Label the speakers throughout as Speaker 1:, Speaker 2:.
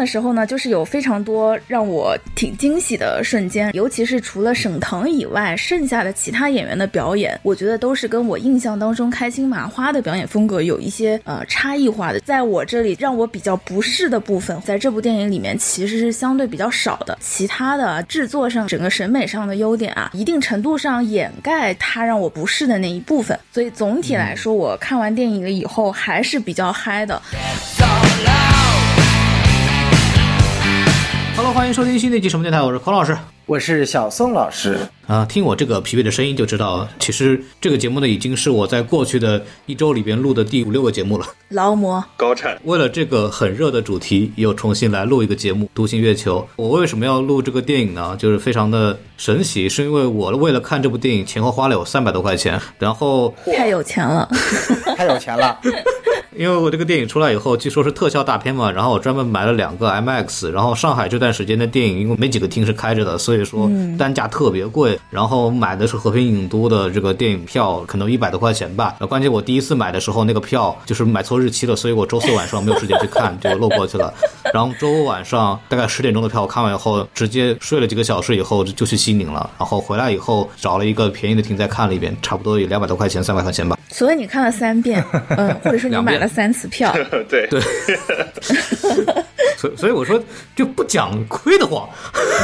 Speaker 1: 的时候呢，就是有非常多让我挺惊喜的瞬间，尤其是除了沈腾以外，剩下的其他演员的表演，我觉得都是跟我印象当中开心麻花的表演风格有一些差异化的。在我这里让我比较不适的部分，在这部电影里面其实是相对比较少的，其他的制作上整个审美上的优点啊，一定程度上掩盖它让我不适的那一部分。所以总体来说，我看完电影了以后还是比较嗨的。
Speaker 2: Hello， 欢迎收听新的一期什么电台，我是孔老师，
Speaker 3: 我是小宋老师。
Speaker 2: 听我这个疲惫的声音就知道，其实这个节目呢已经是我在过去的一周里边录的第5、6个节目了。
Speaker 1: 劳模
Speaker 4: 高产，
Speaker 2: 为了这个很热的主题，又重新来录一个节目《独行月球》。我为什么要录这个电影呢？就是非常的神奇，是因为我为了看这部电影前后花了有300多块钱，然后
Speaker 1: 太有钱了，
Speaker 3: 太有钱了。
Speaker 2: 因为我这个电影出来以后，据说是特效大片嘛，然后我专门买了2个 IMAX， 然后上海这段时间的电影因为没几个厅是开着的，所以说单价特别贵，然后买的是和平影都的这个电影票，可能100多块钱吧。关键我第一次买的时候那个票就是买错日期了，所以我周4晚上没有时间去看，就漏过去了。然后周5晚上大概10点钟的票，我看完以后直接睡了几个小时以后就去西宁了，然后回来以后找了一个便宜的厅再看了一遍，差不多有200多块钱300块钱吧。
Speaker 1: 所以你看了3遍，或者说你买了3次票。
Speaker 4: 对
Speaker 2: 对，所以我说就不讲亏的话。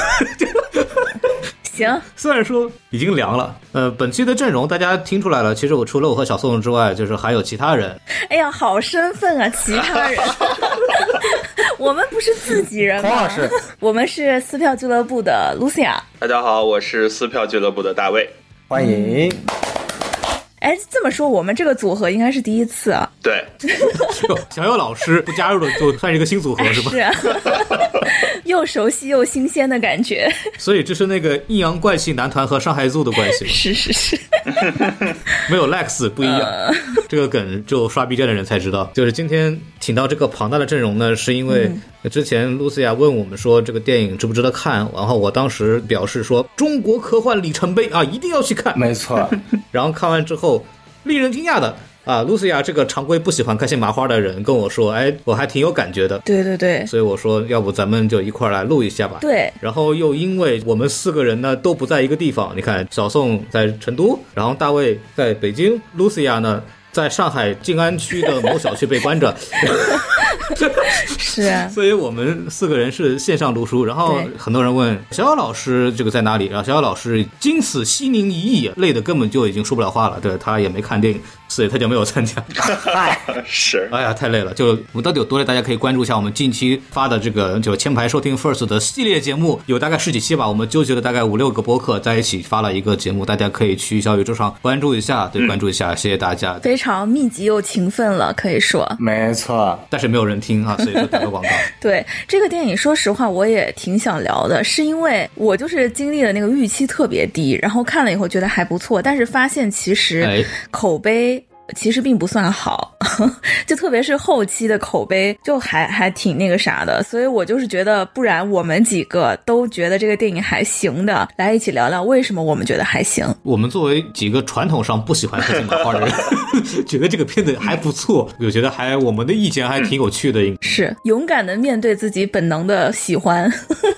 Speaker 1: 行，
Speaker 2: 虽然说已经凉了，本期的阵容大家听出来了，其实我除了我和小宋之外，就是还有其他人。
Speaker 1: 哎呀，好身份啊，其他人。我们不是自己人吗？我们是撕票俱乐部的 Lucia。
Speaker 4: 大家好，我是撕票俱乐部的大卫，
Speaker 3: 欢迎。
Speaker 1: 哎，这么说我们这个组合应该是第一次啊。
Speaker 4: 对，
Speaker 2: 小友老师不加入的就算是一个新组合是吧？
Speaker 1: 是啊，又熟悉又新鲜的感觉。
Speaker 2: 所以这是那个阴阳怪气男团和上海组的关系吗？
Speaker 1: 是
Speaker 2: 没有 Lex 不一样。这个梗就刷 B 站的人才知道。就是今天请到这个庞大的阵容呢，是因为之前露西亚问我们说这个电影值不值得看，然后我当时表示说中国科幻里程碑啊，一定要去看。
Speaker 3: 没错。
Speaker 2: 然后看完之后令人惊讶的啊，露西亚这个常规不喜欢开心麻花的人跟我说，哎，我还挺有感觉的。
Speaker 1: 对对对，
Speaker 2: 所以我说要不咱们就一块来录一下吧。
Speaker 1: 对，
Speaker 2: 然后又因为我们4个人呢都不在一个地方，你看小宋在成都，然后大卫在北京，露西亚呢在上海静安区的某小区被关着。
Speaker 1: 是啊，
Speaker 2: 所以我们4个人是线上读书，然后很多人问小小老师这个在哪里，然后小小老师经此西宁一役，累得根本就已经说不了话了，对，他也没看电影，所以他就没有参加。
Speaker 4: 是，
Speaker 2: 哎呀，太累了。就我们到底有多累，大家可以关注一下我们近期发的这个就前排收听 First 的系列节目，有大概10几期吧，我们纠结了大概5、6个播客在一起发了一个节目，大家可以去小宇宙上关注一下，对，关注一下，谢谢大家。
Speaker 1: 非常密集又勤奋了，可以说。
Speaker 3: 没错，
Speaker 2: 但是没有人听啊，所以说打个广告。
Speaker 1: 对，这个电影说实话我也挺想聊的，是因为我就是经历了那个预期特别低，然后看了以后觉得还不错，但是发现其实口碑其实并不算好，就特别是后期的口碑就还挺那个啥的，所以我就是觉得不然我们几个都觉得这个电影还行的，来一起聊聊为什么我们觉得还行。
Speaker 2: 我们作为几个传统上不喜欢开心麻花的人觉得这个片子还不错，我觉得还我们的意见还挺有趣的，
Speaker 1: 是勇敢的面对自己本能的喜欢。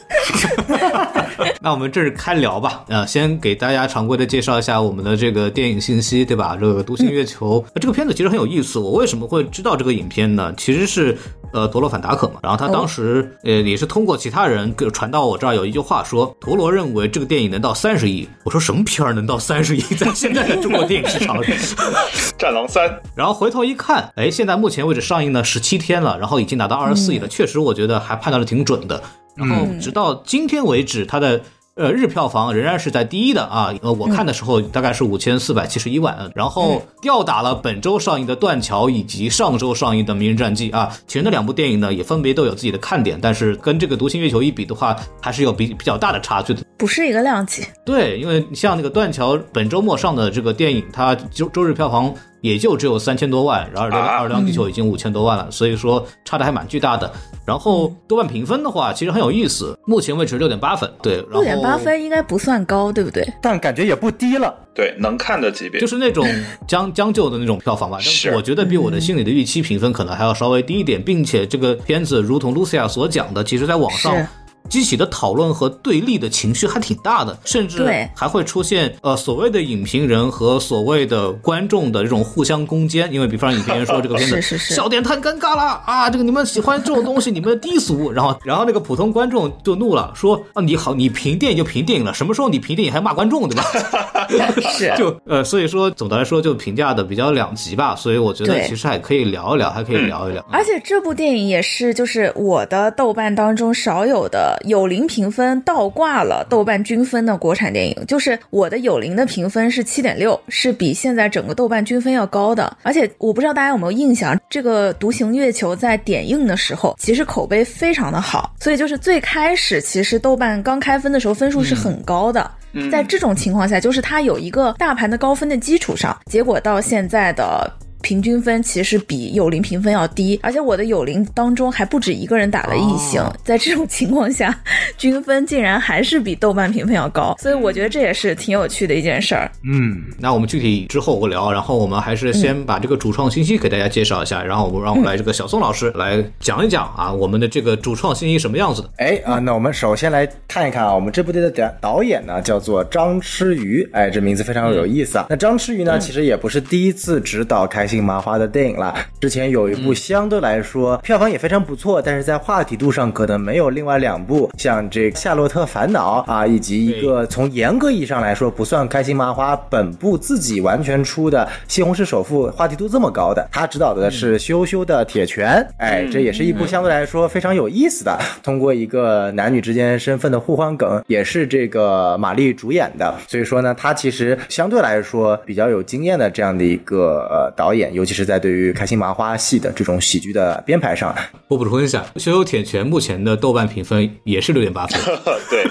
Speaker 2: 那我们这儿开聊吧，先给大家常规的介绍一下我们的这个电影信息，对吧？这个《独行月球》这个片子其实很有意思。我为什么会知道这个影片呢？其实是陀螺反达克嘛，然后他当时也是通过其他人传到我这儿，有一句话说陀螺认为这个电影能到30亿。我说什么片儿能到30亿？在现在的中国电影市场里，
Speaker 4: 战狼3。
Speaker 2: 然后回头一看，哎，现在目前为止上映了17天了，然后已经达到24亿了，确实我觉得还判断的挺准的。然后直到今天为止，它的日票房仍然是在第一的啊，我看的时候大概是5471万，然后吊打了本周上映的断桥以及上周上映的名人战记啊。其实那2部电影呢也分别都有自己的看点，但是跟这个独行月球一比的话，还是有比较大的差距的，
Speaker 1: 不是一个量级。
Speaker 2: 对，因为像那个断桥本周末上的这个电影，它周日票房也就只有3000多万，然后二流浪地球已经5000多万了，所以说差的还蛮巨大的。然后豆瓣评分的话其实很有意思，目前为止6.8分，对
Speaker 1: ，6.8分应该不算高，对不对？
Speaker 3: 但感觉也不低了。
Speaker 4: 对，能看的级别，
Speaker 2: 就是那种将就的那种票房吧。但是我觉得比我的心里的预期评分可能还要稍微低一点，并且这个片子如同 Lucia 所讲的，其实在网上激起的讨论和对立的情绪还挺大的，甚至还会出现所谓的影评人和所谓的观众的这种互相攻坚。因为比方影评人说这个片子笑点太尴尬了啊，这个你们喜欢这种东西你们低俗，然后那个普通观众就怒了，说啊你好，你评电影就评电影了，什么时候你评电影还骂观众对吧？
Speaker 1: 是
Speaker 2: 就所以说总的来说就评价的比较两极吧，所以我觉得其实还可以聊一聊，还可以聊一聊。
Speaker 1: 而且这部电影也是就是我的豆瓣当中少有的有0评分倒挂了豆瓣均分的国产电影，就是我的有0的评分是 7.6， 是比现在整个豆瓣均分要高的。而且我不知道大家有没有印象，这个独行月球在点映的时候其实口碑非常的好，所以就是最开始其实豆瓣刚开分的时候分数是很高的，在这种情况下就是它有一个大盘的高分的基础上，结果到现在的平均分其实比有0评分要低，而且我的有0当中还不止一个人打了异星，在这种情况下均分竟然还是比豆瓣评分要高，所以我觉得这也是挺有趣的一件事儿。
Speaker 2: 那我们具体之后聊，然后我们还是先把这个主创信息给大家介绍一下，然后让我们来这个小宋老师来讲一讲啊，我们的这个主创信息什么样子的。
Speaker 3: 那我们首先来看一看啊，我们这部电影的导演呢叫做张弛宇，这名字非常有意思啊。那张弛宇呢其实也不是第一次执导开心麻花的电影了，之前有一部相对来说票房也非常不错，但是在话题度上可能没有另外2部像这个夏洛特烦恼啊，以及一个从严格意义上来说不算开心麻花本部自己完全出的西红柿首富话题度这么高的。他执导的是羞羞的铁拳，这也是一部相对来说非常有意思的，通过一个男女之间身份的互换梗，也是这个马丽主演的，所以说呢他其实相对来说比较有经验的这样的一个导演，尤其是在对于开心麻花系的这种喜剧的编排上。
Speaker 2: 我补充一下，羞羞铁拳目前的豆瓣评分也是6.8分。
Speaker 4: 对，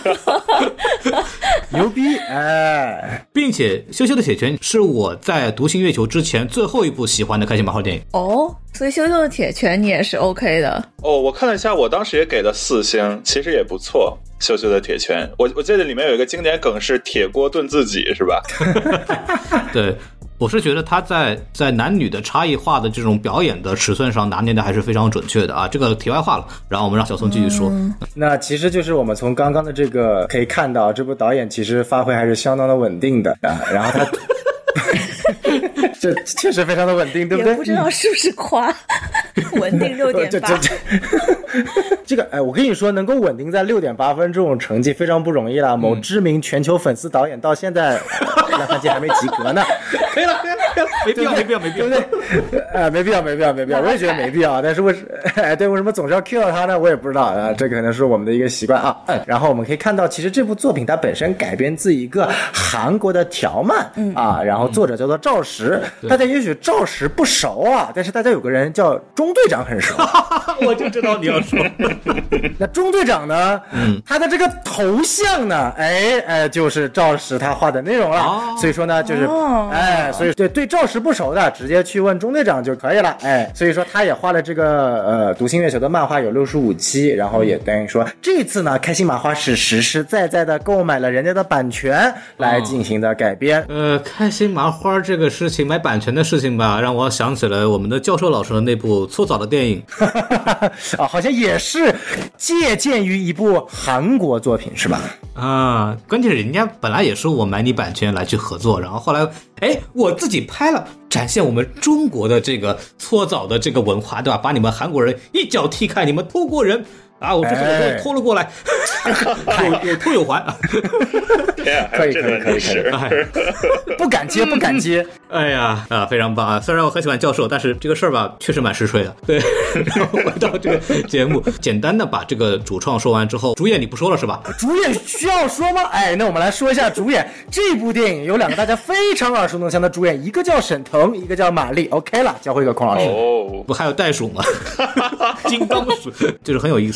Speaker 3: 牛逼
Speaker 2: 并且羞羞的铁拳是我在独行月球之前最后一部喜欢的开心麻花电影。
Speaker 1: 所以羞羞的铁拳你也是 OK 的。
Speaker 4: 我看了一下，我当时也给了4星，其实也不错。羞羞的铁拳，我记得里面有一个经典梗是铁锅炖自己，是吧？
Speaker 2: 对，我是觉得他在男女的差异化的这种表演的尺寸上拿捏的还是非常准确的啊。这个题外话了，然后我们让小宋继续说。
Speaker 3: 那其实就是我们从刚刚的这个可以看到，这部导演其实发挥还是相当的稳定的啊。然后他这确实非常的稳定，对不对？
Speaker 1: 也不知道是不是夸稳定6.8。
Speaker 3: 这个我跟你说，能够稳定在6.8分这种成绩非常不容易了。某知名全球粉丝导演到现在烂番茄还没及格呢。
Speaker 2: 可以了，没必要，对不对？
Speaker 3: 没必要，我也觉得没必要。但是为什么总是要 cue 到他呢？我也不知道啊，这可能是我们的一个习惯啊。然后我们可以看到，其实这部作品它本身改编自一个韩国的条漫啊，然后作者叫做赵石。大家也许赵石不熟啊，但是大家有个人叫中队长很熟。
Speaker 2: 我就知道你要说。
Speaker 3: 那中队长呢？他的这个头像呢，就是赵石他画的内容了。所以说呢，就是所以对赵石不熟的，直接去问中队长就可以了。所以说他也画了这个独行月球的漫画有65期，然后也等于说这次呢，开心麻花是实实在在的购买了人家的版权来进行的改编。
Speaker 2: 开心麻花这个事情，买版权的事情吧，让我想起了我们的教授老师的那部搓澡的电影。
Speaker 3: 好像也是借鉴于一部韩国作品是吧？
Speaker 2: 关键是人家本来也说我买你版权来去合作，然后后来我自己拍了，展现我们中国的这个搓澡的这个文化，对吧？把你们韩国人一脚踢开，你们偷国人啊！我这个我偷了过来，有偷有还。
Speaker 3: 可以，不敢接。
Speaker 2: 哎呀非常棒啊！虽然我很喜欢教授，但是这个事儿吧，确实蛮实锤的。对，然后回到这个节目，简单的把这个主创说完之后，主演你不说了是吧？
Speaker 3: 主演需要说吗？那我们来说一下主演。这部电影有2个大家非常耳熟能详的主演，一个叫沈腾，一个叫马丽。OK 了，交回给孔老师。
Speaker 2: 不还有袋鼠吗？金刚鼠，就是很有意思。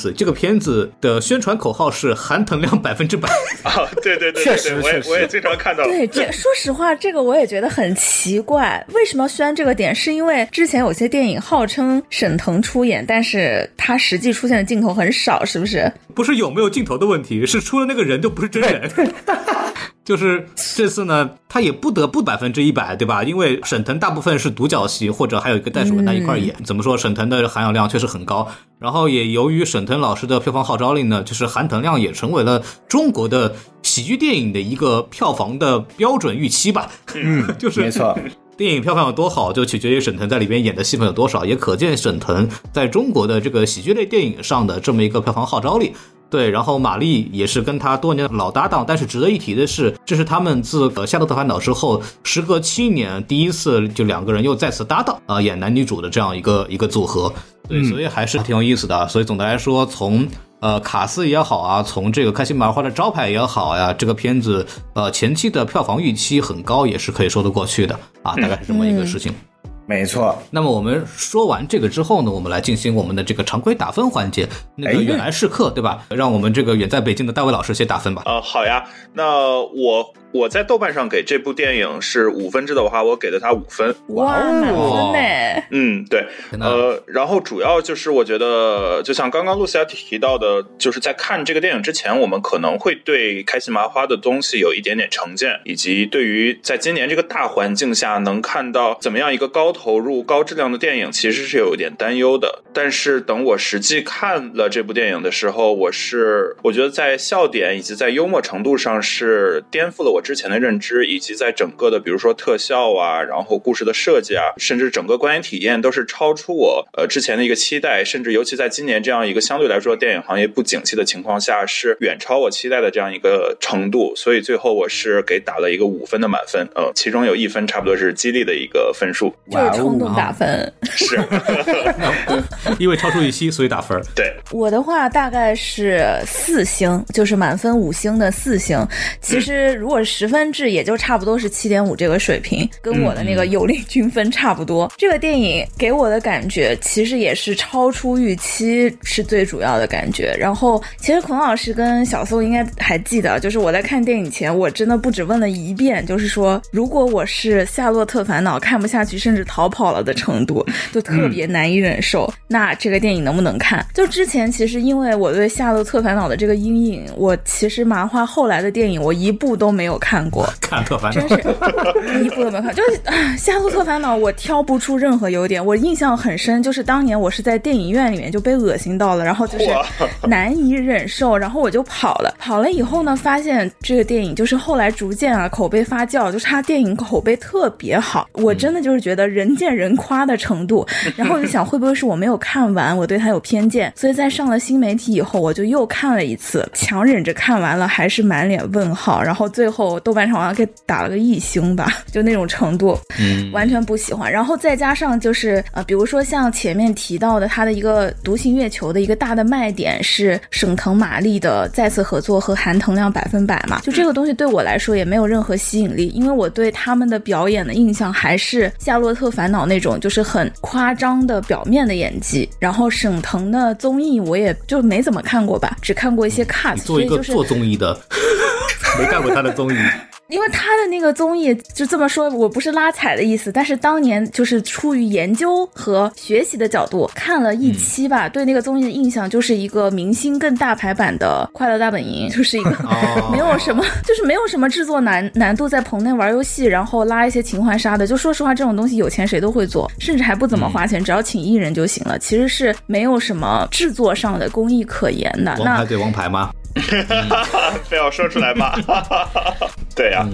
Speaker 2: 子，这个片子的宣传口号是含腾量100%。
Speaker 4: 对对对，
Speaker 3: 确实
Speaker 4: 我也经常看到。
Speaker 1: 对，说实话，这个我也觉得很奇怪，为什么要宣这个点？是因为之前有些电影号称沈腾出演，但是他实际出现的镜头很少，是不是？
Speaker 2: 不是有没有镜头的问题，是出了那个人就不是真人。就是这次呢，他也不得不100%，对吧？因为沈腾大部分是独角戏，或者还有一个袋鼠跟他一块演。怎么说，沈腾的含氧量确实很高。然后也由于沈腾老师的票房号召力呢，就是含腾量也成为了中国的喜剧电影的一个票房的标准预期吧。就是
Speaker 3: 没错。
Speaker 2: 电影票房有多好，就取决于沈腾在里边演的戏份有多少，也可见沈腾在中国的这个喜剧类电影上的这么一个票房号召力。对，然后马丽也是跟他多年的老搭档，但是值得一提的是，这是他们自夏洛特烦恼之后时隔7年第一次就2个人又再次搭档演男女主的这样一个组合。对，所以还是挺有意思的。所以总的来说，从卡斯也好啊，从这个开心麻花的招牌也好呀，这个片子前期的票房预期很高，也是可以说得过去的啊，大概是这么一个事情。
Speaker 3: 没错。
Speaker 2: 那么我们说完这个之后呢，我们来进行我们的这个常规打分环节。那个远来是客，对吧？让我们这个远在北京的大卫老师先打分吧。
Speaker 4: 好呀。那我在豆瓣上给这部电影是5分制的话，我给了它5分。
Speaker 1: 哇，满分呢？
Speaker 4: 对。然后主要就是我觉得，就像刚刚露西亚提到的，就是在看这个电影之前，我们可能会对开心麻花的东西有一点点成见，以及对于在今年这个大环境下能看到怎么样一个高投入、高质量的电影，其实是有一点担忧的。但是等我实际看了这部电影的时候，我觉得在笑点以及在幽默程度上是颠覆了我之前的认知，以及在整个的比如说特效啊，然后故事的设计啊，甚至整个观影体验都是超出我之前的一个期待，甚至尤其在今年这样一个相对来说电影行业不景气的情况下，是远超我期待的这样一个程度。所以最后我是给打了一个5分的满分，其中有1分差不多是激励的一个分数，
Speaker 1: 就是冲动打分。
Speaker 4: 是
Speaker 2: 因为超出预期所以打分。
Speaker 4: 对，
Speaker 1: 我的话大概是4星，就是满分5星的4星。其实如果10分制也就差不多是7.5这个水平，跟我的那个有令均分差不多。这个电影给我的感觉其实也是超出预期是最主要的感觉。然后其实孔老师跟小宋应该还记得，就是我在看电影前我真的不止问了1遍，就是说如果我是夏洛特烦恼看不下去甚至逃跑了的程度，就特别难以忍受，那这个电影能不能看？就之前其实因为我对夏洛特烦恼的这个阴影，我其实麻花后来的电影我一部都没有看过，
Speaker 2: 看特烦恼
Speaker 1: 真是一部都没有看。就是夏洛特烦恼我挑不出任何优点，我印象很深，就是当年我是在电影院里面就被恶心到了，然后就是难以忍受，然后我就跑了以后呢，发现这个电影就是后来逐渐口碑发酵，就是它电影口碑特别好，我真的就是觉得人见人夸的程度，然后我就想会不会是我没有看完，我对它有偏见，所以在上了新媒体以后我就又看了一次，强忍着看完了还是满脸问号，然后最后豆瓣上好像给打了个1星吧，就那种程度，完全不喜欢。然后再加上就是比如说像前面提到的它的一个独行月球的一个大的卖点是沈腾马丽的再次合作和含腾量100%嘛，就这个东西对我来说也没有任何吸引力，因为我对他们的表演的印象还是夏洛特烦恼那种就是很夸张的表面的演技，然后沈腾的综艺我也就没怎么看过吧，只看过一些 cut。
Speaker 2: 你做一个做综艺的没看过他的综艺，
Speaker 1: 因为他的那个综艺就这么说，我不是拉踩的意思，但是当年就是出于研究和学习的角度看了1期吧，对那个综艺的印象就是一个明星更大牌版的快乐大本营，就是一个没有什么就是没有什么制作难度，在棚内玩游戏然后拉一些情怀杀的，就说实话这种东西有钱谁都会做，甚至还不怎么花钱，只要请艺人就行了，其实是没有什么制作上的工艺可言的。
Speaker 2: 王牌对王牌吗？
Speaker 4: 非要说出来吗？对呀，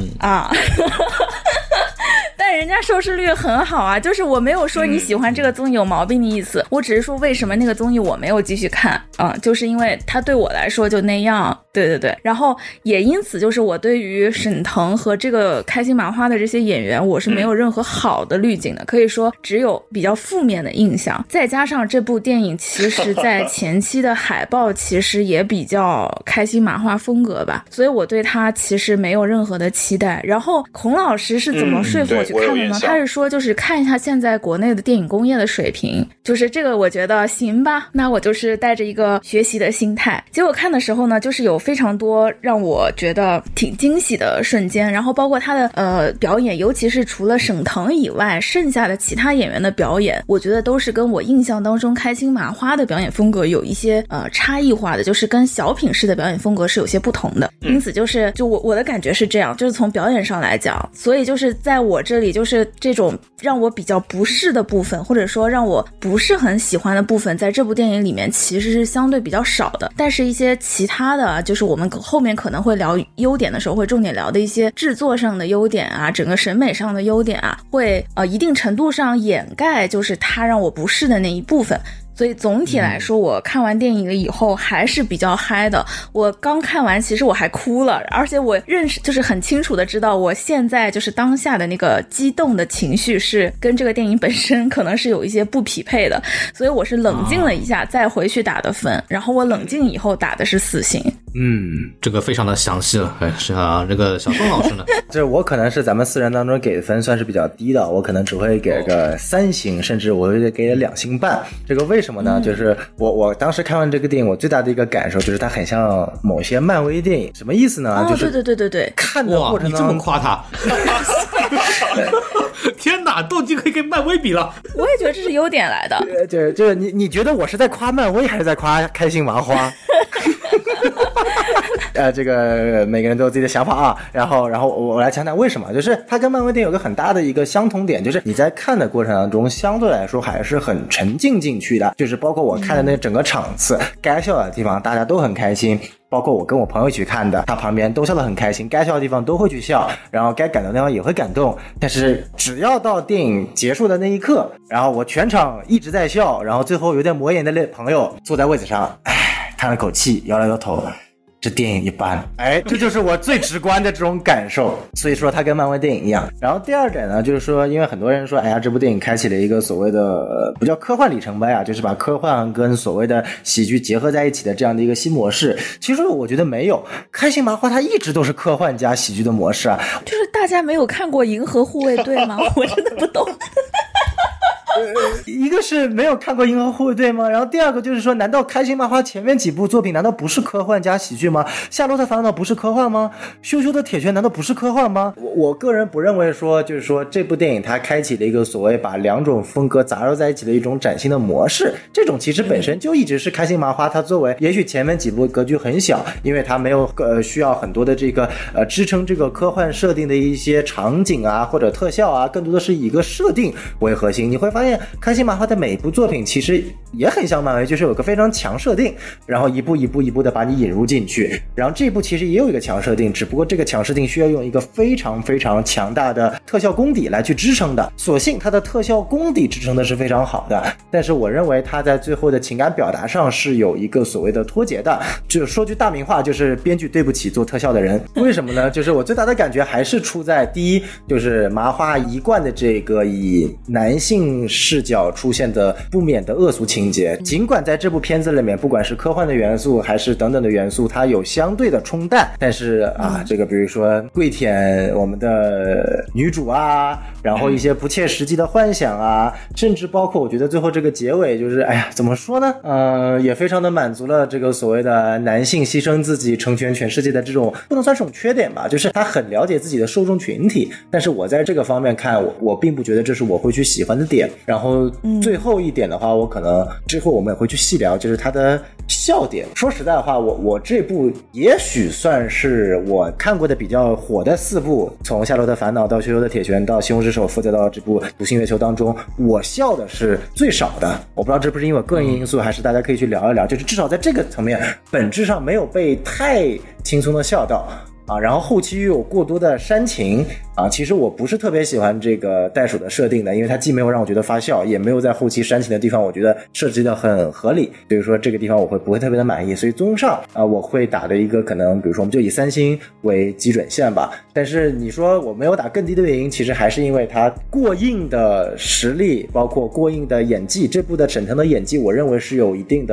Speaker 1: 但人家收视率很好啊，就是我没有说你喜欢这个综艺有毛病的意思，我只是说为什么那个综艺我没有继续看就是因为它对我来说就那样。对，然后也因此就是我对于沈腾和这个开心麻花的这些演员我是没有任何好的滤镜的，可以说只有比较负面的印象，再加上这部电影其实在前期的海报其实也比较开心麻花风格吧，所以我对他其实没有任何的期待。然后孔老师是怎么说服我去看的呢？他是说就是看一下现在国内的电影工业的水平，就是这个我觉得行吧，那我就是带着一个个学习的心态。结果看的时候呢，就是有非常多让我觉得挺惊喜的瞬间，然后包括他的表演，尤其是除了沈腾以外，剩下的其他演员的表演，我觉得都是跟我印象当中开心麻花的表演风格有一些差异化的，就是跟小品式的表演风格是有些不同的。因此就我的感觉是这样，就是从表演上来讲，所以就是在我这里，就是这种让我比较不适的部分，或者说让我不是很喜欢的部分，在这部电影里面其实是相对比较少的。但是一些其他的，就是我们后面可能会聊优点的时候会重点聊的一些制作上的优点啊，整个审美上的优点啊，会一定程度上掩盖就是它让我不适的那一部分。所以总体来说，我看完电影了以后还是比较嗨的。我刚看完，其实我还哭了，而且我就是很清楚的知道，我现在就是当下的那个激动的情绪是跟这个电影本身可能是有一些不匹配的，所以我是冷静了一下，再回去打的分。然后我冷静以后打的是4星。
Speaker 2: 这个非常的详细了。是啊，这个小宋老师呢？
Speaker 3: 这我可能是咱们4人当中给的分算是比较低的，我可能只会给个3星，甚至我会给2星半。这个为什么呢？就是我当时看完这个电影，我最大的一个感受就是它很像某些漫威电影。什么意思呢？就是
Speaker 1: 对，
Speaker 3: 看的过程当中，
Speaker 2: 你这么夸他？天哪，都已经可以跟漫威比了。
Speaker 1: 我也觉得这是优点来的。
Speaker 3: 就是你觉得我是在夸漫威还是在夸开心麻花？这个每个人都有自己的想法啊。然后我来讲讲为什么，就是它跟漫威电影有个很大的一个相同点，就是你在看的过程当中，相对来说还是很沉浸进去的。就是包括我看的那整个场次，该笑的地方大家都很开心。包括我跟我朋友一起看的，他旁边都笑得很开心，该笑的地方都会去笑，然后该感动的地方也会感动。但是只要到电影结束的那一刻，然后我全场一直在笑，然后最后有点抹眼的朋友坐在位子上，叹了口气，摇了摇头，这电影一般。这就是我最直观的这种感受。所以说它跟漫威电影一样。然后第二点呢，就是说因为很多人说这部电影开启了一个所谓的不叫科幻里程碑啊，就是把科幻跟所谓的喜剧结合在一起的这样的一个新模式。其实我觉得没有，开心麻花它一直都是科幻加喜剧的模式啊。
Speaker 1: 就是大家没有看过银河护卫队吗？我真的不懂。
Speaker 3: 一个是没有看过银河护卫队吗？然后第二个就是说，难道开心麻花前面几部作品难道不是科幻加喜剧吗？夏洛特烦恼不是科幻吗？羞羞的铁拳难道不是科幻吗？我个人不认为说，就是说这部电影它开启了一个所谓把两种风格杂糅在一起的一种崭新的模式。这种其实本身就一直是开心麻花它作为，也许前面几部格局很小，因为它没有需要很多的这个支撑这个科幻设定的一些场景啊或者特效啊，更多的是以一个设定为核心。你会发现开心麻花的每一部作品其实也很像漫威，就是有个非常强设定，然后一步一步的把你引入进去。然后这一部其实也有一个强设定，只不过这个强设定需要用一个非常非常强大的特效功底来去支撑的。所幸它的特效功底支撑的是非常好的，但是我认为它在最后的情感表达上是有一个所谓的脱节的。就说句大明话，就是编剧对不起做特效的人。为什么呢？就是我最大的感觉还是出在第一，就是麻花一贯的这个以男性视角出现的不免的恶俗情节。尽管在这部片子里面不管是科幻的元素还是等等的元素它有相对的冲淡，但是这个比如说跪舔我们的女主啊，然后一些不切实际的幻想啊，甚至包括我觉得最后这个结尾就是怎么说呢，也非常的满足了这个所谓的男性牺牲自己成全全世界的这种，不能算是种缺点吧，就是他很了解自己的受众群体。但是我在这个方面看，我并不觉得这是我会去喜欢的点。然后最后一点的话，我可能之后我们也会去细聊，就是它的笑点。说实在话，我这部也许算是我看过的比较火的4部，从夏洛特烦恼到羞羞的铁拳到西虹之手，再到这部独行月球当中，我笑的是最少的。我不知道这不是因为我个人因素，还是大家可以去聊一聊，就是至少在这个层面本质上没有被太轻松的笑到然后后期又有过多的煽情其实我不是特别喜欢这个袋鼠的设定的，因为它既没有让我觉得发笑，也没有在后期煽情的地方我觉得设计的很合理，所以说这个地方我不会特别的满意。所以综上我会打的一个可能比如说我们就以3星为基准线吧。但是你说我没有打更低的原因，其实还是因为它过硬的实力包括过硬的演技，这部的沈腾的演技我认为是有一定的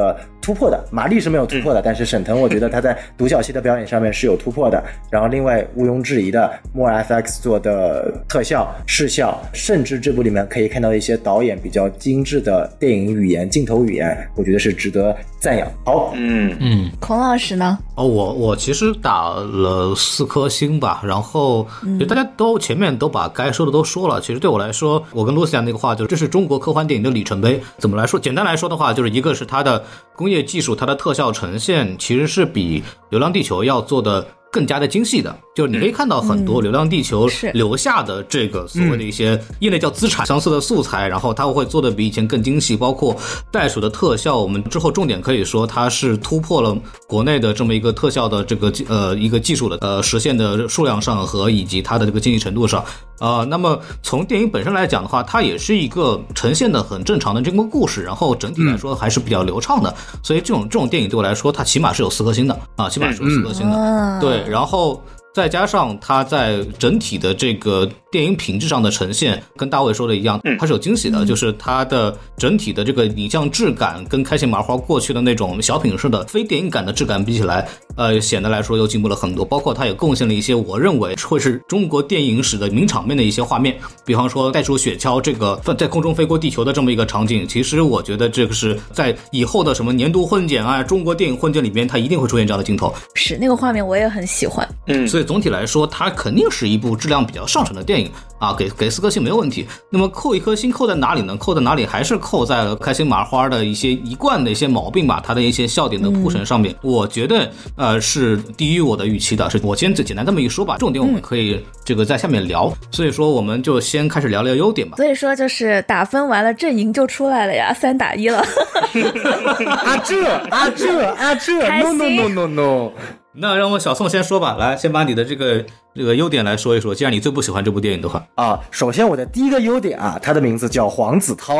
Speaker 3: 突破的，马丽是没有突破的，但是沈腾我觉得他在独角戏的表演上面是有突破的。然后另外毋庸置疑的More FX 做的特效、视效，甚至这部里面可以看到一些导演比较精致的电影语言、镜头语言，我觉得是值得赞扬。好，
Speaker 1: 孔老师呢？
Speaker 2: 我其实打了4颗星吧，然后大家都前面都把该说的都说了。其实对我来说，我跟露西亚那个话就是，这是中国科幻电影的里程碑。怎么来说？简单来说的话，就是一个是它的工业技术，它的特效呈现其实是比《流浪地球》要做的更加的精细的，就是你可以看到很多《流浪地球》留下的这个所谓的一些业内叫资产相似的素材，然后它会做的比以前更精细，包括袋鼠的特效，我们之后重点可以说它是突破了国内的这么一个特效的这个一个技术的实现的数量上和以及它的这个精细程度上。那么从电影本身来讲的话，它也是一个呈现的很正常的这个故事，然后整体来说还是比较流畅的，所以这种电影对我来说，它起码是有4颗星的啊，起码是有4颗星的，对，然后再加上它在整体的这个电影品质上的呈现，跟大卫说的一样，它是有惊喜的，就是它的整体的这个影像质感跟开心麻花过去的那种小品式的非电影感的质感比起来，显得来说又进步了很多。包括它也贡献了一些我认为会是中国电影史的名场面的一些画面，比方说袋鼠雪橇这个在空中飞过地球的这么一个场景，其实我觉得这个是在以后的什么年度混剪啊、中国电影混剪里面，它一定会出现这样的镜头。
Speaker 1: 是那个画面我也很喜欢。
Speaker 2: 所以总体来说，它肯定是一部质量比较上乘的电影啊，给4颗星没有问题。那么扣1颗星扣在哪里呢？扣在哪里还是扣在了开心麻花的一些一贯的一些毛病吧，它的一些笑点的铺陈上面，我觉得是低于我的预期的。是我先简单这么一说吧，重点我们可以这个在下面聊。所以说我们就先开始聊聊优点吧。
Speaker 1: 所以说就是打分完了，阵营就出来了呀，3打1了。
Speaker 3: No，
Speaker 2: 那让我小宋先说吧，来，先把你的这个优点来说一说。既然你最不喜欢这部电影的话
Speaker 3: 啊，首先我的第一个优点啊，他的名字叫黄子韬。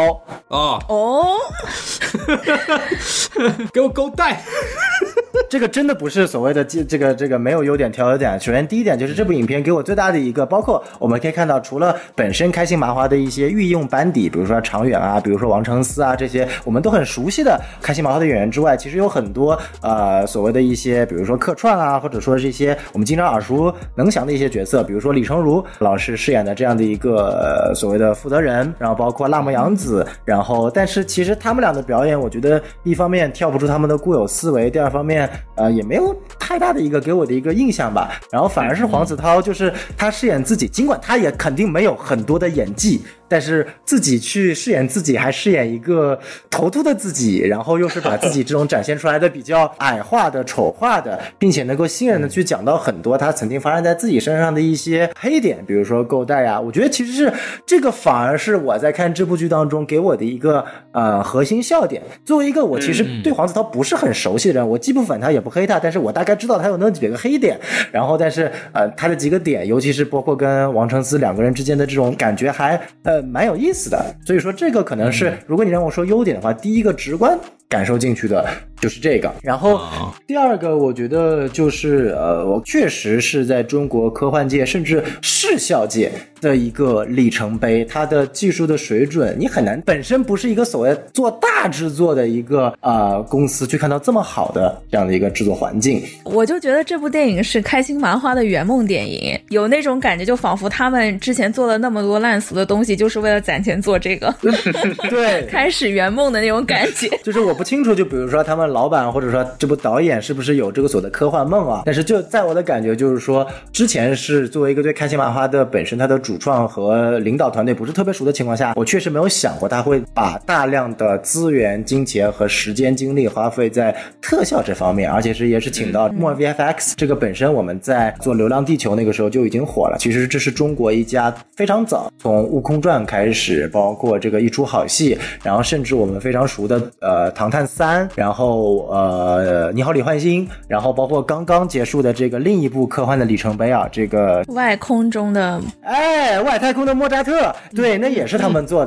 Speaker 2: 给我勾带。
Speaker 3: 这个真的不是所谓的这个没有优点挑优点。首先第一点就是这部影片给我最大的一个，包括我们可以看到，除了本身开心麻花的一些御用班底，比如说常远啊，比如说王承思啊，这些我们都很熟悉的开心麻花的演员之外，其实有很多所谓的一些，比如说客串啊，或者说是一些我们经常耳熟能详的一些角色，比如说李成儒老师饰演的这样的一个所谓的负责人，然后包括辣目洋子，然后但是其实他们俩的表演，我觉得一方面跳不出他们的固有思维，第二方面也没有太大的一个给我的一个印象吧。然后反而是黄子韬，就是他饰演自己，尽管他也肯定没有很多的演技，但是自己去饰演自己，还饰演一个头秃的自己，然后又是把自己这种展现出来的比较矮化的、丑化的，并且能够信任的去讲到很多他曾经发生在自己身上的一些黑点，比如说勾带啊。我觉得其实是这个反而是我在看这部剧当中给我的一个核心笑点。作为一个我其实对黄子韬不是很熟悉的人，我既不粉他也不黑他，但是我大概知道他有那几个黑点，然后但是他的几个点，尤其是包括跟王承思两个人之间的这种感觉还蛮有意思的。所以说这个可能是如果你让我说优点的话，第一个直观感受进去的就是这个。然后第二个我觉得就是我确实是在中国科幻界甚至视效界的一个里程碑，它的技术的水准你很难，本身不是一个所谓做大制作的一个公司去看到这么好的这样的一个制作环境。
Speaker 1: 我就觉得这部电影是开心麻花的圆梦电影，有那种感觉，就仿佛他们之前做了那么多烂俗的东西，就是为了攒钱做这个
Speaker 3: 对，
Speaker 1: 开始圆梦的那种感觉。
Speaker 3: 就是我不清楚，就比如说他们老板或者说这部导演是不是有这个所谓的科幻梦啊，但是就在我的感觉就是说，之前是作为一个对开心麻花的本身他的主创和领导团队不是特别熟的情况下，我确实没有想过他会把大量的资源、金钱和时间精力花费在特效这方面，而且也是请到More VFX，这个本身我们在做流浪地球那个时候就已经火了，其实这是中国一家非常早，从悟空传开始，包括这个一出好戏，然后甚至我们非常熟的唐探3，然后你好李焕英，然后包括刚刚结束的这个另一部科幻的里程碑啊，这个
Speaker 1: 外空中的
Speaker 3: 外太空的莫扎特，对，那也是他们做的。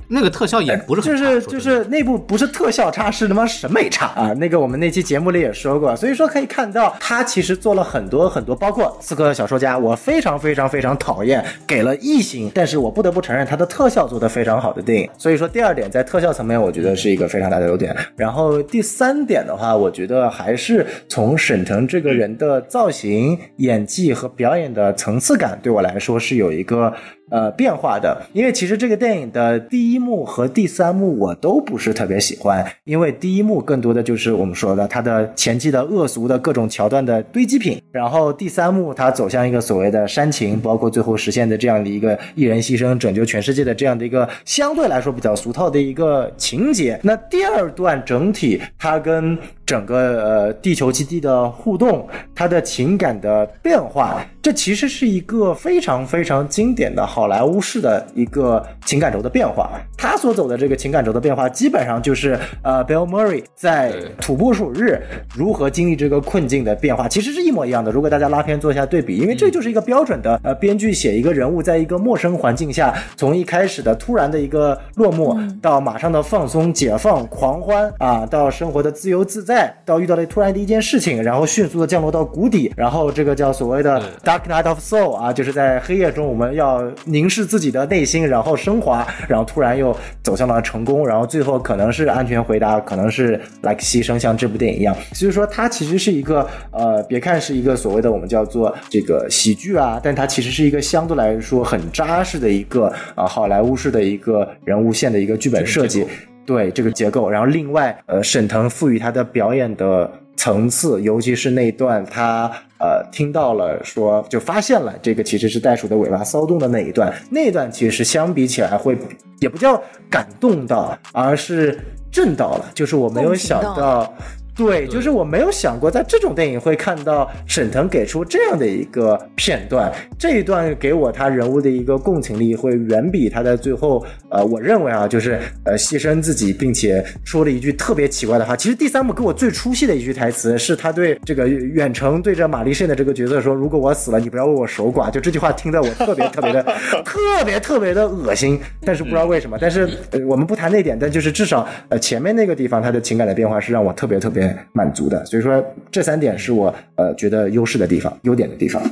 Speaker 2: 那个特效也不是很差，
Speaker 3: 就是那部不是特效差，是他妈审美差啊！那个我们那期节目里也说过，所以说可以看到他其实做了很多很多，包括刺客小说家，我非常非常非常讨厌，给了1星，但是我不得不承认他的特效做得非常好的电影。所以说第二点在特效层面，我觉得是一个非常大的优点。然后第3点的话，我觉得还是从沈腾这个人的造型、演技和表演的层次感，对我来说是有一个变化的。因为其实这个电影的第1幕和第3幕我都不是特别喜欢，因为第1幕更多的就是我们说的它的前期的恶俗的各种桥段的堆积品，然后第3幕它走向一个所谓的煽情，包括最后实现的这样的一个一人牺牲拯救全世界的这样的一个相对来说比较俗套的一个情节。那第2段整体它跟整个地球基地的互动，它的情感的变化，这其实是一个非常非常经典的好莱坞式的一个情感轴的变化。他所走的这个情感轴的变化基本上就是Bill Murray 在土拨鼠日如何经历这个困境的变化，其实是一模一样的。如果大家拉片做一下对比，因为这就是一个标准的编剧写一个人物在一个陌生环境下，从一开始的突然的一个落寞，到马上的放松解放狂欢啊，到生活的自由自在，到遇到了突然的一件事情，然后迅速的降落到谷底，然后这个叫所谓的 Dark Night of Soul 啊，就是在黑夜中我们要凝视自己的内心，然后升华，然后突然又走向了成功，然后最后可能是安全回答，可能是 like 牺牲，像这部电影一样。所以说它其实是一个别看是一个所谓的我们叫做这个喜剧啊，但它其实是一个相对来说很扎实的一个好莱坞式的一个人物线的一个剧本设计，对这个结构。然后另外沈腾赋予他的表演的层次，尤其是那段他听到了说就发现了这个其实是袋鼠的尾巴骚动的那一段，那段其实相比起来会也不叫感动到，而是震到了，就是我没有想到，对，就是我没有想过在这种电影会看到沈腾给出这样的一个片段，这一段给我他人物的一个共情力会远比他在最后我认为啊，就是牺牲自己并且说了一句特别奇怪的话。其实第3幕给我最出戏的一句台词是他对这个远程对着玛丽慎的这个角色说，如果我死了你不要为我守寡，就这句话听得我特别特别的特别的恶心，但是不知道为什么。但是我们不谈那点，但就是至少前面那个地方他的情感的变化是让我特别特别满足的。所以说这3点是我觉得优势的地方，优点的地方。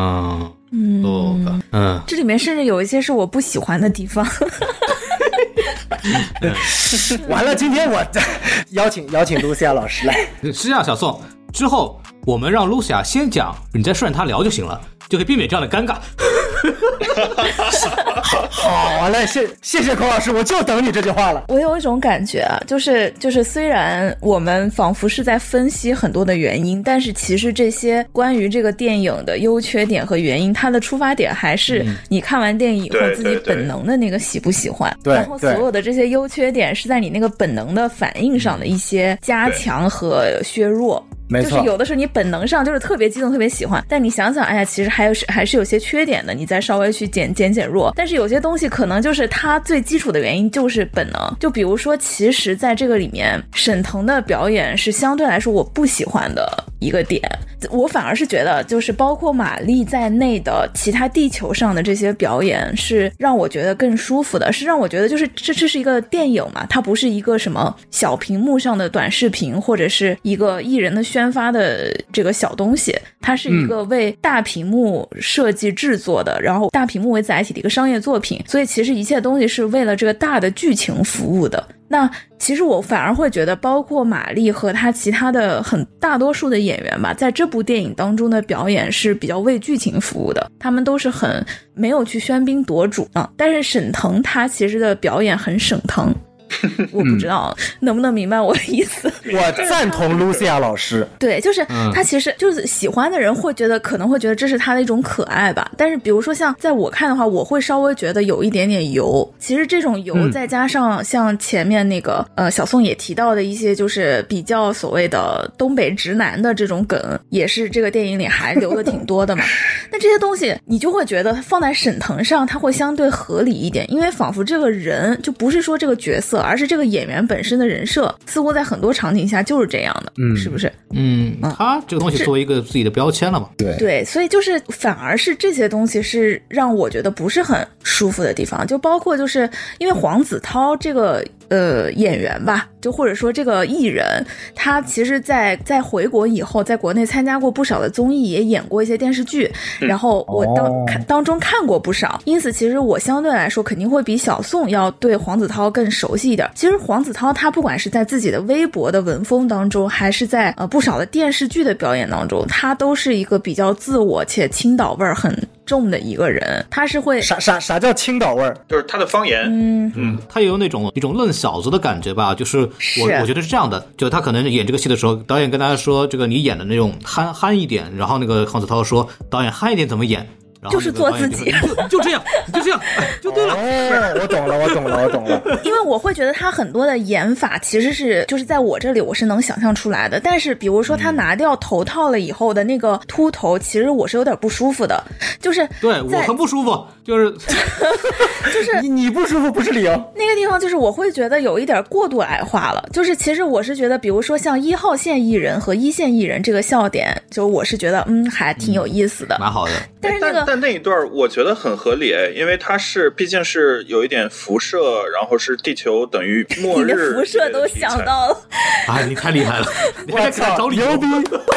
Speaker 1: 这里面甚至有一些是我不喜欢的地方。
Speaker 3: 完了，今天我邀请露西亚老师来。
Speaker 2: 是这样，小宋，之后我们让露西亚先讲，你再顺着他聊就行了，就可以避免这样的尴尬。
Speaker 3: 好嘞，谢谢孔老师，我就等你这句话了。
Speaker 1: 我有一种感觉啊，就是虽然我们仿佛是在分析很多的原因，但是其实这些关于这个电影的优缺点和原因，它的出发点还是你看完电影以后自己本能的那个喜不喜欢，然后所有的这些优缺点是在你那个本能的反应上的一些加强和削弱。就是有的时候你本能上就是特别激动特别喜欢，但你想想，哎呀，其实还是有些缺点的，你再稍微去减弱。但是有些东西可能就是它最基础的原因就是本能。就比如说，其实在这个里面沈腾的表演是相对来说我不喜欢的一个点，我反而是觉得就是包括马丽在内的其他地球上的这些表演是让我觉得更舒服的，是让我觉得就是这是一个电影嘛，它不是一个什么小屏幕上的短视频或者是一个艺人的宣发的这个小东西，它是一个为大屏幕设计制作的，然后大屏幕为载体的一个商业作品，所以其实一切东西是为了这个大的剧情服务的。那其实我反而会觉得包括马丽和他其他的很大多数的演员吧，在这部电影当中的表演是比较为剧情服务的，他们都是很没有去喧宾夺主但是沈腾他其实的表演很沈腾。我不知道能不能明白我的意思。
Speaker 3: 我赞同露西亚老师。
Speaker 1: 对，就是他其实就是喜欢的人会觉得可能会觉得这是他的一种可爱吧，但是比如说像在我看的话，我会稍微觉得有一点点油。其实这种油再加上像前面那个小宋也提到的一些就是比较所谓的东北直男的这种梗，也是这个电影里还留的挺多的嘛。那这些东西你就会觉得放在沈腾上他会相对合理一点，因为仿佛这个人就不是说这个角色而是这个演员本身的人设，似乎在很多场景下就是这样的，是不是？
Speaker 2: 他这个东西作为一个自己的标签了嘛。
Speaker 1: 对，所以就是反而是这些东西是让我觉得不是很舒服的地方，就包括就是因为黄子韬这个演员吧，就或者说这个艺人，他其实在回国以后，在国内参加过不少的综艺，也演过一些电视剧，然后我当中看过不少，因此其实我相对来说肯定会比小宋要对黄子韬更熟悉一点。其实黄子韬他不管是在自己的微博的文风当中，还是在不少的电视剧的表演当中，他都是一个比较自我且青岛味儿很重的一个人。他是会
Speaker 3: 啥叫青岛味儿？
Speaker 4: 就是他的方言，
Speaker 2: 他有那种一种愣小子的感觉吧，就是我觉得是这样的，就他可能演这个戏的时候，导演跟他说这个你演的那种憨一点，然后那个黄子韬说导演憨一点怎么演？
Speaker 1: 就是做自己，
Speaker 2: 就这样，就这样，就对了。
Speaker 3: 我懂了。
Speaker 1: 因为我会觉得他很多的演法其实是就是在我这里我是能想象出来的，但是比如说他拿掉头套了以后的那个秃头，其实我是有点不舒服的，就是
Speaker 2: 对我很不舒服，就是
Speaker 3: 你不舒服不是理由。
Speaker 1: 那个地方就是我会觉得有一点过度矮化了，就是其实我是觉得，比如说像1号线艺人和1线艺人这个笑点，就我是觉得还挺有意思的，
Speaker 2: 蛮好的。
Speaker 1: 但是
Speaker 4: 但那一段我觉得很合理，因为它毕竟是有一点辐射，然后是地球等于末日。
Speaker 1: 你的辐射都想到了，
Speaker 2: 你太厉害了，你还在找理由。
Speaker 3: 牛逼！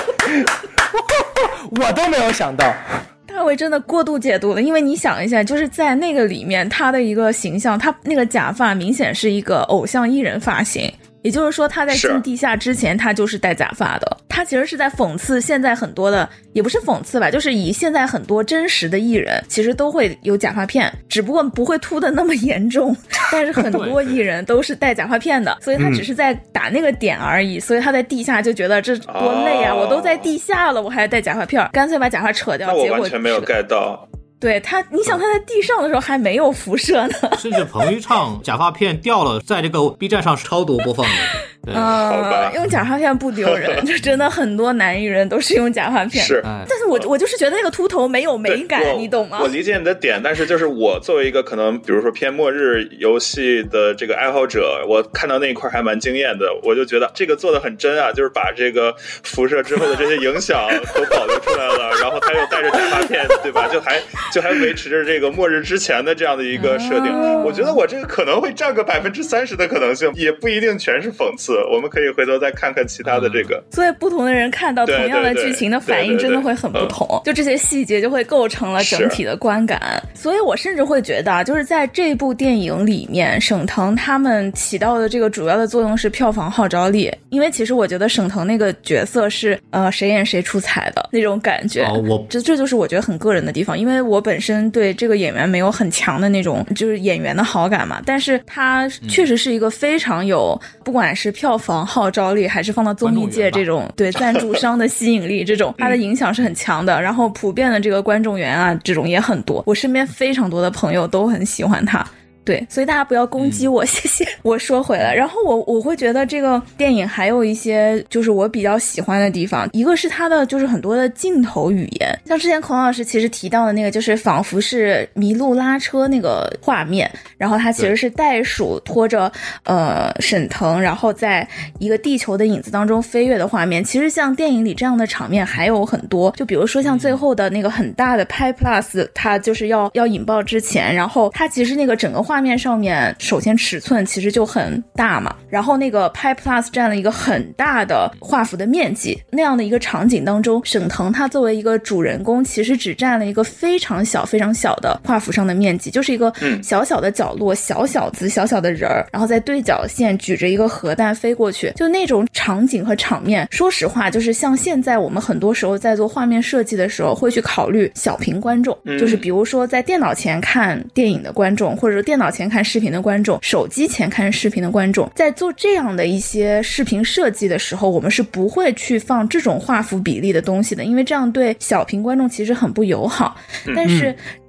Speaker 3: 我都没有想到。
Speaker 1: 大卫真的过度解读了，因为你想一下，就是在那个里面他的一个形象，他那个假发明显是一个偶像艺人发型，也就是说他在进地下之前他就是戴假发的。他其实是在讽刺现在很多的，也不是讽刺吧，就是以现在很多真实的艺人其实都会有假发片，只不过不会秃的那么严重，但是很多艺人都是戴假发片的，所以他只是在打那个点而已，所以他在地下就觉得这多累啊，我都在地下了我还戴假发片，干脆把假发扯掉。
Speaker 4: 那我完全没有 get 到。
Speaker 1: 对他，你想他在地上的时候还没有辐射呢，
Speaker 2: 甚至彭昱畅假发片掉了，在这个 B 站上是超多播放的。
Speaker 4: 好吧，
Speaker 1: 用假发片不丢人，就真的很多男艺人都是用假发片。
Speaker 4: 是，
Speaker 1: 但是我就是觉得那个秃头没有美感，你懂吗？
Speaker 4: 我理解你的点，但是就是我作为一个可能比如说偏末日游戏的这个爱好者，我看到那一块还蛮惊艳的，我就觉得这个做的很真啊，就是把这个辐射之后的这些影响都保留出来了，然后他又带着假发片，对吧？就还维持着这个末日之前的这样的一个设定。我觉得我这个可能会占个30%的可能性，也不一定全是讽刺。我们可以回头再看看其他的这个。
Speaker 1: 所以不同的人看到同样的剧情的反应真的会很不同，就这些细节就会构成了整体的观感。所以我甚至会觉得，就是在这部电影里面，沈腾他们起到的这个主要的作用是票房号召力。因为其实我觉得沈腾那个角色是谁演谁出彩的那种感觉。这就是我觉得很个人的地方，因为我本身对这个演员没有很强的那种就是演员的好感嘛，但是他确实是一个非常有不管是票房号召力还是放到综艺界这种对赞助商的吸引力这种他的影响是很强的，然后普遍的这个观众缘啊这种也很多，我身边非常多的朋友都很喜欢他。对，所以大家不要攻击我，谢谢。我说回来，然后我会觉得这个电影还有一些就是我比较喜欢的地方，一个是它的就是很多的镜头语言，像之前孔老师其实提到的那个就是仿佛是麋鹿拉车那个画面，然后它其实是袋鼠拖着沈腾，然后在一个地球的影子当中飞跃的画面。其实像电影里这样的场面还有很多，就比如说像最后的那个很大的 Pi Plus， 它就是要引爆之前，然后它其实那个整个画面上面首先尺寸其实就很大嘛，然后那个 Pi Plus 占了一个很大的画幅的面积，那样的一个场景当中，沈腾他作为一个主人公其实只占了一个非常小非常小的画幅上的面积，就是一个小小的角落，小小的人儿，然后在对角线举着一个核弹飞过去，就那种场景和场面，说实话就是像现在我们很多时候在做画面设计的时候会去考虑小屏观众，就是比如说在电脑前看电影的观众，或者电脑前看视频的观众，手机前看视频的观众，在做这样的一些视频设计的时候，我们是不会去放这种画幅比例的东西的，因为这样对小屏观众其实很不友好。但是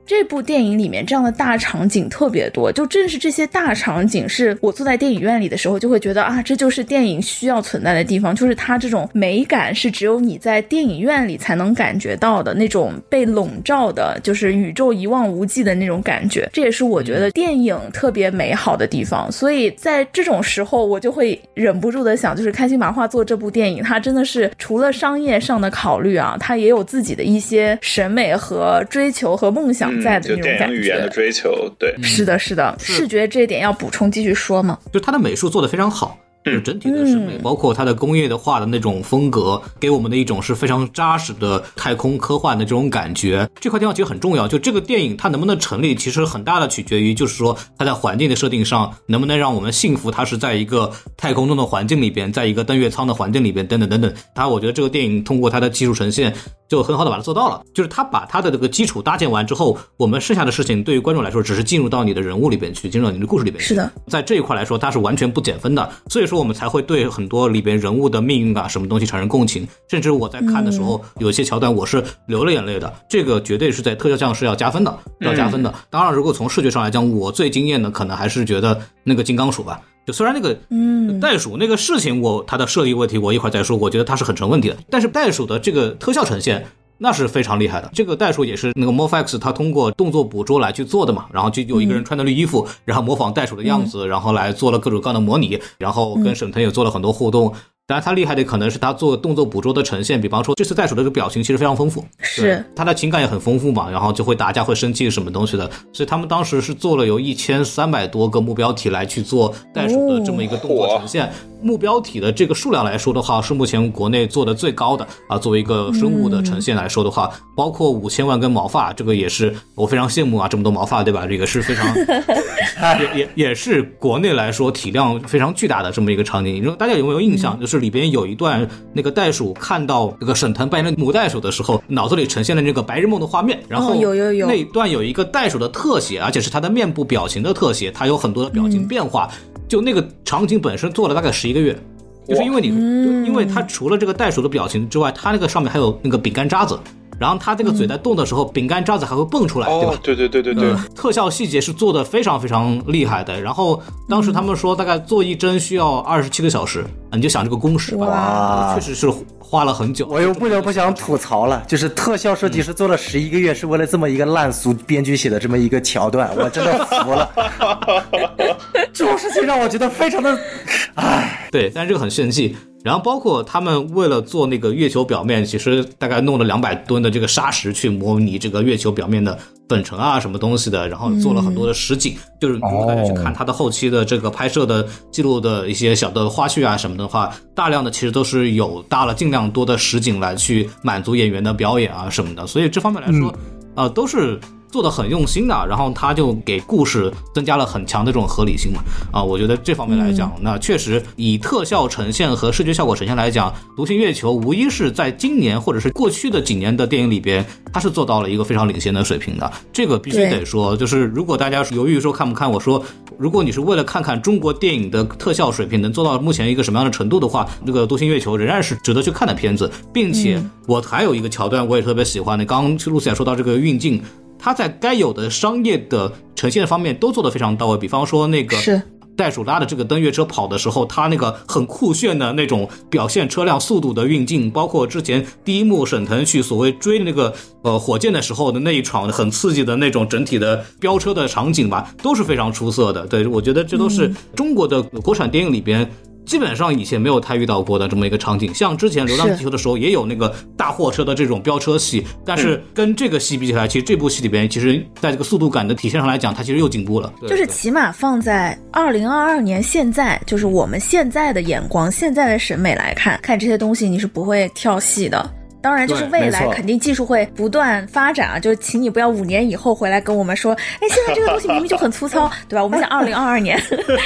Speaker 1: 这部电影里面这样的大场景特别多，就正是这些大场景是我坐在电影院里的时候就会觉得啊，这就是电影需要存在的地方，就是它这种美感是只有你在电影院里才能感觉到的那种被笼罩的，就是宇宙一望无际的那种感觉，这也是我觉得电影特别美好的地方。所以在这种时候我就会忍不住的想，就是开心麻花做这部电影，它真的是除了商业上的考虑啊，它也有自己的一些审美和追求和梦想在的那种感觉，
Speaker 4: 就电影语言的追求。对，
Speaker 1: 是的是的，视觉这一点要补充继续说吗？
Speaker 2: 就它的美术做得非常好，就整体的审美，包括它的工业的化的那种风格，给我们的一种是非常扎实的太空科幻的这种感觉。这块地方其实很重要，就这个电影它能不能成立，其实很大的取决于，就是说它在环境的设定上能不能让我们信服它是在一个太空中的环境里边，在一个登月舱的环境里边，等等等等。我觉得这个电影通过它的技术呈现就很好的把它做到了，就是它把它的这个基础搭建完之后，我们剩下的事情对于观众来说只是进入到你的人物里边去，进入到你的故事里边去。
Speaker 1: 是的，
Speaker 2: 在这一块来说它是完全不减分的，所以说我们才会对很多里边人物的命运啊什么东西产生共情，甚至我在看的时候，有些桥段我是流了眼泪的，这个绝对是在特效上是要加分的，要加分的。当然如果从视觉上来讲，我最惊艳的可能还是觉得那个金刚鼠吧，就虽然那个袋鼠那个事情它的设计问题我一会儿再说，我觉得它是很成问题的，但是袋鼠的这个特效呈现那是非常厉害的。这个袋鼠也是那个 MorphX 他通过动作捕捉来去做的嘛，然后就有一个人穿的绿衣服，然后模仿袋鼠的样子，然后来做了各种各样的模拟，然后跟沈腾也做了很多互动。当然他厉害的可能是他做动作捕捉的呈现，比方说这次袋鼠的这个表情其实非常丰富，
Speaker 1: 是
Speaker 2: 他的情感也很丰富嘛，然后就会打架会生气什么东西的，所以他们当时是做了有1300多个目标体来去做袋鼠的这么一个动作呈现。目标体的这个数量来说的话，是目前国内做的最高的啊。作为一个生物的呈现来说的话，包括5000万根毛发，这个也是我非常羡慕啊，这么多毛发，对吧？这个是非常也是国内来说体量非常巨大的这么一个场景。你说大家有没有印象？就是里边有一段那个袋鼠看到这个沈腾扮演的母袋鼠的时候，脑子里呈现了那个白日梦的画面，然后
Speaker 1: 有
Speaker 2: 那一段有一个袋鼠的特写，而且是它的面部表情的特写，它有很多的表情变化。就那个场景本身做了大概11个月，就是因为因为它除了这个袋鼠的表情之外，它那个上面还有那个饼干渣子，然后它这个嘴在动的时候，饼干渣子还会蹦出来，对吧？
Speaker 4: 对，
Speaker 2: 特效细节是做的非常非常厉害的。然后当时他们说大概做一帧需要27个小时，你就想这个工时吧，确实是花了很久。
Speaker 3: 我又不得不想吐槽了，就是特效设计师做了11个月，是为了这么一个烂俗编剧写的这么一个桥段，我真的服了。这种事情让我觉得非常的，唉，
Speaker 2: 对，但是这个很炫技。然后包括他们为了做那个月球表面，其实大概弄了200吨的这个砂石去模拟这个月球表面的粉尘啊什么东西的，然后做了很多的实景。就是如果大家去看他的后期的这个拍摄的记录的一些小的花絮啊什么的话，大量的其实都是有搭了尽量多的实景来去满足演员的表演啊什么的，所以这方面来说都是做得很用心的，然后他就给故事增加了很强的这种合理性嘛。我觉得这方面来讲，那确实以特效呈现和视觉效果呈现来讲，独行月球无疑是在今年或者是过去的几年的电影里边，它是做到了一个非常领先的水平的。这个必须得说，就是如果大家犹豫说看不看，我说如果你是为了看看中国电影的特效水平能做到目前一个什么样的程度的话，这个独行月球仍然是值得去看的片子。并且我还有一个桥段我也特别喜欢的，刚刚露西亚说到这个运镜，它在该有的商业的呈现方面都做得非常到位。比方说那个袋鼠拉的这个登月车跑的时候，它那个很酷炫的那种表现车辆速度的运镜，包括之前第一幕沈腾去所谓追那个火箭的时候的那一场很刺激的那种整体的飙车的场景吧，都是非常出色的。对，我觉得这都是中国的国产电影里边基本上以前没有太遇到过的这么一个场景。像之前《流浪地球》的时候也有那个大货车的这种飙车戏，但是跟这个戏比起来，其实这部戏里边其实在这个速度感的体现上来讲，它其实又进步了。
Speaker 1: 就是起码放在2022年现在，就是我们现在的眼光现在的审美来看这些东西，你是不会跳戏的。当然就是未来肯定技术会不断发展啊，就是请你不要5年以后回来跟我们说，哎，现在这个东西明明就很粗糙，对吧？我们想2022年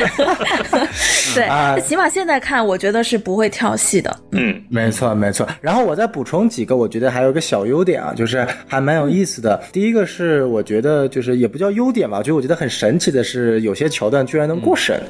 Speaker 1: 对，起码现在看我觉得是不会跳戏的。
Speaker 3: 没错没错。然后我再补充几个我觉得还有个小优点啊，就是还蛮有意思的。第一个是我觉得就是也不叫优点吧，就我觉得很神奇的是有些桥段居然能过审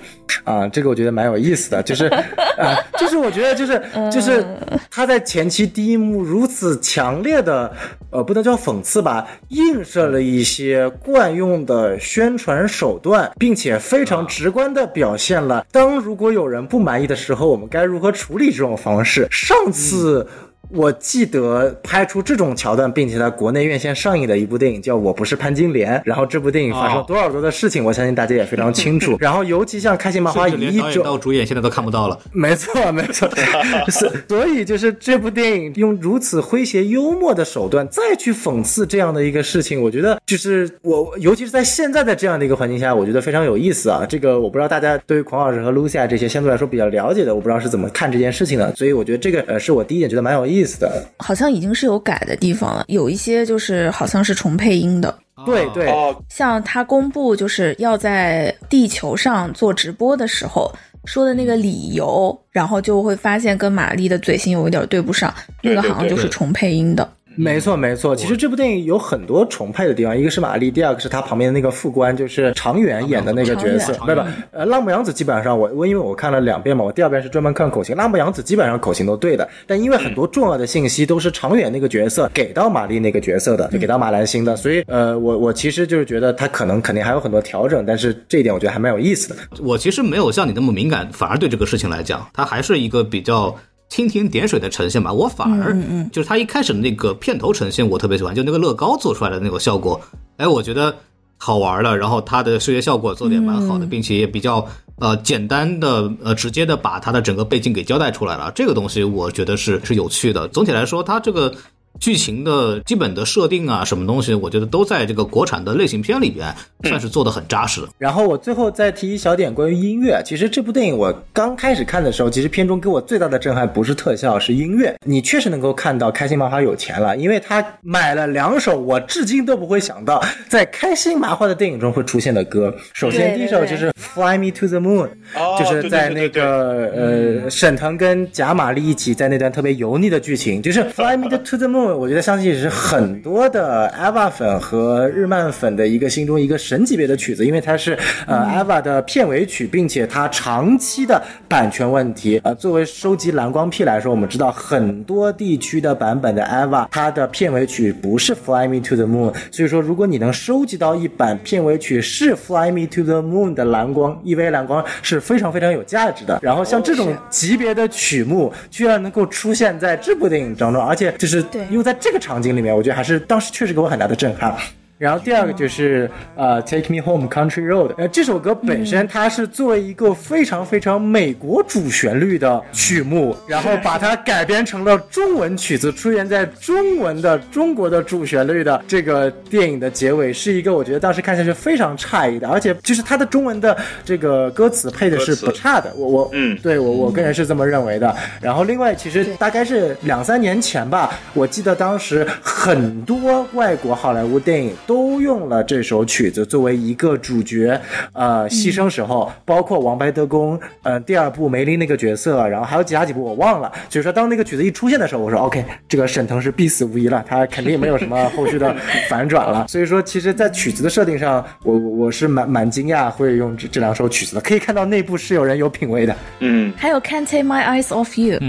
Speaker 3: 这个我觉得蛮有意思的，就是就是我觉得就是他在前期第一幕如此强烈的不能叫讽刺吧，映射了一些惯用的宣传手段，并且非常直观的表现了当如果有人不满意的时候，我们该如何处理这种方式。上次我记得拍出这种桥段并且在国内院线上映的一部电影叫《我不是潘金莲》，然后这部电影发生多少多的事情，我相信大家也非常清楚。然后尤其像开心麻花以
Speaker 2: 连导演到主演现在都看不到了。
Speaker 3: 没错所以就是这部电影用如此诙谐幽默的手段再去讽刺这样的一个事情，我觉得就是我尤其是在现在的这样的一个环境下，我觉得非常有意思啊。这个我不知道大家对于孔老师和 Lucia 这些相对来说比较了解的，我不知道是怎么看这件事情的，所以我觉得这个是我第一点觉得蛮有意思的。
Speaker 1: 好像已经是有改的地方了，有一些就是好像是重配音的。
Speaker 3: 对，
Speaker 1: 像他公布就是要在地球上做直播的时候说的那个理由，然后就会发现跟玛丽的嘴型有一点对不上，那个好像就是重配音的。
Speaker 3: 没错，其实这部电影有很多重配的地方，一个是玛丽，第二个是他旁边的那个副官，就是长远演的那个角色。浪木阳子基本上我因为我看了2遍嘛，我第2遍是专门看口型，浪木阳子基本上口型都对的，但因为很多重要的信息都是长远那个角色给到玛丽那个角色的，就给到马兰星的，所以我其实就是觉得他肯定还有很多调整，但是这一点我觉得还蛮有意思的。
Speaker 2: 我其实没有像你那么敏感，反而对这个事情来讲，它还是一个比较蜻蜓点水的呈现吧。我反而就是他一开始的那个片头呈现我特别喜欢，就那个乐高做出来的那个效果，我觉得好玩了，然后他的视觉效果做得也蛮好的，并且也比较简单的直接的把他的整个背景给交代出来了，这个东西我觉得是有趣的。总体来说他这个剧情的基本的设定啊，什么东西，我觉得都在这个国产的类型片里边算是做得很扎实的。
Speaker 3: 然后我最后再提一小点关于音乐，其实这部电影我刚开始看的时候，其实片中给我最大的震撼不是特效，是音乐。你确实能够看到开心麻花有钱了，因为他买了2首我至今都不会想到在开心麻花的电影中会出现的歌。首先第一首就是 Fly Me to the Moon， 就是在那个沈腾跟贾玛丽一起在那段特别油腻的剧情，就是 Fly Me to the Moon，我觉得相信也是很多的 EVA 粉和日漫粉的一个心中一个神级别的曲子，因为它是EVA 的片尾曲，并且它长期的版权问题。作为收集蓝光癖来说，我们知道很多地区的版本的 EVA 它的片尾曲不是 Fly Me to the Moon， 所以说如果你能收集到一版片尾曲是 Fly Me to the Moon 的蓝光 EVA 蓝光是非常非常有价值的。然后像这种级别的曲目居然能够出现在这部电影当中，而且就是用在这个场景里面，我觉得还是当时确实给我很大的震撼。然后第二个就是Take Me Home Country Road， 这首歌本身它是作为一个非常非常美国主旋律的曲目，然后把它改编成了中文曲子，出现在中文的中国的主旋律的这个电影的结尾，是一个我觉得当时看下去非常诧异的，而且就是它的中文的这个歌词配的是不差的，我个人是这么认为的。然后另外其实大概是2-3年前吧，我记得当时很多外国好莱坞电影都用了这首曲子作为一个主角牺牲时候，包括王牌特工第2部梅林那个角色，然后还有其他几部我忘了，所以说当那个曲子一出现的时候，我说 OK， 这个沈腾是必死无疑了，他肯定没有什么后续的反转了。所以说其实在曲子的设定上，我是蛮惊讶会用这2首曲子的，可以看到内部是有人有品位的。
Speaker 1: 还有 Can't Take My Eyes Off You，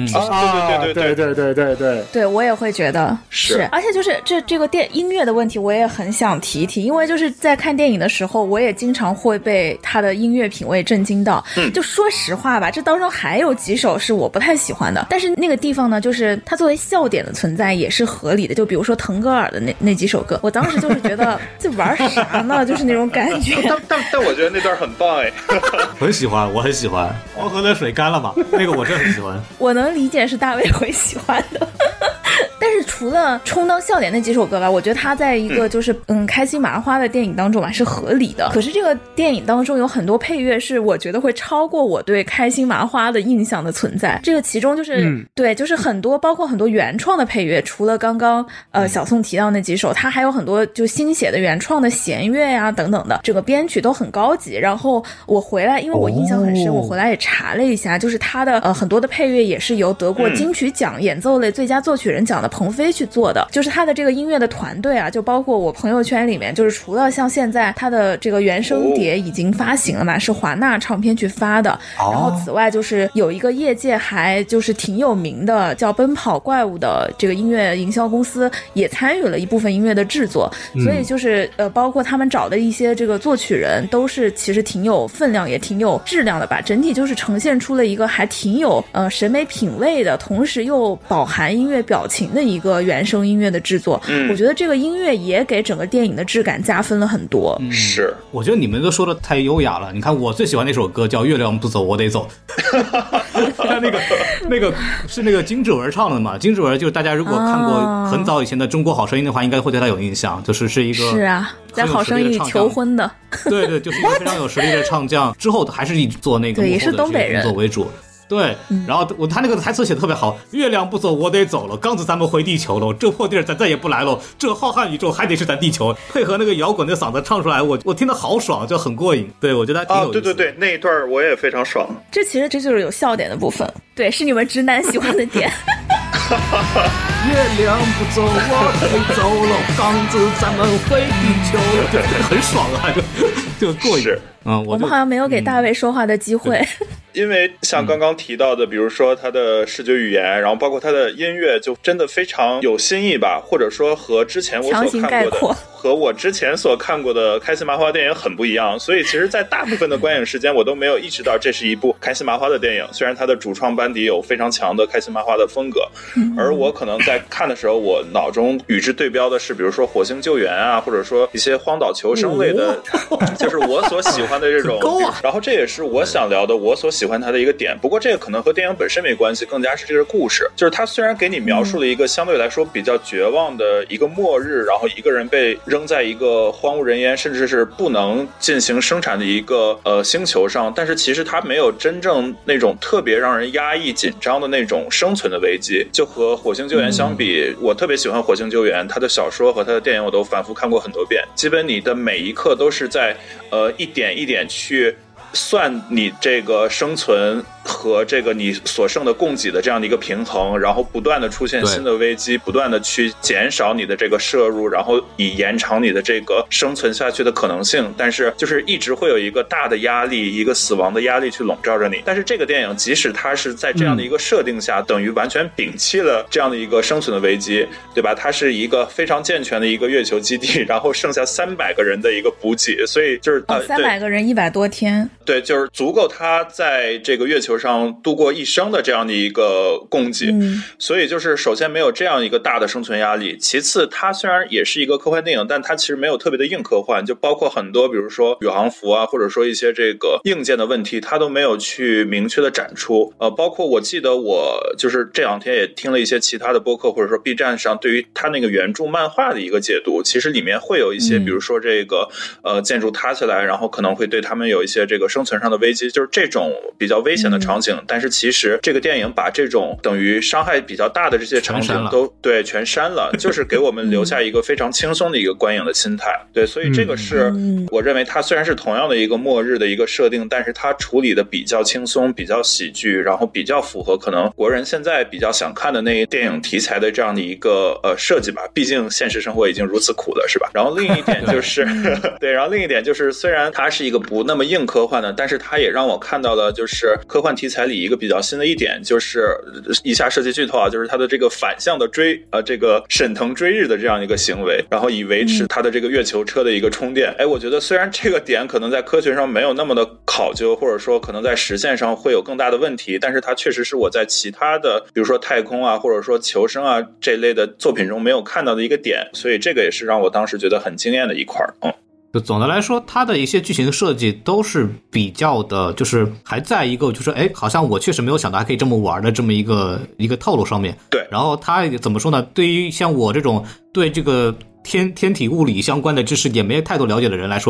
Speaker 1: 对，我也会觉得是，而且就是这个音乐的问题我也很想提一提，因为就是在看电影的时候我也经常会被他的音乐品味震惊到。就说实话吧，这当中还有几首是我不太喜欢的，但是那个地方呢，就是它作为笑点的存在也是合理的，就比如说腾格尔的那几首歌，我当时就是觉得这玩啥呢，就是那种感觉。
Speaker 4: 但我觉得那段很棒哎，
Speaker 2: 很喜欢，我很喜欢。黄河的水干了嘛，那个我真的很喜欢。
Speaker 1: 我能理解是大卫会喜欢的。但是除了充当笑点那几首歌吧，我觉得他在一个就是开心麻花的电影当中吧是合理的。可是这个电影当中有很多配乐是我觉得会超过我对开心麻花的印象的存在。这个其中就是对，就是很多包括很多原创的配乐，除了刚刚小宋提到那几首，他还有很多就新写的原创的弦乐呀等等的，整个编曲都很高级。然后我回来，因为我印象很深，我回来也查了一下，就是他的很多的配乐也是由得过金曲奖演奏类最佳作曲人奖的鹏飞去做的，就是他的这个音乐的团队啊，就包括我朋友圈里面，就是除了像现在他的这个原声碟已经发行了嘛，是华纳唱片去发的，然后此外就是有一个业界还就是挺有名的叫奔跑怪物的这个音乐营销公司也参与了一部分音乐的制作，所以就是包括他们找的一些这个作曲人都是其实挺有分量也挺有质量的吧，整体就是呈现出了一个还挺有审美品味的，同时又饱含音乐表情的一个原声音乐的制作。我觉得这个音乐也给整个电影的质感加分了很多。
Speaker 4: 是，
Speaker 2: 我觉得你们都说的太优雅了。你看我最喜欢那首歌叫《月亮不走我得走》，他那个是那个金志文唱的嘛？金志文就是大家如果看过很早以前的《中国好声音》的话，应该会对他有印象，是一个
Speaker 1: 是啊，在好声音里求婚的。
Speaker 2: 对对，就是一个非常有实力的唱将。之后还是以做那个幕后的
Speaker 1: 也是东北人
Speaker 2: 工作为主。对，然后他那个台词写得特别好，月亮不走我得走了，刚子咱们回地球了，这破地儿咱再也不来了，这浩瀚宇宙还得是咱地球。配合那个摇滚的嗓子唱出来，我听得好爽，就很过瘾。对，我觉得还挺有意思。
Speaker 4: 对对对，那一段我也非常爽。
Speaker 1: 这就是有笑点的部分，对，是你们直男喜欢的点。
Speaker 2: 月亮不走我得走了，刚子咱们回地球了，就很爽啊，就过瘾。
Speaker 1: 我们好像没有给大卫说话的机会。
Speaker 4: 因为像刚刚提到的，比如说他的视觉语言，然后包括他的音乐，就真的非常有新意吧，或者说和之前我所看过的，和我之前所看过的开心麻花电影很不一样。所以其实在大部分的观影时间我都没有意识到这是一部开心麻花的电影，虽然它的主创班底有非常强的开心麻花的风格，而我可能在看的时候，我脑中与之对标的是比如说火星救援啊，或者说一些荒岛求生类的，就是我所喜欢的这种然后这也是我想聊的我所喜欢它的一个点。不过这个可能和电影本身没关系，更加是这个故事，就是它虽然给你描述了一个相对来说比较绝望的一个末日，然后一个人被扔在一个荒无人烟甚至是不能进行生产的一个星球上，但是其实它没有真正那种特别让人压抑紧张的那种生存的危机。就和火星救援相比，我特别喜欢火星救援，他的小说和他的电影我都反复看过很多遍，基本你的每一刻都是在一点一点去算你这个生存和这个你所剩的供给的这样的一个平衡，然后不断的出现新的危机，不断的去减少你的这个摄入，然后以延长你的这个生存下去的可能性。但是就是一直会有一个大的压力，一个死亡的压力去笼罩着你。但是这个电影即使它是在这样的一个设定下，等于完全摒弃了这样的一个生存的危机，对吧？它是一个非常健全的一个月球基地，然后剩下300个人的一个补给，所以就是
Speaker 1: 300个人100多天，
Speaker 4: 对，就是足够他在这个月球上度过一生的这样的一个供给。所以就是首先没有这样一个大的生存压力，其次它虽然也是一个科幻电影，但它其实没有特别的硬科幻，就包括很多比如说宇航服啊，或者说一些这个硬件的问题，它都没有去明确的展出。包括我记得我就是这两天也听了一些其他的播客，或者说 B 站上对于它那个原著漫画的一个解读，其实里面会有一些比如说这个建筑塌下来，然后可能会对他们有一些这个生存上的危机，就是这种比较危险的场景。但是其实这个电影把这种等于伤害比较大的这些场景都对全删了，就是给我们留下一个非常轻松的一个观影的心态。对，所以这个是我认为它虽然是同样的一个末日的一个设定，但是它处理的比较轻松，比较喜剧，然后比较符合可能国人现在比较想看的那电影题材的这样的一个设计吧。毕竟现实生活已经如此苦了，是吧？然后另一点就是对，然后另一点就是虽然它是一个不那么硬科幻的，但是它也让我看到了就是科幻题材里一个比较新的一点，就是以下涉及剧透啊，就是它的这个反向的这个沈腾追日的这样一个行为，然后以维持它的这个月球车的一个充电。我觉得虽然这个点可能在科学上没有那么的考究，或者说可能在实现上会有更大的问题，但是它确实是我在其他的比如说太空啊，或者说求生啊这类的作品中没有看到的一个点，所以这个也是让我当时觉得很惊艳的一块。
Speaker 2: 就总的来说，它的一些剧情设计都是比较的，就是还在一个就是好像我确实没有想到还可以这么玩的这么一个套路上面。
Speaker 4: 对，
Speaker 2: 然后它怎么说呢？对于像我这种对这个天体物理相关的知识也没太多了解的人来说，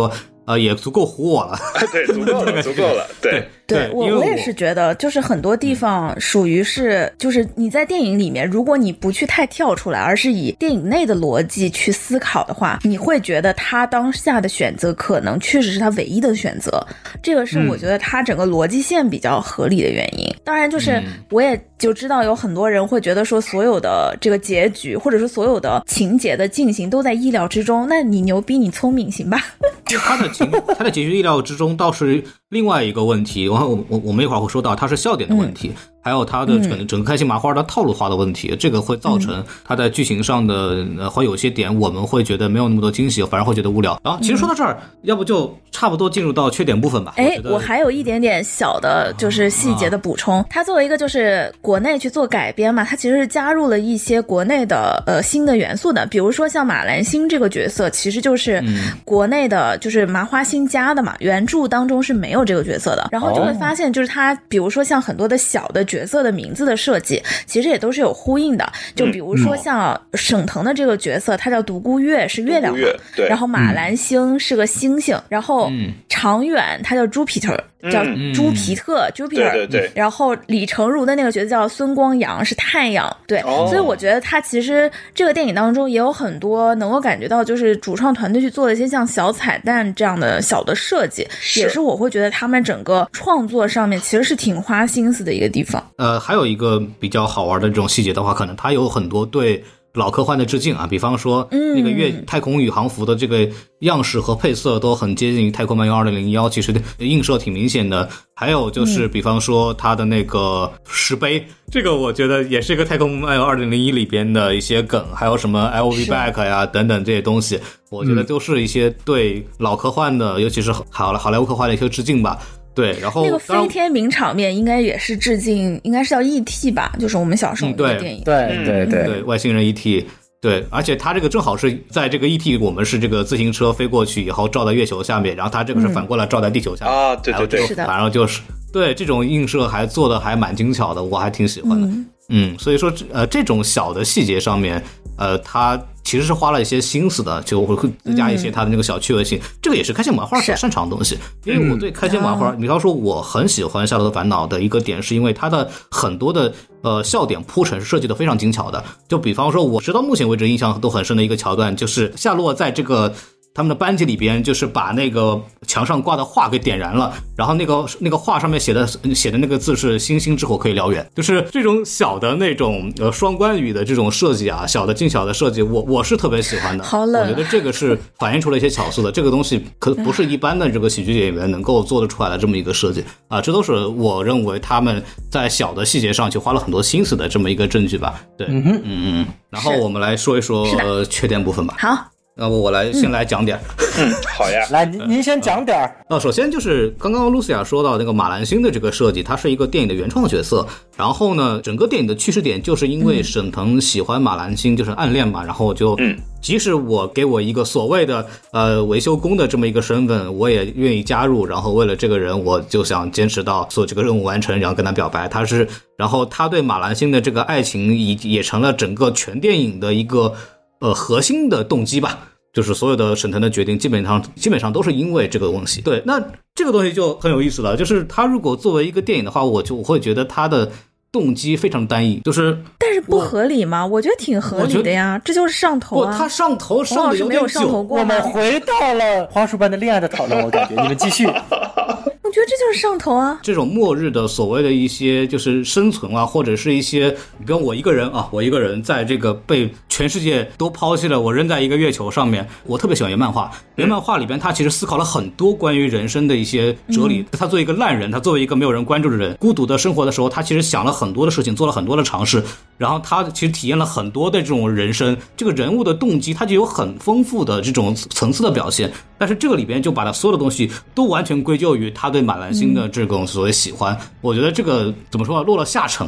Speaker 2: 也足够唬我了。
Speaker 4: 对，足够了，足够了。对，
Speaker 1: 我也是觉得，就是很多地方属于是，就是你在电影里面，如果你不去太跳出来，而是以电影内的逻辑去思考的话，你会觉得他当下的选择可能确实是他唯一的选择。这个是我觉得他整个逻辑线比较合理的原因。当然，就是我也就知道有很多人会觉得说，所有的这个结局或者说所有的情节的进行都在意料之中。那你牛逼，你聪明，行吧？
Speaker 2: 他的结局意料之中倒是另外一个问题，然后我们一会儿会说到它是笑点的问题，还有它的整个开心麻花的套路化的问题，这个会造成它在剧情上的会有些点我们会觉得没有那么多惊喜，反而会觉得无聊。然后其实说到这儿，要不就差不多进入到缺点部分吧。
Speaker 1: 我还有一点点小的就是细节的补充。它作为一个就是国内去做改编嘛，它其实是加入了一些国内的新的元素的，比如说像马兰星这个角色其实就是国内的就是麻花新加的嘛，原著当中是没有这个角色的。然后就会发现就是它比如说像很多的小的角色的名字的设计其实也都是有呼应的，就比如说像沈腾的这个角色他叫独孤月，是月亮嘛，
Speaker 4: 对，
Speaker 1: 然后马兰星是个星星，然后常远他叫朱皮特，叫朱皮特 Jupiter，
Speaker 4: 对，
Speaker 1: 然后李成儒的那个角色叫孙光阳，是太阳，对，所以我觉得他其实这个电影当中也有很多能够感觉到就是主创团队去做了一些像小彩蛋这样的小的设计，也是我会觉得他们整个创作上面其实是挺花心思的一个地方。
Speaker 2: 还有一个比较好玩的这种细节的话，可能它有很多对老科幻的致敬啊，比方说那个太空宇航服的这个样式和配色都很接近于太空漫游2001，其实映射挺明显的。还有就是比方说它的那个石碑，这个我觉得也是一个太空漫游2001里边的一些梗，还有什么 I'll be back 呀等等这些东西，我觉得都是一些对老科幻的，尤其是好莱坞科幻的一些致敬吧。对，然后
Speaker 1: 那个飞天名场面应该也是致敬，应该是叫 E.T. 吧，就是我们小时候的电影。
Speaker 3: 对，
Speaker 2: 外星人 E.T. 对，而且它这个正好是在这个 E.T. 我们是这个自行车飞过去以后照在月球下面，然后它这个是反过来照在地球下面
Speaker 4: 啊，对，
Speaker 1: 是的，
Speaker 2: 反正就是对这种映射还做的还蛮精巧的，我还挺喜欢的。所以说这种小的细节上面它其实是花了一些心思的，就会增加一些它的那个小趣味性，这个也是开心麻花所擅长的东西。因为我对开心麻花比方说我很喜欢夏洛特烦恼的一个点，是因为它的很多的笑点铺陈是设计的非常精巧的。就比方说我直到目前为止印象都很深的一个桥段，就是夏洛在这个他们的班级里边，就是把那个墙上挂的画给点燃了，然后那个画上面写的那个字是星星之火可以燎原，就是这种小的那种双关语的这种设计啊，小的精巧的设计，我是特别喜欢的。
Speaker 1: 好冷，
Speaker 2: 我觉得这个是反映出了一些巧思的，这个东西可不是一般的这个喜剧演员能够做得出来的这么一个设计啊，这都是我认为他们在小的细节上去花了很多心思的这么一个证据吧。对，然后我们来说一说缺点部分吧。
Speaker 1: 好。
Speaker 2: 那我先来讲点。
Speaker 4: 好呀，
Speaker 3: 来您先讲点儿。
Speaker 2: 首先就是刚刚露西亚说到那个马兰星的这个设计，它是一个电影的原创角色。然后呢，整个电影的趋势点就是因为沈腾喜欢马兰星，就是暗恋嘛，然后我就即使我给我一个所谓的维修工的这么一个身份，我也愿意加入。然后为了这个人，我就想坚持到做这个任务完成，然后跟他表白。然后他对马兰星的这个爱情也成了整个全电影的一个核心的动机吧。就是所有的沈腾的决定基本上都是因为这个东西。对，那这个东西就很有意思了，就是他如果作为一个电影的话，我会觉得他的动机非常单一，
Speaker 1: 但是不合理吗？我觉得挺合理的呀，这就是上头啊。
Speaker 2: 他上头上的有点久。
Speaker 3: 我们回到了花束般的恋爱的讨论，我感觉你们继续。
Speaker 1: 我觉得这就是上头啊！
Speaker 2: 这种末日的所谓的一些就是生存啊，或者是一些，比如我一个人在这个被全世界都抛弃了，我扔在一个月球上面。我特别喜欢原漫画，原漫画里边他其实思考了很多关于人生的一些哲理。他作为一个烂人，他作为一个没有人关注的人，孤独的生活的时候，他其实想了很多的事情，做了很多的尝试，然后他其实体验了很多的这种人生。这个人物的动机，他就有很丰富的这种层次的表现。但是这个里边就把他所有的东西都完全归咎于他对马兰星的这种所谓喜欢。我觉得这个怎么说落了下乘吧。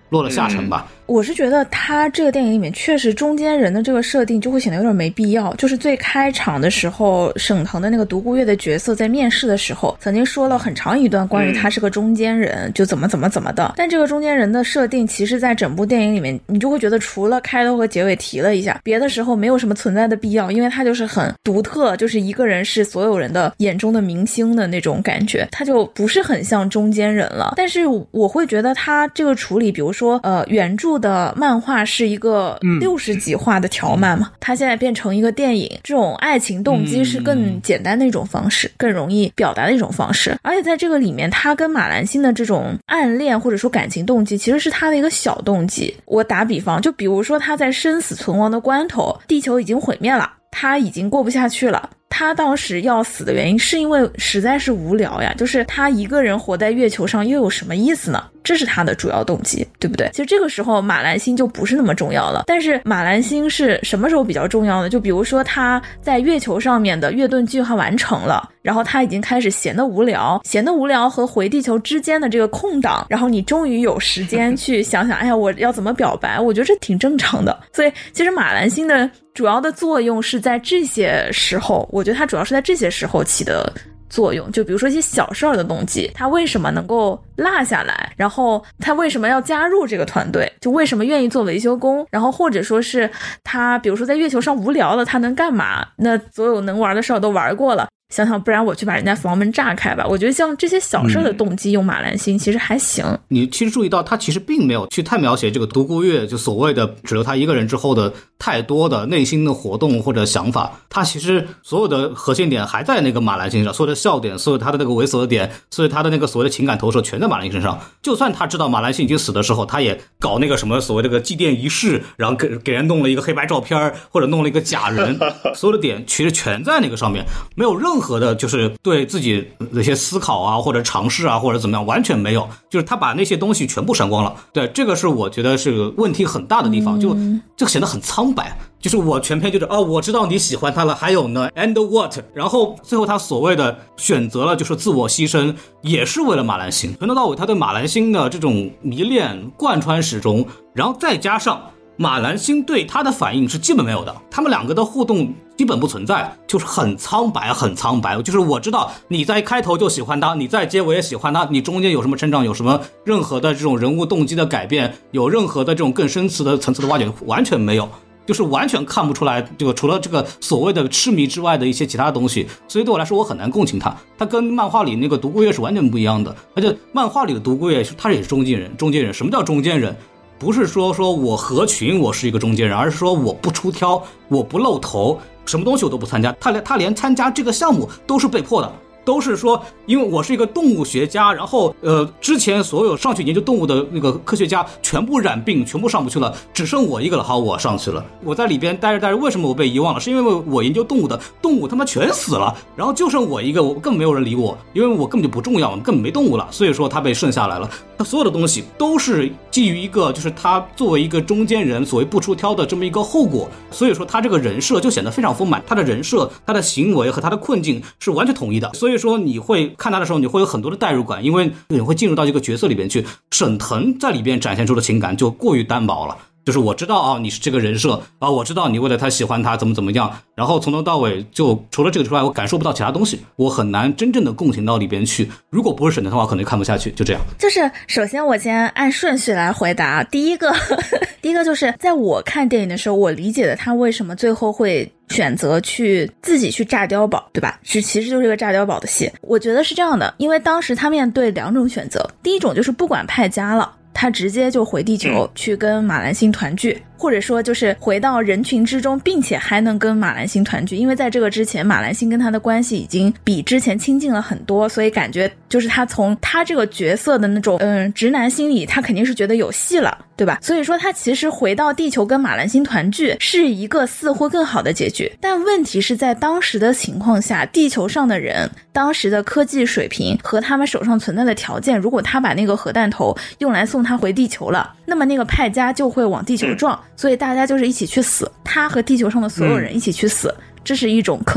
Speaker 2: 落了下乘吧。
Speaker 1: 我是觉得他这个电影里面确实中间人的这个设定就会显得有点没必要。就是最开场的时候，沈腾的那个独孤月的角色在面试的时候曾经说了很长一段关于他是个中间人，就怎么的。但这个中间人的设定其实在整部电影里面你就会觉得除了开头和结尾提了一下，别的时候没有什么存在的必要，因为他就是很独特，就是一个人是所有人的眼中的明星的那种感觉，他就不是很像中间人了。但是我会觉得他这个处理，比如说原著的漫画是一个60几话的条漫嘛，它现在变成一个电影，这种爱情动机是更简单的一种方式，更容易表达的一种方式。而且在这个里面，他跟马兰心的这种暗恋或者说感情动机其实是他的一个小动机。我打比方，就比如说他在生死存亡的关头，地球已经毁灭了，他已经过不下去了，他当时要死的原因是因为实在是无聊呀，就是他一个人活在月球上又有什么意思呢？这是他的主要动机，对不对？其实这个时候马兰心就不是那么重要了。但是马兰心是什么时候比较重要呢？就比如说他在月球上面的月盾计划完成了，然后他已经开始闲得无聊和回地球之间的这个空档，然后你终于有时间去想想，哎呀，我要怎么表白，我觉得这挺正常的。所以其实马兰心的主要的作用是在这些时候，我觉得他主要是在这些时候起的作用。就比如说一些小事儿的动机，他为什么能够落下来，然后他为什么要加入这个团队，就为什么愿意做维修工，然后或者说是他比如说在月球上无聊了他能干嘛，那所有能玩的事儿都玩过了，想想不然我去把人家房门炸开吧。我觉得像这些小事的动机用马兰心其实还行。
Speaker 2: 你其实注意到他其实并没有去太描写这个独孤月就所谓的只留他一个人之后的太多的内心的活动或者想法，他其实所有的核心点还在那个马兰心上，所有的笑点，所有他的那个猥琐的点，所有他的那个所谓的情感投射全在马兰心身上。就算他知道马兰心已经死的时候，他也搞那个什么所谓的个祭奠仪式，然后给人弄了一个黑白照片或者弄了一个假人，所有的点其实全在那个上面，没有任何的就是对自己的一些思考啊或者尝试啊或者怎么样，完全没有，就是他把那些东西全部删光了。对，这个是我觉得是个问题很大的地方，就这个显得很苍白。就是我全篇就是我知道你喜欢他了，还有呢 and what， 然后最后他所谓的选择了就是自我牺牲，也是为了马兰心，从头到尾他对马兰心的这种迷恋贯穿始终，然后再加上马兰心对他的反应是基本没有的，他们两个的互动基本不存在，就是很苍白很苍白。就是我知道你在开头就喜欢他，你在结尾也喜欢他，你中间有什么成长，有什么任何的这种人物动机的改变，有任何的这种更深层次的挖掘，完全没有，就是完全看不出来这个除了这个所谓的痴迷之外的一些其他东西。所以对我来说我很难共情他，他跟漫画里那个独孤月是完全不一样的。而且漫画里的独孤月他也是中间人。什么叫中间人？不是说我合群我是一个中间人，而是说我不出挑，我不露头，什么东西我都不参加。他连参加这个项目都是被迫的，都是说因为我是一个动物学家，然后之前所有上去研究动物的那个科学家全部染病，全部上不去了，只剩我一个了。好，我上去了，我在里边待着，为什么我被遗忘了？是因为我研究动物的动物他妈全死了，然后就剩我一个，我根本没有人理我，因为我根本就不重要，根本没动物了，所以说他被剩下来了。他所有的东西都是基于一个就是他作为一个中间人所谓不出挑的这么一个后果，所以说他这个人设就显得非常丰满，他的人设他的行为和他的困境是完全统一的。所以说你会看他的时候你会有很多的代入感，因为你会进入到这个角色里边去。沈腾在里边展现出的情感就过于单薄了，就是我知道你是这个人设我知道你为了他喜欢他怎么样，然后从头到尾就除了这个之外我感受不到其他东西，我很难真正的共情到里边去。如果不是沈腾的话可能看不下去，就这样。
Speaker 1: 就是首先我先按顺序来回答。第一个就是在我看电影的时候，我理解的他为什么最后会选择自己去炸碉堡，对吧？其实就是一个炸碉堡的戏。我觉得是这样的，因为当时他面对两种选择，第一种就是不管派家了，他直接就回地球去跟马兰心团聚，或者说就是回到人群之中，并且还能跟马兰心团聚。因为在这个之前马兰心跟他的关系已经比之前亲近了很多，所以感觉就是他从他这个角色的那种直男心理，他肯定是觉得有戏了，对吧？所以说他其实回到地球跟马兰心团聚是一个似乎更好的结局。但问题是在当时的情况下，地球上的人当时的科技水平和他们手上存在的条件，如果他把那个核弹头用来送他回地球了，那么那个派家就会往地球撞，所以大家就是一起去死，他和地球上的所有人一起去死，这是一种可能。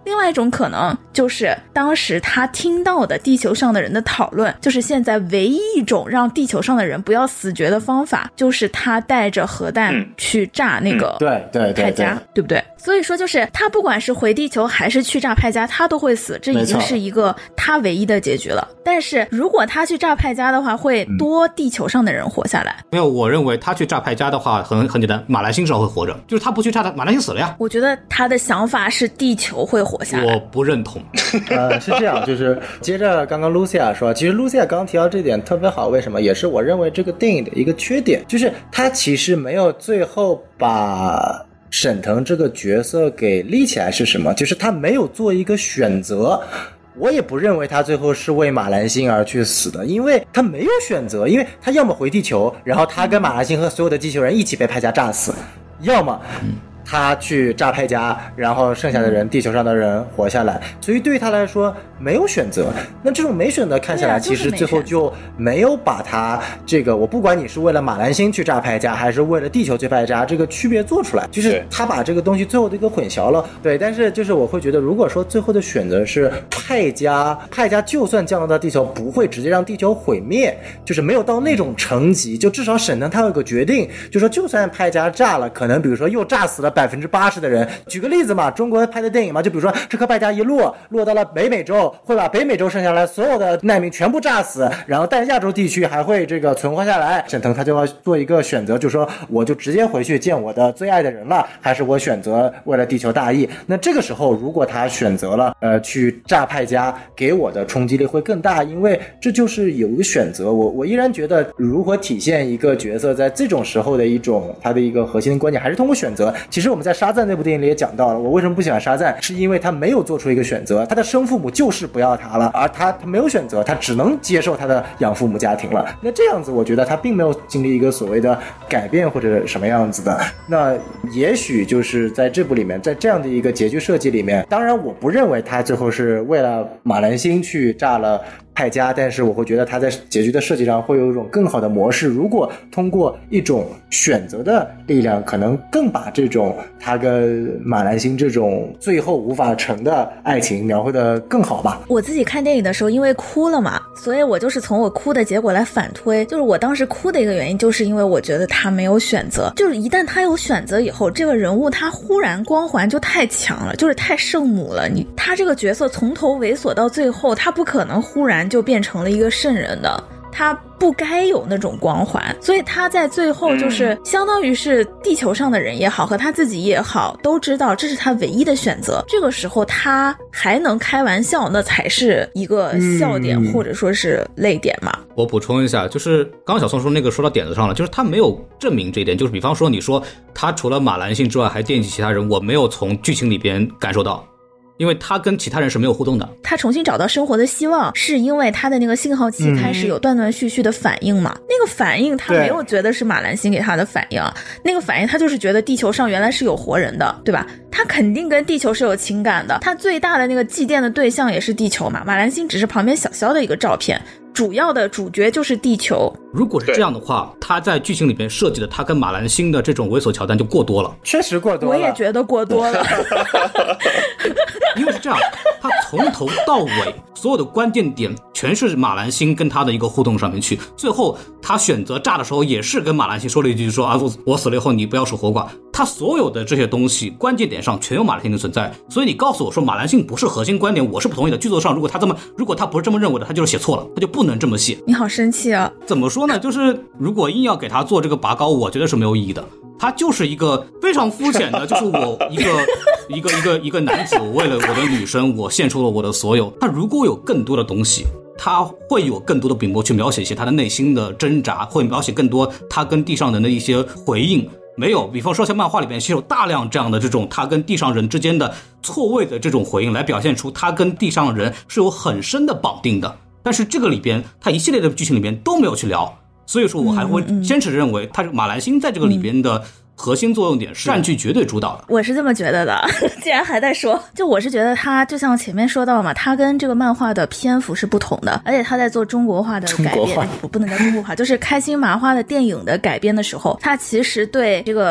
Speaker 1: 另外一种可能就是当时他听到的地球上的人的讨论，就是现在唯一一种让地球上的人不要死绝的方法，就是他带着核弹去炸那个派加，对不对？所以说就是他不管是回地球还是去炸派加，他都会死，这已经是一个他唯一的结局了。但是如果他去炸派加的话，会多地球上的人活下来。
Speaker 2: 没有，我认为他去炸派加的话很简单，马兰星至少会活着，就是他不去炸，马兰星死了呀。
Speaker 1: 我觉得他的想法是地球会活下来。
Speaker 2: 我不认同。
Speaker 3: 是这样，就是接着刚刚 Lucia 说，其实 Lucia 刚提到这点特别好，为什么？也是我认为这个电影的一个缺点，就是他其实没有最后把沈腾这个角色给立起来。是什么？就是他没有做一个选择。我也不认为他最后是为马兰星而去死的，因为他没有选择，因为他要么回地球，然后他跟马兰星和所有的地球人一起被派加炸死，要么他去炸派加，然后剩下的人地球上的人活下来。所以对于他来说没有选择。那这种没选择看下来，其实最后就没有把他这个我不管你是为了马兰星去炸派加还是为了地球去派加这个区别做出来，就是他把这个东西最后的一个混淆了。对，但是就是我会觉得，如果说最后的选择是派加就算降落到地球不会直接让地球毁灭，就是没有到那种层级，就至少沈腾他有个决定，就说就算派加炸了，可能比如说又炸死了80%的人。举个例子嘛，中国拍的电影嘛，就比如说这颗派加一落到了北美洲，会把北美洲剩下来所有的难民全部炸死，然后但亚洲地区还会这个存活下来。沈腾他就要做一个选择，就说我就直接回去见我的最爱的人了，还是我选择为了地球大义。那这个时候如果他选择了去炸派加，给我的冲击力会更大，因为这就是有一个选择。我依然觉得如何体现一个角色在这种时候的一种他的一个核心的观点，还是通过选择。其实我们在沙赞那部电影里也讲到了，我为什么不喜欢沙赞，是因为他没有做出一个选择，他的生父母就是不要他了，而他没有选择，他只能接受他的养父母家庭了。那这样子我觉得他并没有经历一个所谓的改变或者什么样子的。那也许就是在这部里面，在这样的一个结局设计里面，当然我不认为他最后是为了马兰星去炸了派加，但是我会觉得他在结局的设计上会有一种更好的模式，如果通过一种选择的力量，可能更把这种他跟马兰星这种最后无法成的爱情描绘的更好吧。
Speaker 1: 我自己看电影的时候因为哭了嘛，所以我就是从我哭的结果来反推，就是我当时哭的一个原因就是因为我觉得他没有选择，就是一旦他有选择以后，这个人物他忽然光环就太强了，就是太圣母了，他这个角色从头猥琐到最后，他不可能忽然就变成了一个圣人的，他不该有那种光环，所以他在最后就是相当于是地球上的人也好和他自己也好都知道这是他唯一的选择，这个时候他还能开玩笑，那才是一个笑点或者说是泪点嘛。
Speaker 2: 我补充一下，就是刚刚小宋说那个说到点子上了，就是他没有证明这一点，就是比方说你说他除了马兰星之外还惦记其他人，我没有从剧情里边感受到，因为他跟其他人是没有互动的。
Speaker 1: 他重新找到生活的希望是因为他的那个信号器开始有断断续续的反应嘛，那个反应他没有觉得是马兰星给他的反应，那个反应他就是觉得地球上原来是有活人的，对吧？他肯定跟地球是有情感的，他最大的那个祭奠的对象也是地球嘛，马兰星只是旁边小小的一个照片，主要的主角就是地球。
Speaker 2: 如果是这样的话，他在剧情里边设计的他跟马兰星的这种猥琐桥段就过多了，
Speaker 3: 确实过多了，
Speaker 1: 我也觉得过多了
Speaker 2: 因为是这样，他从头到尾所有的关键点全是马兰星跟他的一个互动上面去，最后他选择炸的时候也是跟马兰星说了一句说啊，我死了以后你不要守活寡，他所有的这些东西关键点上全有马兰星的存在。所以你告诉我说马兰星不是核心观点，我是不同意的。剧作上如果他不是这么认为的，他就是写错了，他就不能这么写。
Speaker 1: 你好生气啊。
Speaker 2: 怎么说呢，就是如果硬要给他做这个拔高，我觉得是没有意义的。他就是一个非常肤浅的，就是我一个男子，我为了我的女生，我献出了我的所有。他如果有更多的东西，他会有更多的笔墨去描写一些他的内心的挣扎，会描写更多他跟地上人的一些回应。没有，比方说像漫画里边是有大量这样的这种他跟地上人之间的错位的这种回应，来表现出他跟地上人是有很深的绑定的。但是这个里边他一系列的剧情里边都没有去聊，所以说我还会坚持认为他马兰星在这个里边的核心作用点是占据绝对主导的。
Speaker 1: 我是这么觉得的既然还在说，就我是觉得他就像前面说到嘛，他跟这个漫画的篇幅是不同的，而且他在做中国化的改编，不能叫中国化，就是开心麻花的电影的改编的时候，他其实对这个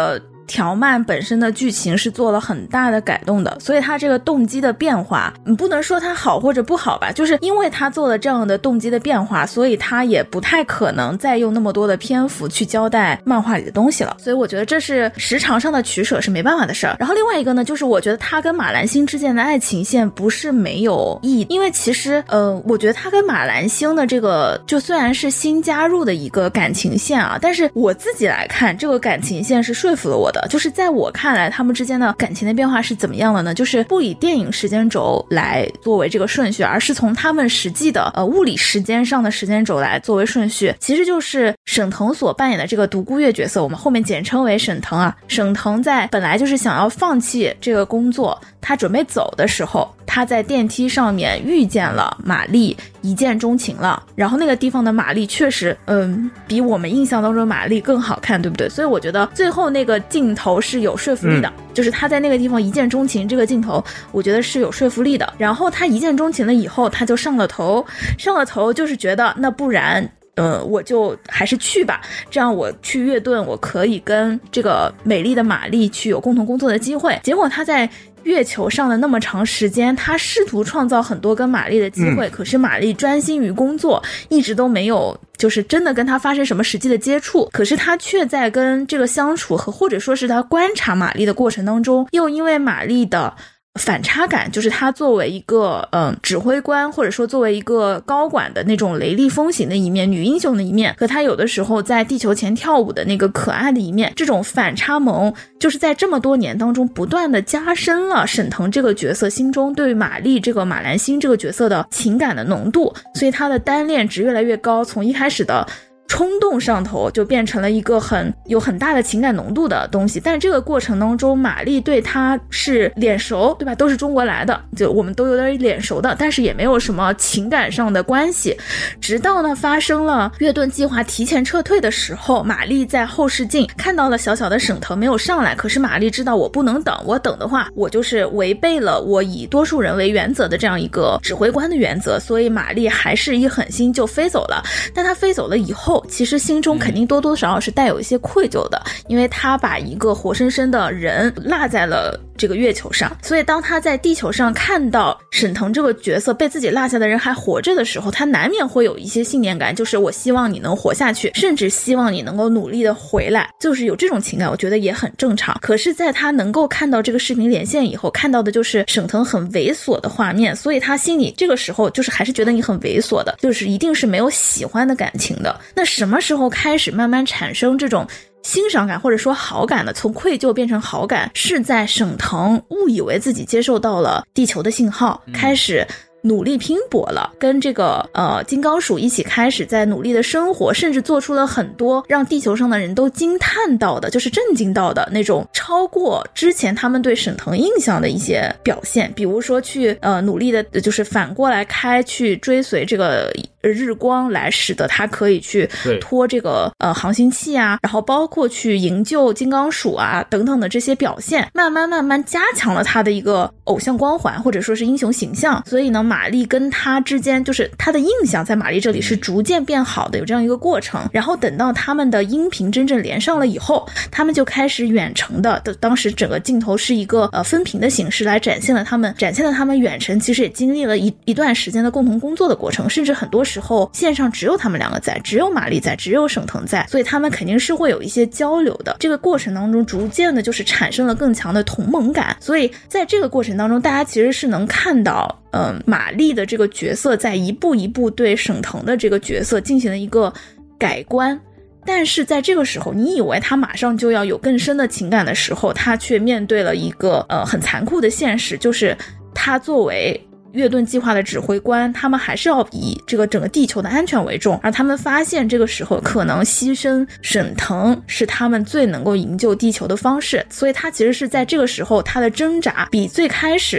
Speaker 1: 条漫本身的剧情是做了很大的改动的，所以他这个动机的变化，你不能说它好或者不好吧，就是因为他做了这样的动机的变化，所以他也不太可能再用那么多的篇幅去交代漫画里的东西了，所以我觉得这是时长上的取舍，是没办法的事儿。然后另外一个呢，就是我觉得他跟马兰星之间的爱情线不是没有意义，因为其实我觉得他跟马兰星的这个就虽然是新加入的一个感情线啊，但是我自己来看这个感情线是说服了我的，就是在我看来他们之间的感情的变化是怎么样的呢，就是不以电影时间轴来作为这个顺序，而是从他们实际的物理时间上的时间轴来作为顺序，其实就是沈腾所扮演的这个独孤月角色，我们后面简称为沈腾啊。沈腾在本来就是想要放弃这个工作，他准备走的时候，他在电梯上面遇见了马丽，一见钟情了。然后那个地方的马丽确实比我们印象当中马丽更好看，对不对？所以我觉得最后那个镜头是有说服力的，就是他在那个地方一见钟情，这个镜头我觉得是有说服力的。然后他一见钟情了以后，他就上了头就是觉得那不然我就还是去吧，这样我去月盾，我可以跟这个美丽的玛丽去有共同工作的机会。结果他在月球上的那么长时间，他试图创造很多跟玛丽的机会，可是玛丽专心于工作，一直都没有就是真的跟他发生什么实际的接触。可是他却在跟这个相处和或者说是他观察玛丽的过程当中，又因为玛丽的反差感，就是他作为一个指挥官，或者说作为一个高管的那种雷厉风行的一面，女英雄的一面，和他有的时候在地球前跳舞的那个可爱的一面，这种反差萌就是在这么多年当中不断的加深了沈腾这个角色心中对玛丽这个马兰星这个角色的情感的浓度，所以他的单恋值越来越高，从一开始的冲动上头就变成了一个有很大的情感浓度的东西。但这个过程当中，玛丽对他是脸熟，对吧？都是中国来的，就我们都有点脸熟的，但是也没有什么情感上的关系。直到呢发生了月盾计划提前撤退的时候，玛丽在后视镜看到了小小的沈腾没有上来，可是玛丽知道我不能等，我等的话我就是违背了我以多数人为原则的这样一个指挥官的原则，所以玛丽还是一狠心就飞走了。但她飞走了以后，其实心中肯定多多少少是带有一些愧疚的，因为他把一个活生生的人落在了这个月球上，所以当他在地球上看到沈腾这个角色被自己落下的人还活着的时候，他难免会有一些信念感，就是我希望你能活下去，甚至希望你能够努力的回来，就是有这种情感，我觉得也很正常。可是在他能够看到这个视频连线以后，看到的就是沈腾很猥琐的画面，所以他心里这个时候就是还是觉得你很猥琐的，就是一定是没有喜欢的感情的。那什么时候开始慢慢产生这种欣赏感或者说好感的，从愧疚变成好感，是在沈腾误以为自己接受到了地球的信号，开始努力拼搏了，跟这个金刚鼠一起开始在努力的生活，甚至做出了很多让地球上的人都惊叹到的，就是震惊到的那种超过之前他们对沈腾印象的一些表现。比如说去努力的就是反过来去追随这个日光，来使得他可以去拖这个航行器啊，然后包括去营救金刚鼠啊等等的这些表现，慢慢加强了他的一个偶像光环或者说是英雄形象。所以呢，玛丽跟他之间就是他的印象在玛丽这里是逐渐变好的，有这样一个过程。然后等到他们的音频真正连上了以后，他们就开始远程的，当时整个镜头是一个分屏的形式来展现了他们远程其实也经历了一段时间的共同工作的过程，甚至很多时候线上只有他们两个在，只有玛丽在，只有沈腾在，所以他们肯定是会有一些交流的。这个过程当中逐渐的就是产生了更强的同盟感，所以在这个过程当中大家其实是能看到玛丽的这个角色在一步一步对沈腾的这个角色进行了一个改观。但是在这个时候，你以为他马上就要有更深的情感的时候，他却面对了一个很残酷的现实，就是他作为月盾计划的指挥官，他们还是要以这个整个地球的安全为重，而他们发现这个时候可能牺牲沈腾是他们最能够营救地球的方式，所以他其实是在这个时候他的挣扎比最开始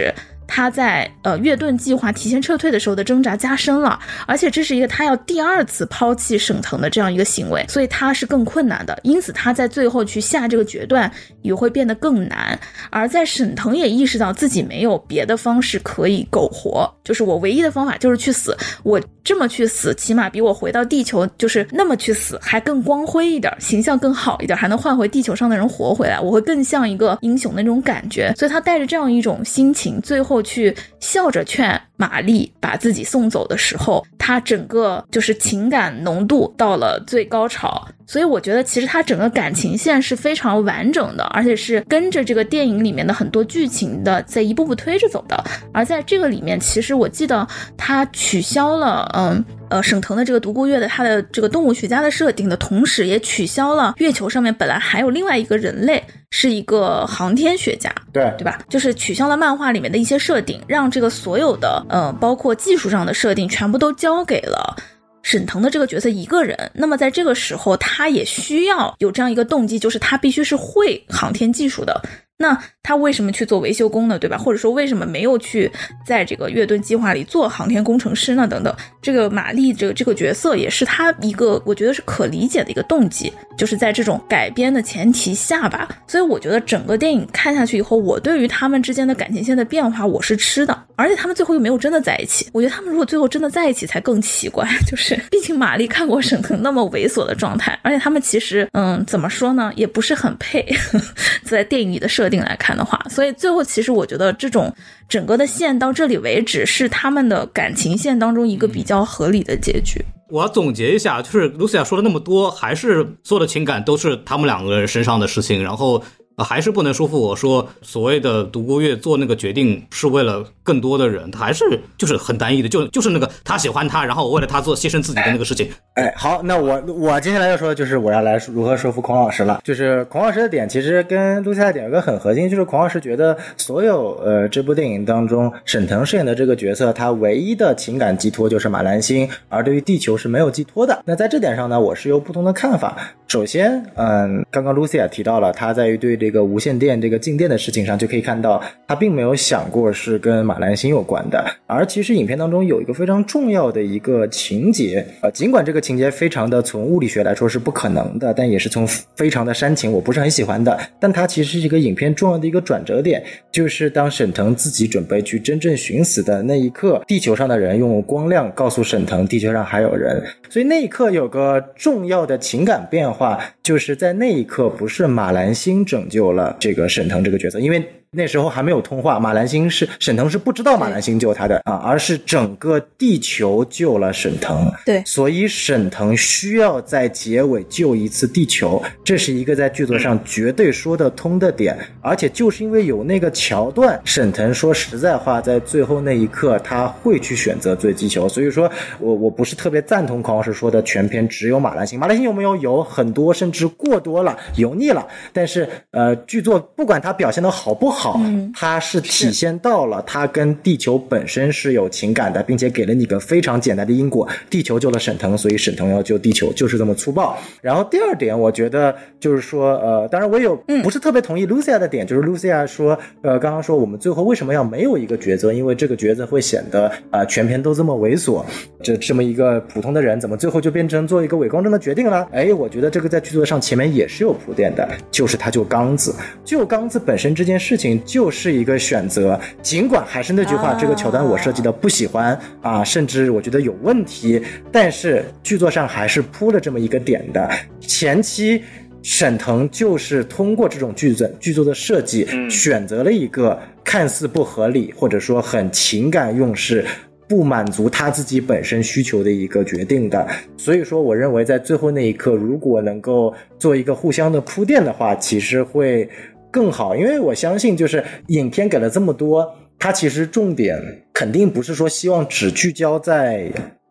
Speaker 1: 他在月盾计划提前撤退的时候的挣扎加深了，而且这是一个他要第二次抛弃沈腾的这样一个行为，所以他是更困难的，因此他在最后去下这个决断也会变得更难。而在沈腾也意识到自己没有别的方式可以苟活，就是我唯一的方法就是去死，我这么去死起码比我回到地球就是那么去死还更光辉一点，形象更好一点，还能换回地球上的人活回来，我会更像一个英雄的那种感觉。所以他带着这样一种心情最后去笑着劝玛丽把自己送走的时候，他整个就是情感浓度到了最高潮。所以我觉得其实他整个感情线是非常完整的，而且是跟着这个电影里面的很多剧情的在一步步推着走的。而在这个里面其实我记得他取消了沈腾的这个独孤月的他的这个动物学家的设定的同时，也取消了月球上面本来还有另外一个人类是一个航天学家，对吧？就是取消了漫画里面的一些设定，让这个所有的包括技术上的设定全部都交给了沈腾的这个角色一个人。那么在这个时候他也需要有这样一个动机，就是他必须是会航天技术的。那他为什么去做维修工呢，对吧？或者说为什么没有去在这个月盾计划里做航天工程师呢？等等，这个玛丽这个角色也是他一个我觉得是可理解的一个动机，就是在这种改编的前提下吧。所以我觉得整个电影看下去以后，我对于他们之间的感情线的变化我是吃的，而且他们最后又没有真的在一起。我觉得他们如果最后真的在一起才更奇怪，就是毕竟玛丽看过沈腾那么猥琐的状态，而且他们其实怎么说呢，也不是很配在电影里的设定来看的话，所以最后其实我觉得这种整个的线到这里为止是他们的感情线当中一个比较合理的结局。
Speaker 2: 我要总结一下，就是 Lucia 说了那么多，还是所有的情感都是他们两个人身上的事情，然后还是不能说服我说所谓的独孤月做那个决定是为了更多的人，他还是就是很单一的，就是那个他喜欢他，然后我为了他做牺牲自己的那个事情。
Speaker 3: 好，那我接下来要说的就是我要来如何说服孔老师了。就是孔老师的点其实跟露西亚的点有个很核心，就是孔老师觉得所有这部电影当中沈腾饰演的这个角色，他唯一的情感寄托就是马兰星，而对于地球是没有寄托的。那在这点上呢，我是有不同的看法。首先刚刚 Lucia 提到了他在于对这个无线电这个静电的事情上，就可以看到他并没有想过是跟马兰星有关的。而其实影片当中有一个非常重要的一个情节，尽管这个情节非常的从物理学来说是不可能的，但也是从非常的煽情，我不是很喜欢的，但它其实是一个影片重要的一个转折点，就是当沈腾自己准备去真正寻死的那一刻，地球上的人用光亮告诉沈腾地球上还有人。所以那一刻有个重要的情感变化，就是在那一刻不是马兰星拯救了这个沈腾这个角色，因为那时候还没有通话，沈腾是不知道马兰星救他的而是整个地球救了沈腾。
Speaker 1: 对，
Speaker 3: 所以沈腾需要在结尾救一次地球，这是一个在剧作上绝对说得通的点。而且就是因为有那个桥段，沈腾说实在话，在最后那一刻他会去选择追地球。所以说我不是特别赞同孔老师说的全片只有马兰星。马兰星有没有？有很多，甚至过多了，油腻了。但是剧作不管他表现得好不好，它是体现到了它跟地球本身是有情感的，并且给了你一个非常简单的因果，地球救了沈腾，所以沈腾要救地球，就是这么粗暴。然后第二点我觉得就是说当然我有不是特别同意 Lucia 的点，就是 Lucia 说刚刚说我们最后为什么要没有一个抉择，因为这个抉择会显得全片都这么猥琐，这么一个普通的人怎么最后就变成做一个伪光正的决定了。我觉得这个在剧作上前面也是有铺垫的，就是他救刚子本身这件事情就是一个选择，尽管还是那句话，这个桥段我设计的不喜欢甚至我觉得有问题，但是剧作上还是铺了这么一个点的。前期沈腾就是通过这种剧作的设计选择了一个看似不合理或者说很情感用事，不满足他自己本身需求的一个决定的。所以说我认为在最后那一刻如果能够做一个互相的铺垫的话，其实会更好。因为我相信就是影片给了这么多，它其实重点肯定不是说希望只聚焦在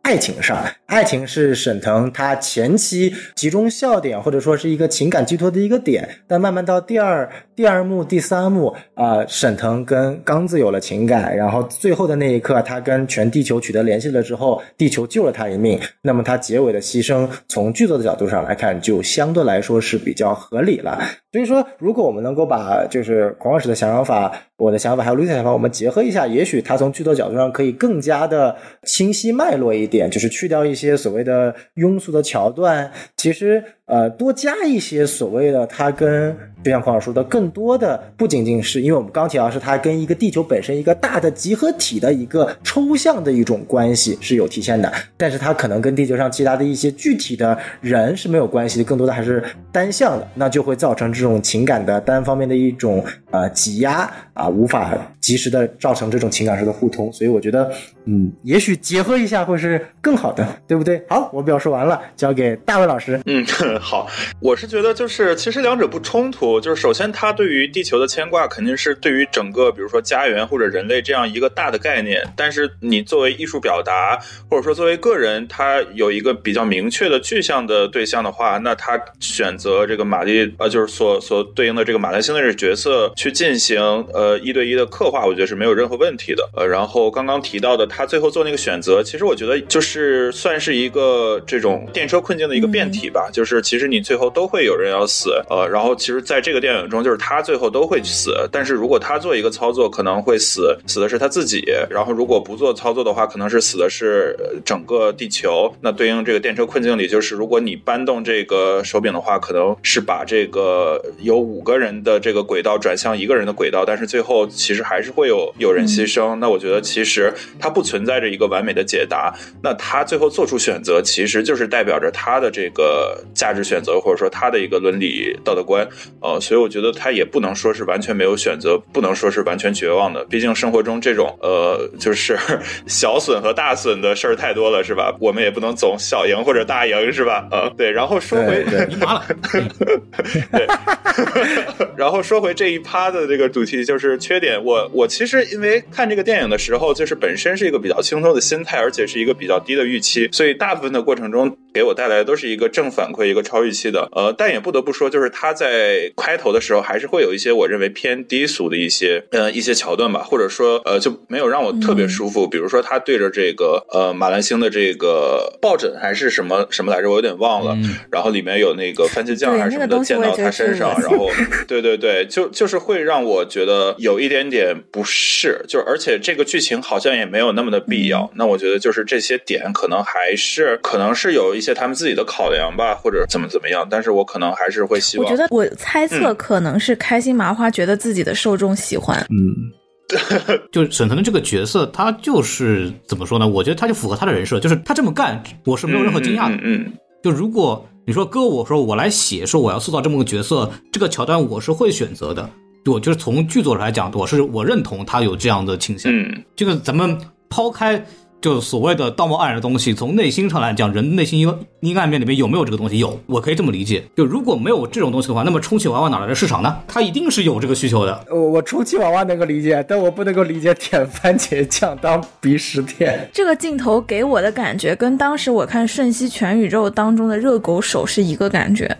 Speaker 3: 爱情上，爱情是沈腾他前期集中笑点或者说是一个情感寄托的一个点，但慢慢到第二幕第三幕沈腾跟刚子有了情感，然后最后的那一刻他跟全地球取得联系了之后，地球救了他一命，那么他结尾的牺牲从剧作的角度上来看就相对来说是比较合理了。所以说如果我们能够把就是孔老师的想法，我的想法还有Lucy的想法我们结合一下，也许他从剧作角度上可以更加的清晰脉络一点，就是去掉一些所谓的庸俗的桥段，其实多加一些所谓的他跟就像孔老师说的更多的不仅仅是因为我们刚提到是他跟一个地球本身一个大的集合体的一个抽象的一种关系是有体现的，但是他可能跟地球上其他的一些具体的人是没有关系的，更多的还是单向的，那就会造成这种情感的单方面的一种挤压无法及时的造成这种情感上的互通，所以我觉得也许结合一下会是更好的，对不对？好，我表述完了，交给大卫老师。
Speaker 4: 好，我是觉得就是其实两者不冲突，就是首先他对于地球的牵挂肯定是对于整个比如说家园或者人类这样一个大的概念，但是你作为艺术表达或者说作为个人他有一个比较明确的具象的对象的话，那他选择这个玛丽就是所对应的这个马兰星的这个角色去进行一对一的刻画，我觉得是没有任何问题的。然后刚刚提到的他最后做那个选择，其实我觉得就是算是一个这种电车困境的一个辩题吧，就是其实你最后都会有人要死，然后其实在这个电影中就是他最后都会死，但是如果他做一个操作可能会死的是他自己，然后如果不做操作的话可能是死的是整个地球。那对应这个电车困境里，就是如果你搬动这个手柄的话，可能是把这个有5个人的这个轨道转向1个人的轨道，但是最后其实还是会有人牺牲。那我觉得其实它不存在着一个完美的解答，那他最后做出选择其实就是代表着他的这个价值选择，或者说他的一个伦理道德观。所以我觉得他也不能说是完全没有选择，不能说是完全绝望的，毕竟生活中这种就是小损和大损的事儿太多了，是吧？我们也不能总小赢或者大赢，是吧？对。然后说回
Speaker 2: 你麻了
Speaker 4: 对然后说回这一趴的这个主题，就是缺点。我其实因为看这个电影的时候，就是本身是一个比较轻松的心态，而且是一个比较低的预期，所以大部分的过程中给我带来的都是一个正反馈，一个超预期的。但也不得不说，就是他在开头的时候还是会有一些我认为偏低俗的一些桥段吧，或者说就没有让我特别舒服。比如说他对着这个马兰星的这个抱枕还是什么来着，我有点忘了。然后里面有那个番茄酱还是什么的溅到他身上，然后对，就是会让我觉得有一点点不适，就是而且这个剧情好像也没有那么的必要。那我觉得就是这些点可能是有一些他们自己的考量吧，或者怎么样，但是我可能还是会希望。
Speaker 1: 我觉得我猜测可能是开心麻花觉得自己的受众喜欢。
Speaker 2: 就沈腾的这个角色，他就是怎么说呢？我觉得他就符合他的人设，就是他这么干，我是没有任何惊讶的。就如果你说哥，我说我来写，说我要塑造这么个角色，这个桥段我是会选择的。我就是从剧作来讲，我认同他有这样的倾向。这个咱们抛开就所谓的道貌岸然的东西，从内心上来讲，人内心阴暗面里面有没有这个东西？有，我可以这么理解。就如果没有这种东西的话，那么充气娃娃哪来的市场呢？它一定是有这个需求的。
Speaker 3: 我充气娃娃能够理解，但我不能够理解舔番茄酱当鼻屎舔。
Speaker 1: 这个镜头给我的感觉跟当时我看《瞬息全宇宙》当中的热狗手是一个感觉。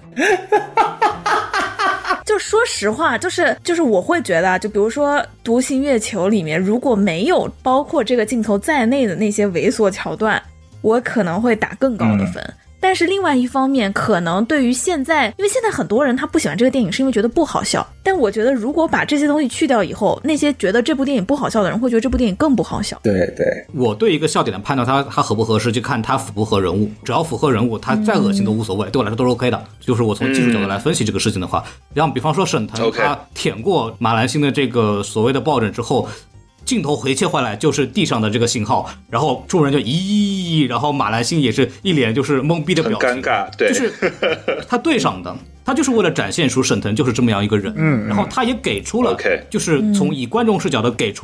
Speaker 1: 就说实话，就是我会觉得，就比如说《独行月球》里面，如果没有包括这个镜头在内的那些猥琐桥段，我可能会打更高的分。但是另外一方面，可能对于现在，因为现在很多人他不喜欢这个电影是因为觉得不好笑，但我觉得如果把这些东西去掉以后，那些觉得这部电影不好笑的人会觉得这部电影更不好笑。
Speaker 3: 对，
Speaker 2: 我对一个笑点的判断，它合不合适就看它符不合人物，只要符合人物，它再恶心都无所谓，对我来说都是 OK 的。就是我从技术角度来分析这个事情的话，比方说沈腾他舔过马兰星的这个所谓的抱枕之后，镜头回切回来就是地上的这个信号，然后众人就咦，然后马兰星也是一脸就是懵逼的表情，
Speaker 4: 很尴尬，对，
Speaker 2: 就是他对上的，他就是为了展现出沈腾就是这么样一个人，然后他也给出了，就是从以观众视角的给出了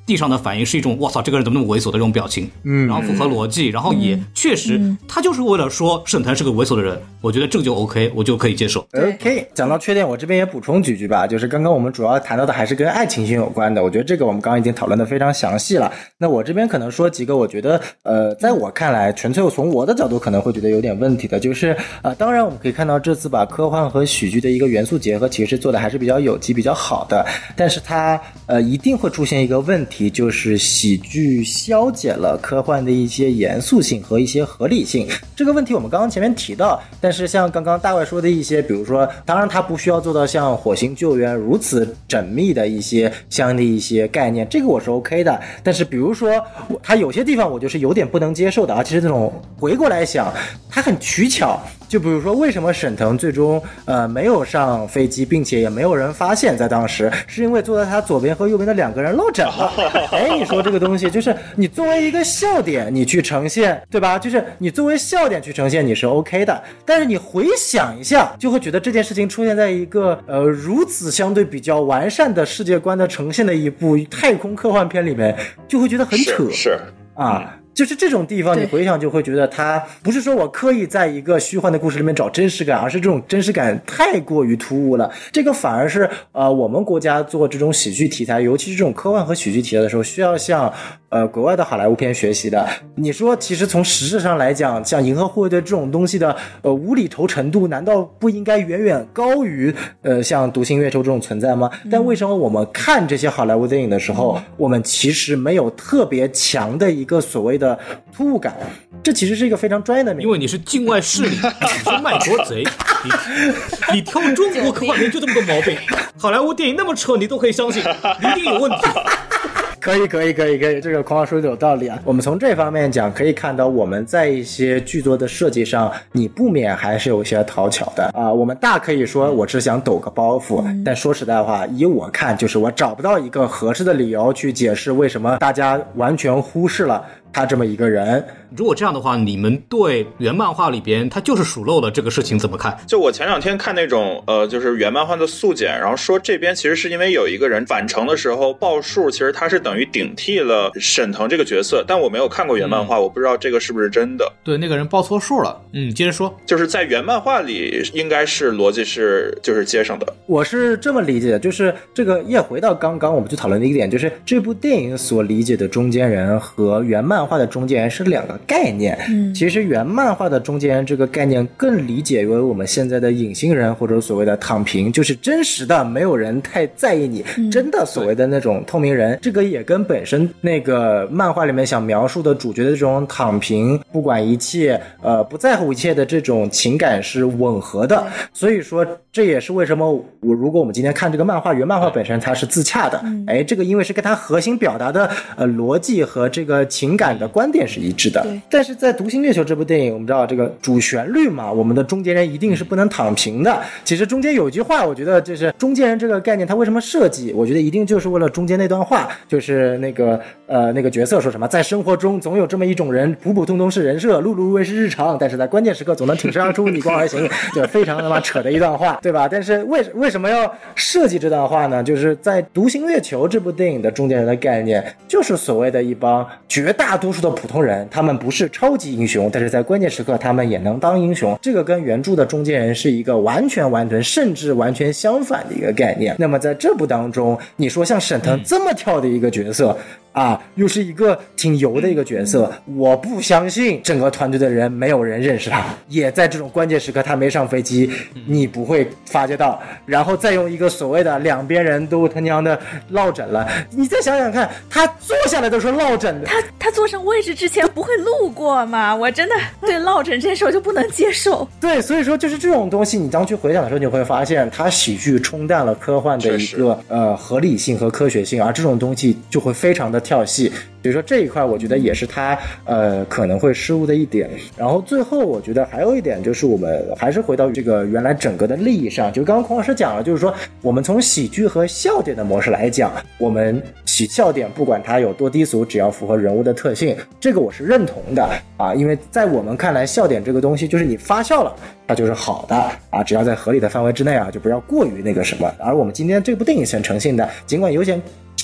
Speaker 2: 地上的反应是一种我操这个人怎么那么猥琐的这种表情，然后符合逻辑，然后也确实他就是为了说沈腾是个猥琐的人，我觉得这个就 OK， 我就可以接受。
Speaker 3: OK， 讲到缺点，我这边也补充几句吧，就是刚刚我们主要谈到的还是跟爱情线有关的，我觉得这个我们刚刚已经讨论的非常详细了。那我这边可能说几个我觉得在我看来纯粹从我的角度可能会觉得有点问题的，就是当然我们可以看到这次把科幻和喜剧的一个元素结合其实做的还是比较有机比较好的，但是它一定会出现一个问题，就是喜剧消解了科幻的一些严肃性和一些合理性。这个问题我们刚刚前面提到，但是像刚刚大卫说的一些，比如说当然它不需要做到像火星救援如此缜密的一些相应的一些概念，这个我是 OK 的，但是比如说它有些地方我就是有点不能接受的，而且是这种回过来想它很取巧，就比如说为什么沈腾最终没有上飞机，并且也没有人发现，在当时是因为坐在他左边和右边的两个人落枕了。哎，你说这个东西就是你作为一个笑点你去呈现，对吧？就是你作为笑点去呈现你是 OK 的，但是你回想一下就会觉得这件事情出现在一个如此相对比较完善的世界观的呈现的一部太空科幻片里面，就会觉得很扯。
Speaker 4: 是
Speaker 3: 啊，就是这种地方你回想就会觉得它不是说我刻意在一个虚幻的故事里面找真实感，而是这种真实感太过于突兀了。这个反而是我们国家做这种喜剧题材，尤其是这种科幻和喜剧题材的时候，需要向国外的好莱坞片学习的。你说其实从实质上来讲，像银河护卫队这种东西的无厘头程度难道不应该远远高于像独行月球这种存在吗？但为什么我们看这些好莱坞电影的时候，我们其实没有特别强的一个所谓的突兀感？这其实是一个非常专业的名，
Speaker 2: 因为你是境外势力，你是卖国贼，你挑中国科幻片就这么个毛病。好莱坞电影那么扯你都可以相信，你一定有问题。
Speaker 3: 可以，这个孔老师说的有道理啊。我们从这方面讲，可以看到我们在一些剧作的设计上，你不免还是有一些讨巧的啊。我们大可以说我只想抖个包袱，但说实在话，以我看，就是我找不到一个合适的理由去解释为什么大家完全忽视了他这么一个人。
Speaker 2: 如果这样的话，你们对原漫画里边他就是数漏了这个事情怎么看？
Speaker 4: 就我前两天看那种就是原漫画的速简，然后说这边其实是因为有一个人返程的时候报数，其实他是等于顶替了沈腾这个角色，但我没有看过原漫画，我不知道这个是不是真的。
Speaker 2: 对，那个人报错数了。接着说。
Speaker 4: 就是在原漫画里应该是逻辑是就是接上的。
Speaker 3: 我是这么理解的，就是这个也回到刚刚我们就讨论的一个点，就是这部电影所理解的中间人和原漫画的中间人是两个概念。其实原漫画的中间人这个概念更理解为我们现在的隐形人，或者所谓的躺平，就是真实的没有人太在意你，真的所谓的那种透明人。这个也跟本身那个漫画里面想描述的主角的这种躺平不管一切不在乎一切的这种情感是吻合的。所以说这也是为什么如果我们今天看这个漫画，原漫画本身它是自洽的，这个因为是跟它核心表达的逻辑和这个情感的观点是一致的。但是在独行月球这部电影，我们知道这个主旋律嘛，我们的中间人一定是不能躺平的。其实中间有一句话，我觉得就是中间人这个概念它为什么设计，我觉得一定就是为了中间那段话，就是那个角色说什么，在生活中总有这么一种人，普普通通是人设，碌碌无为是日常，但是在关键时刻总能挺身而出，逆光而行，就非常他妈扯的一段话，对吧？但是为什么要设计这段话呢？就是在独行月球这部电影的中间人的概念，就是所谓的一帮绝大多数的普通人，他们不是超级英雄，但是在关键时刻他们也能当英雄。这个跟原著的中间人是一个完全甚至完全相反的一个概念。那么在这部当中，你说像沈腾这么跳的一个角色又是一个挺油的一个角色，我不相信整个团队的人没有人认识他，也在这种关键时刻他没上飞机，你不会发觉到，然后再用一个所谓的两边人都他娘的落枕了，你再想想看，他坐下来都是落枕的，
Speaker 1: 他坐上位置之前不会路过吗？我真的对落枕这件事我就不能接受。
Speaker 3: 对，所以说就是这种东西，你当去回想的时候，你会发现它喜剧冲淡了科幻的一个合理性和科学性，而这种东西就会非常的跳戏。所以说这一块我觉得也是他可能会失误的一点。然后最后我觉得还有一点就是我们还是回到这个原来整个的利益上，就刚刚孔老师讲了，就是说我们从喜剧和笑点的模式来讲，我们笑点不管它有多低俗，只要符合人物的特性，这个我是认同的因为在我们看来笑点这个东西就是你发笑了它就是好的只要在合理的范围之内就不要过于那个什么。而我们今天这部电影想呈现的，尽管有点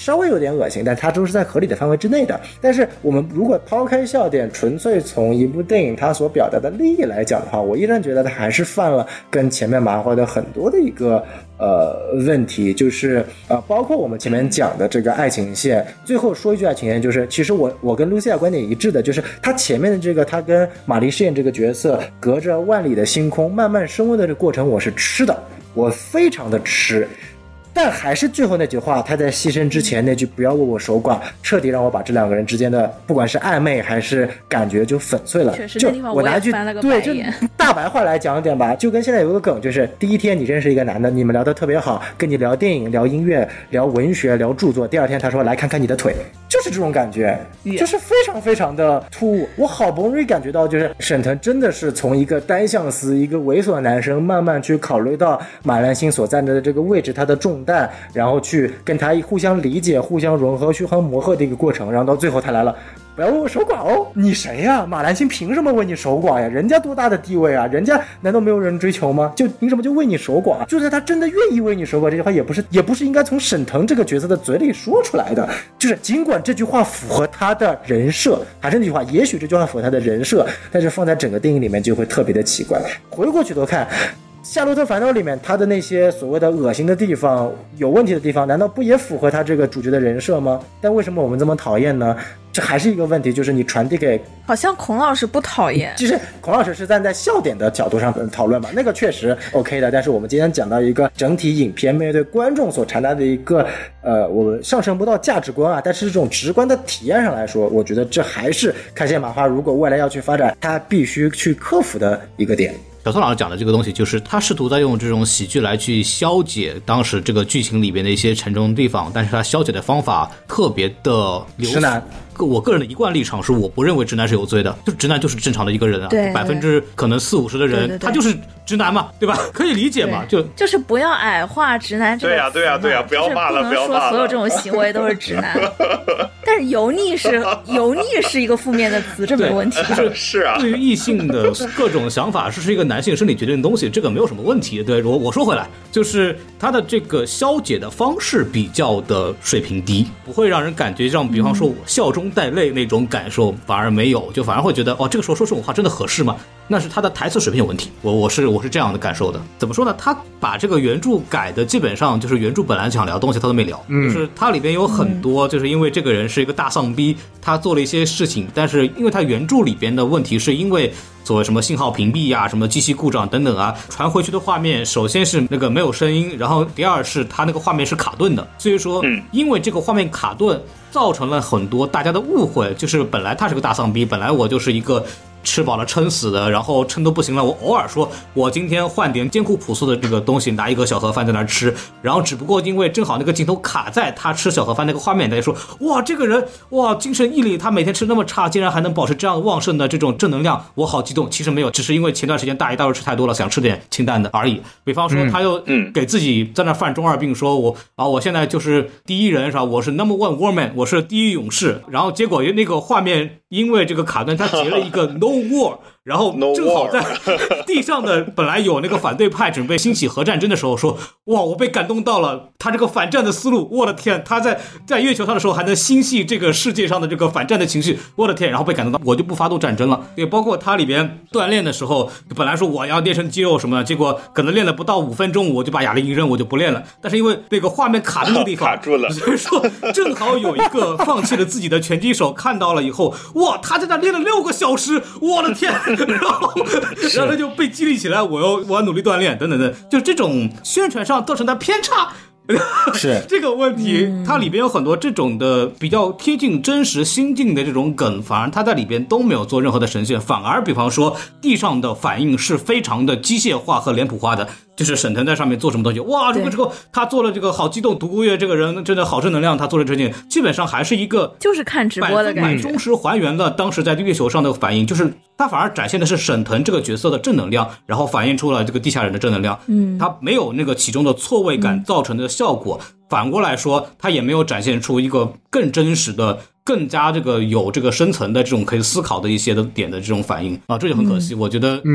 Speaker 3: 稍微有点恶心，但它都是在合理的范围之内的。但是我们如果抛开笑点，纯粹从一部电影它所表达的利益来讲的话，我依然觉得它还是犯了跟前面麻花的很多的一个问题，就是包括我们前面讲的这个爱情线。最后说一句爱情线，就是其实我跟露西亚观点一致的，就是他前面的这个他跟玛丽饰演这个角色隔着万里的星空慢慢升温的这个过程，我是吃的，我非常的吃。但还是最后那句话，他在牺牲之前那句不要为我守寡，彻底让我把这两个人之间的不管是暧昧还是感觉就粉碎了。
Speaker 1: 确实，
Speaker 3: 就
Speaker 1: 那地方
Speaker 3: 我拿一句
Speaker 1: 翻了个白
Speaker 3: 对，
Speaker 1: 眼。
Speaker 3: 就大白话来讲一点吧，就跟现在有个梗，就是第一天你认识一个男的，你们聊得特别好，跟你聊电影、聊音乐、聊文学、聊著作，第二天他说来看看你的腿，就是这种感觉，就是非常非常的突兀。我好不容易感觉到，就是沈腾真的是从一个单相思、一个猥琐男生，慢慢去考虑到马兰星所站的这个位置，他的重担，然后去跟他互相理解、互相融合、互相磨合的一个过程，然后到最后他来了，不要为我守寡哦！你谁呀？马兰星凭什么为你守寡呀？人家多大的地位啊？人家难道没有人追求吗？就凭什么就为你守寡？就是他真的愿意为你守寡，这句话也不是应该从沈腾这个角色的嘴里说出来的。就是尽管这句话符合他的人设，还是那句话，也许这句话符合他的人设，但是放在整个电影里面就会特别的奇怪。回过去头看。夏洛特烦恼里面他的那些所谓的恶心的地方、有问题的地方，难道不也符合他这个主角的人设吗？但为什么我们这么讨厌呢？这还是一个问题，就是你传递给，
Speaker 1: 好像孔老师不讨厌，
Speaker 3: 其实孔老师是站在笑点的角度上讨论嘛，那个确实 OK 的。但是我们今天讲到一个整体影片面对观众所传达的一个我们上升不到价值观啊，但是这种直观的体验上来说，我觉得这还是开心麻花如果未来要去发展，它必须去克服的一个点。
Speaker 2: 小宋老师讲的这个东西，就是他试图在用这种喜剧来去消解当时这个剧情里边的一些沉重的地方，但是他消解的方法特别的
Speaker 3: 直男。
Speaker 2: 我个人的一贯立场是，我不认为直男是有罪的，就直男就是正常的一个人啊，
Speaker 1: 对
Speaker 2: 40%可能40-50%的人，对，他就是直男嘛，对吧？可以理解嘛，
Speaker 1: 就是不要矮化直男这个词嘛，
Speaker 4: 对呀，不要骂了，不要骂了，
Speaker 1: 不能说所有这种行为都是直男。但是油腻是一个负面的词，这没问题。
Speaker 4: 是啊，
Speaker 2: 对于异性的各种想法是一个男性生理决定的东西，这个没有什么问题。对，我说回来，就是他的这个消解的方式比较的水平低，不会让人感觉比方说我笑中带泪那种感受，反而没有，就反而会觉得这个时候说这种话真的合适吗？那是他的台词水平有问题，我是这样的感受的。怎么说呢？他把这个原著改的基本上就是原著本来想聊的东西他都没聊，就是它里边有很多就是因为这个人是一个大丧逼，他做了一些事情，但是因为他原著里边的问题是因为所谓什么信号屏蔽啊，什么机器故障等等啊，传回去的画面首先是那个没有声音，然后第二是他那个画面是卡顿的，所以说因为这个画面卡顿造成了很多大家的误会，就是本来他是个大丧逼，本来我就是一个吃饱了撑死的，然后撑都不行了，我偶尔说我今天换点艰苦朴素的这个东西，拿一个小盒饭在那吃，然后只不过因为正好那个镜头卡在他吃小盒饭那个画面，大家说哇这个人哇精神毅力，他每天吃那么差，竟然还能保持这样旺盛的这种正能量，我好激动。其实没有，只是因为前段时间大鱼大肉吃太多了，想吃点清淡的而已。比方说他又给自己在那犯中二病，说我现在就是第一人是吧，我是 No.1 Warman， 我是第一勇士，然后结果那个画面因为这个卡顿他截了一个 No War， 然后正好在地上的本来有那个反对派准备兴起核战争的时候说，哇我被感动到了，他这个反战的思路，我的天，他在月球上的时候还能心系这个世界上的这个反战的情绪，我的天，然后被感动到我就不发动战争了。也包括他里边锻炼的时候，本来说我要练成肌肉什么的，结果可能练了不到5分钟我就把哑铃一扔，我就不练了，但是因为那个画面卡的那个地方
Speaker 4: 卡住了，
Speaker 2: 所以说正好有一个放弃了自己的拳击手看到了以后，哇他在那练了6个小时，我的天，然后他就被激励起来，我要努力锻炼等等的，就这种宣传上造成的偏差
Speaker 3: 是
Speaker 2: 这个问题，它里边有很多这种的比较贴近真实心境的这种梗，反而它在里边都没有做任何的呈现，反而比方说地上的反应是非常的机械化和脸谱化的，就是沈腾在上面做什么东西，哇这个他做了这个好激动，独孤月这个人真的好正能量，他做了这件基本上还是一个
Speaker 1: 就是看直播的感觉，
Speaker 2: 忠实还原了当时在月球上的反应，就是他反而展现的是沈腾这个角色的正能量，然后反映出了这个地下人的正能量，他没有那个其中的错位感造成的效果，反过来说他也没有展现出一个更真实的更加这个有这个深层的这种可以思考的一些的点的这种反应啊，这就很可惜。我觉得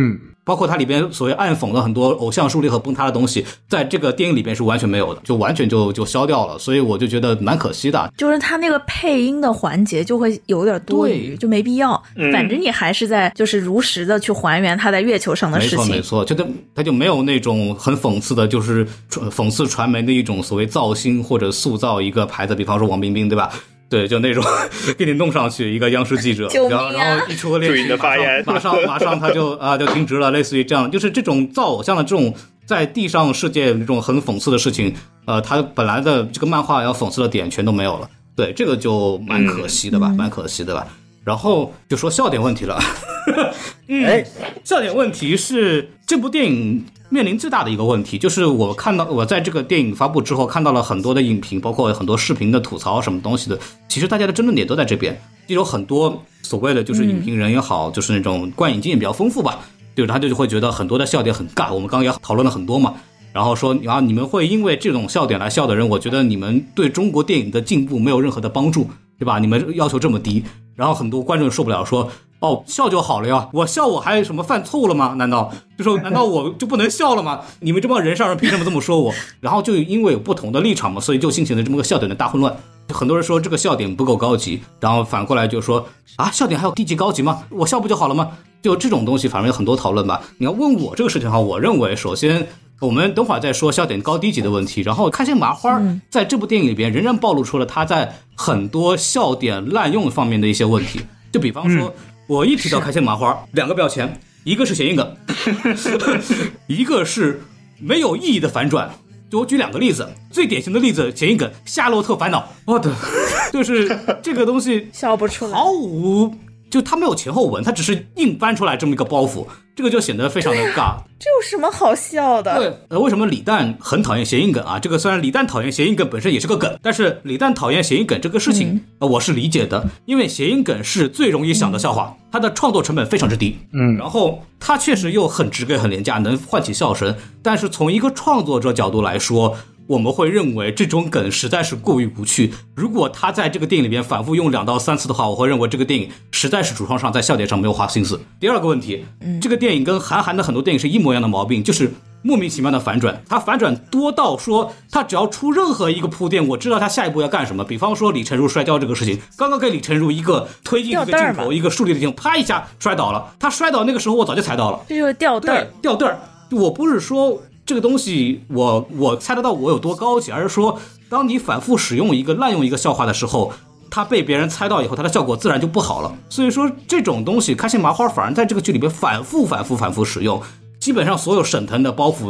Speaker 2: 包括它里边所谓暗讽的很多偶像树立和崩塌的东西，在这个电影里边是完全没有的，就完全就消掉了，所以我就觉得蛮可惜的。
Speaker 1: 就是它那个配音的环节就会有点多余，就没必要。反正你还是在就是如实的去还原它在月球上的事情。
Speaker 2: 没错，它就没有那种很讽刺的，就是讽刺传媒的一种所谓造星或者塑造一个牌子，比方说王冰冰，对吧？对，就那种给你弄上去一个央视记者，然后一出个练习，马上他就就停职了，类似于这样，就是这种造偶像的这种在地上世界这种很讽刺的事情，他本来的这个漫画要讽刺的点全都没有了，对，这个就蛮可惜的吧，蛮可惜的吧。然后就说笑点问题了，笑点问题是这部电影面临最大的一个问题，就是我在这个电影发布之后看到了很多的影评，包括很多视频的吐槽什么东西的，其实大家的争论点都在这边，就有很多所谓的就是影评人也好，就是那种观影经验比较丰富吧，就是他就会觉得很多的笑点很尬，我们刚刚也讨论了很多嘛，然后说你们会因为这种笑点来笑的人，我觉得你们对中国电影的进步没有任何的帮助，对吧？你们要求这么低，然后很多观众受不了，说笑就好了呀，我笑我还什么犯错了吗？难道我就不能笑了吗？你们这帮人上人凭什么这么说我？然后就因为有不同的立场嘛，所以就形成了这么个笑点的大混乱。很多人说这个笑点不够高级，然后反过来就说笑点还有低级高级吗？我笑不就好了吗？就这种东西反正有很多讨论吧。你要问我这个事情的话，我认为首先我们等会儿再说笑点高低级的问题，然后开心麻花在这部电影里边仍然暴露出了他在很多笑点滥用方面的一些问题，就比方说我一提到开心麻花，两个标签，一个是谐音梗，一个是没有意义的反转。就我举两个例子，最典型的例子谐音梗夏洛特烦恼，我的就是这个东西
Speaker 1: 笑不出来，
Speaker 2: 毫无就他没有前后文，他只是硬搬出来这么一个包袱，这个就显得非常的尬。
Speaker 1: 这有什么好笑的？
Speaker 2: 对，为什么李诞很讨厌谐音梗啊？这个虽然李诞讨厌谐音梗本身也是个梗，但是李诞讨厌谐音梗这个事情，我是理解的，因为谐音梗是最容易想的笑话，它的创作成本非常之低，然后它确实又很直给很廉价，能唤起笑声，但是从一个创作者角度来说，我们会认为这种梗实在是过于无趣，如果他在这个电影里边反复用2到3次的话，我会认为这个电影实在是主创上在笑点上没有花心思。第二个问题，这个电影跟韩寒的很多电影是一模一样的毛病，就是莫名其妙的反转，他反转多到说他只要出任何一个铺垫，我知道他下一步要干什么。比方说李成儒摔跤这个事情，刚刚给李成儒一个推进一个镜头，一个树立的镜头，啪一下摔倒了，他摔倒那个时候我早就猜到了，
Speaker 1: 这就是吊凳儿。
Speaker 2: 吊凳儿，我不是说这个东西我猜得到我有多高级，而是说当你反复使用一个滥用一个笑话的时候，它被别人猜到以后，它的效果自然就不好了。所以说这种东西开心麻花反而在这个剧里边反复使用，基本上所有沈腾的包袱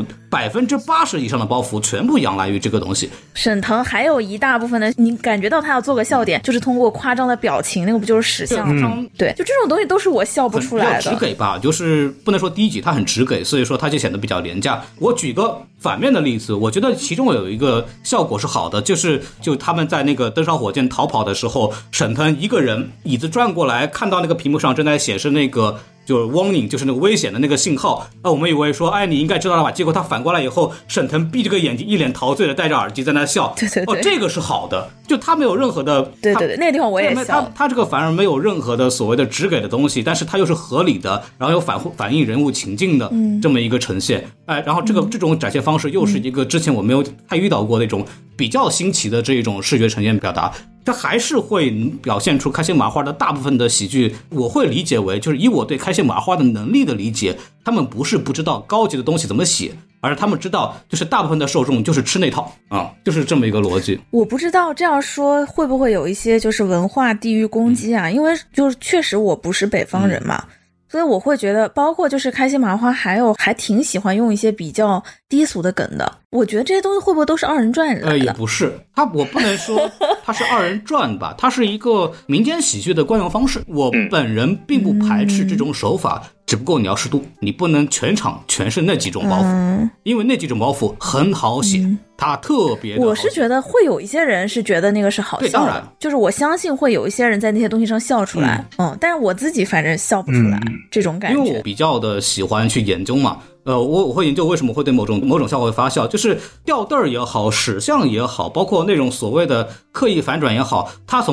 Speaker 2: 80%以上的包袱全部仰赖于这个东西。
Speaker 1: 沈腾还有一大部分的你感觉到他要做个笑点，就是通过夸张的表情，那个不就是史相吗？对，就这种东西都是我笑不出来的。
Speaker 2: 直给吧，就是不能说低级，它很直给，所以说它就显得比较廉价。我举个反面的例子，我觉得其中有一个效果是好的，就他们在那个登上火箭逃跑的时候，沈腾一个人椅子转过来，看到那个屏幕上正在显示那个就是 warning， 就是那个危险的那个信号，我们以为说你应该知道了吧，结果他反过来以后，沈腾闭着个眼睛，一脸陶醉的戴着耳机在那笑。
Speaker 1: 对，
Speaker 2: 这个是好的，就他没有任何的，
Speaker 1: 对，那个地方我也笑。
Speaker 2: 他这个反而没有任何的所谓的直给的东西，但是他又是合理的，然后又反映人物情境的这么一个呈现。然后这种展现方式又是一个之前我没有太遇到过那种比较新奇的这一种视觉呈现表达。它还是会表现出开心麻花的大部分的喜剧，我会理解为就是以我对开心麻花的能力的理解，他们不是不知道高级的东西怎么写，而是他们知道就是大部分的受众就是吃那套就是这么一个逻辑。
Speaker 1: 我不知道这样说会不会有一些就是文化地域攻击啊，因为就是确实我不是北方人嘛，所以我会觉得包括就是开心麻花还挺喜欢用一些比较低俗的梗的，我觉得这些东西会不会都是二人转来的？
Speaker 2: 也不是，我不能说它是二人转吧，它是一个民间喜剧的惯用方式。我本人并不排斥这种手法，只不过你要适度，你不能全场全是那几种包袱，因为那几种包袱很好写，它特别的好写。
Speaker 1: 我是觉得会有一些人是觉得那个是好笑的，
Speaker 2: 当然
Speaker 1: 就是我相信会有一些人在那些东西上笑出来，但是我自己反正笑不出来，这种感觉。
Speaker 2: 因为我比较的喜欢去研究嘛。我会研究为什么会对某种笑话会发笑，就是吊凳儿也好，史相也好，包括那种所谓的刻意反转也好，它从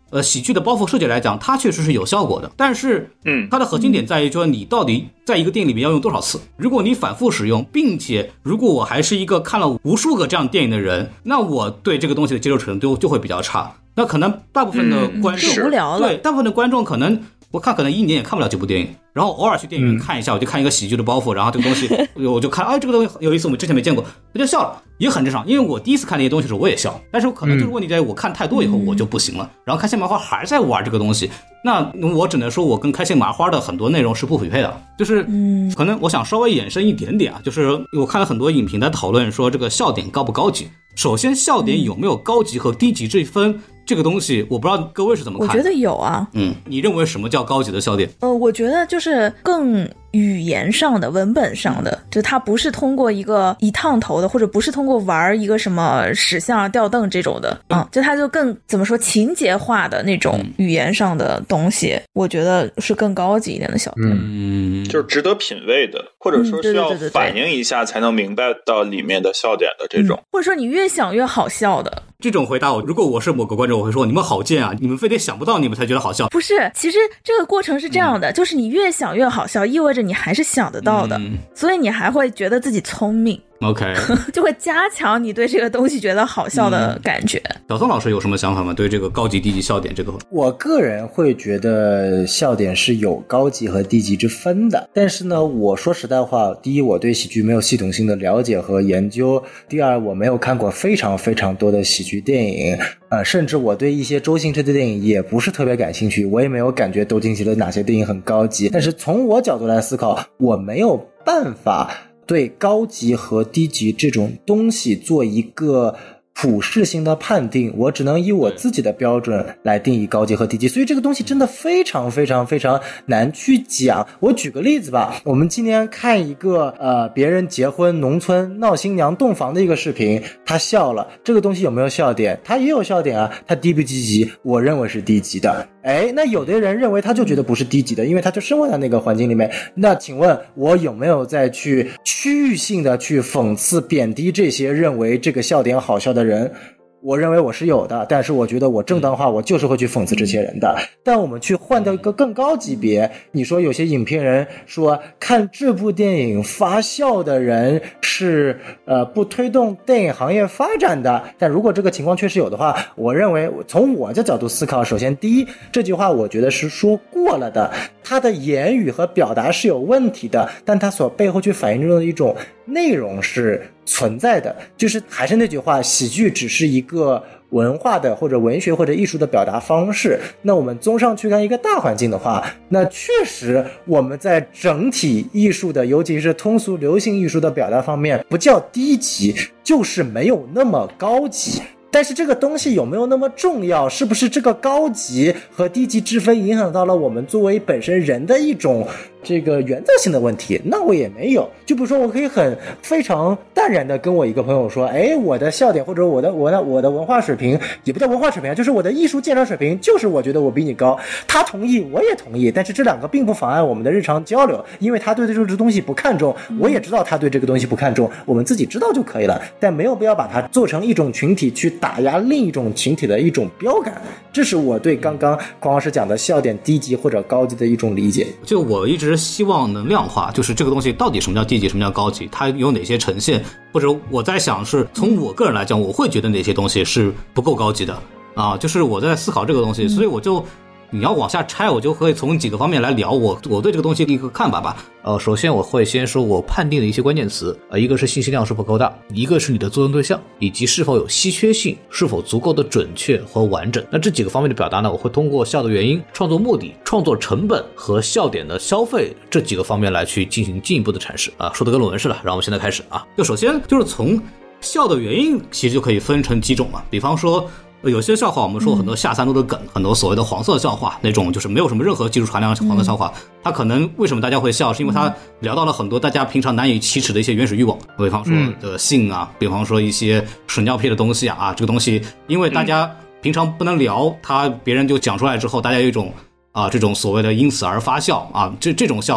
Speaker 2: 喜剧的包袱设计来讲，它确实是有效果的，但是它的核心点在于说你到底在一个电影里面要用多少次。如果你反复使用，并且如果我还是一个看了无数个这样电影的人，那我对这个东西的接受程度就会比较差。那可能大部分的观众
Speaker 1: 无聊了，
Speaker 2: 对，大部分的观众可能我看可能一年也看不了这部电影，然后偶尔去电影院看一下，我就看一个喜剧的包袱，然后这个东西我就看，哎，这个东西有意思，我们之前没见过，我就笑了，也很正常。因为我第一次看那些东西的时候我也笑，但是可能这个问题在于我看太多以后我就不行了。然后开心麻花还在玩这个东西，那我只能说我跟开心麻花的很多内容是不匹配的，就是可能我想稍微延伸一点点啊，就是我看了很多影评在讨论说这个笑点高不高级。首先笑点有没有高级和低级这一分，这个东西我不知道各位是怎么看的。
Speaker 1: 我觉得有啊。
Speaker 2: 你认为什么叫高级的笑点？
Speaker 1: 我觉得就是更语言上的、文本上的，就它不是通过一烫头的，或者不是通过玩一个什么史相吊凳这种的，就它就更怎么说情节化的那种语言上的东西，我觉得是更高级一点的笑点。
Speaker 4: 就是值得品味的，或者说需要反应一下才能明白到里面的笑点的这种，
Speaker 1: 或者说你越想越好笑的。
Speaker 2: 这种回答如果我是某个观众，我会说你们好贱啊，你们非得想不到你们才觉得好笑。
Speaker 1: 不是，其实这个过程是这样的，就是你越想越好笑，意味着你还是想得到的，所以你还会觉得自己聪明。
Speaker 2: OK
Speaker 1: 就会加强你对这个东西觉得好笑的感觉。
Speaker 2: 小宋老师有什么想法吗？对这个高级低级笑点这个，
Speaker 3: 我个人会觉得笑点是有高级和低级之分的，但是呢，我说实在话，第一，我对喜剧没有系统性的了解和研究；第二，我没有看过非常非常多的喜剧电影，甚至我对一些周星驰的电影也不是特别感兴趣，我也没有感觉周星驰的哪些电影很高级。但是从我角度来思考，我没有办法对高级和低级这种东西做一个普世性的判定，我只能以我自己的标准来定义高级和低级，所以这个东西真的非常非常非常难去讲。我举个例子吧，我们今天看一个别人结婚农村闹新娘洞房的一个视频，他笑了，这个东西有没有笑点？他也有笑点啊，他低不低级？我认为是低级的。那有的人认为他就觉得不是低级的，因为他就生活在那个环境里面。那请问我有没有再去区域性的去讽刺贬低这些认为这个笑点好笑的人？我认为我是有的，但是我觉得我正当化我就是会去讽刺这些人的。但我们去换到一个更高级别，你说有些影评人说看这部电影发笑的人是不推动电影行业发展的，但如果这个情况确实有的话，我认为从我的角度思考，首先第一，这句话我觉得是说过了的，他的言语和表达是有问题的，但他所背后去反映出的一种内容是存在的。就是还是那句话，喜剧只是一个文化的或者文学或者艺术的表达方式。那我们综上去看一个大环境的话，那确实我们在整体艺术的，尤其是通俗流行艺术的表达方面，不叫低级，就是没有那么高级。但是这个东西有没有那么重要？是不是这个高级和低级之分影响到了我们作为本身人的一种这个原则性的问题？那我也没有。就比如说，我可以非常淡然的跟我一个朋友说，我的笑点或者我的文化水平，也不叫文化水平，就是我的艺术鉴赏水平，就是我觉得我比你高。他同意，我也同意，但是这两个并不妨碍我们的日常交流，因为他对这个东西不看重，我也知道他对这个东西不看重，我们自己知道就可以了，但没有必要把它做成一种群体去打压另一种群体的一种标杆。这是我对刚刚匡老师讲的笑点低级或者高级的一种理解。
Speaker 2: 就我一直希望能量化，就是这个东西到底什么叫低级，什么叫高级，它有哪些呈现，或者我在想是从我个人来讲，我会觉得哪些东西是不够高级的啊，就是我在思考这个东西，所以我就你要往下拆，我就可以从几个方面来聊我对这个东西的一个看法吧。首先我会先说我判定的一些关键词，一个是信息量是否够大，一个是你的作用对象，以及是否有稀缺性，是否足够的准确和完整。那这几个方面的表达呢，我会通过笑的原因、创作目的、创作成本和笑点的消费这几个方面来去进行进一步的阐释说的跟论文似的。然后我们现在开始就首先就是从笑的原因其实就可以分成几种嘛，比方说有些笑话我们说很多下三路的梗，很多所谓的黄色笑话，那种就是没有什么任何技术含量的黄色笑话，它可能为什么大家会笑，是因为它聊到了很多大家平常难以启齿的一些原始欲望，比方说的性比方说一些屎尿屁的东西这个东西因为大家平常不能聊，别人就讲出来之后，大家有一种这种所谓的因此而发笑这种笑话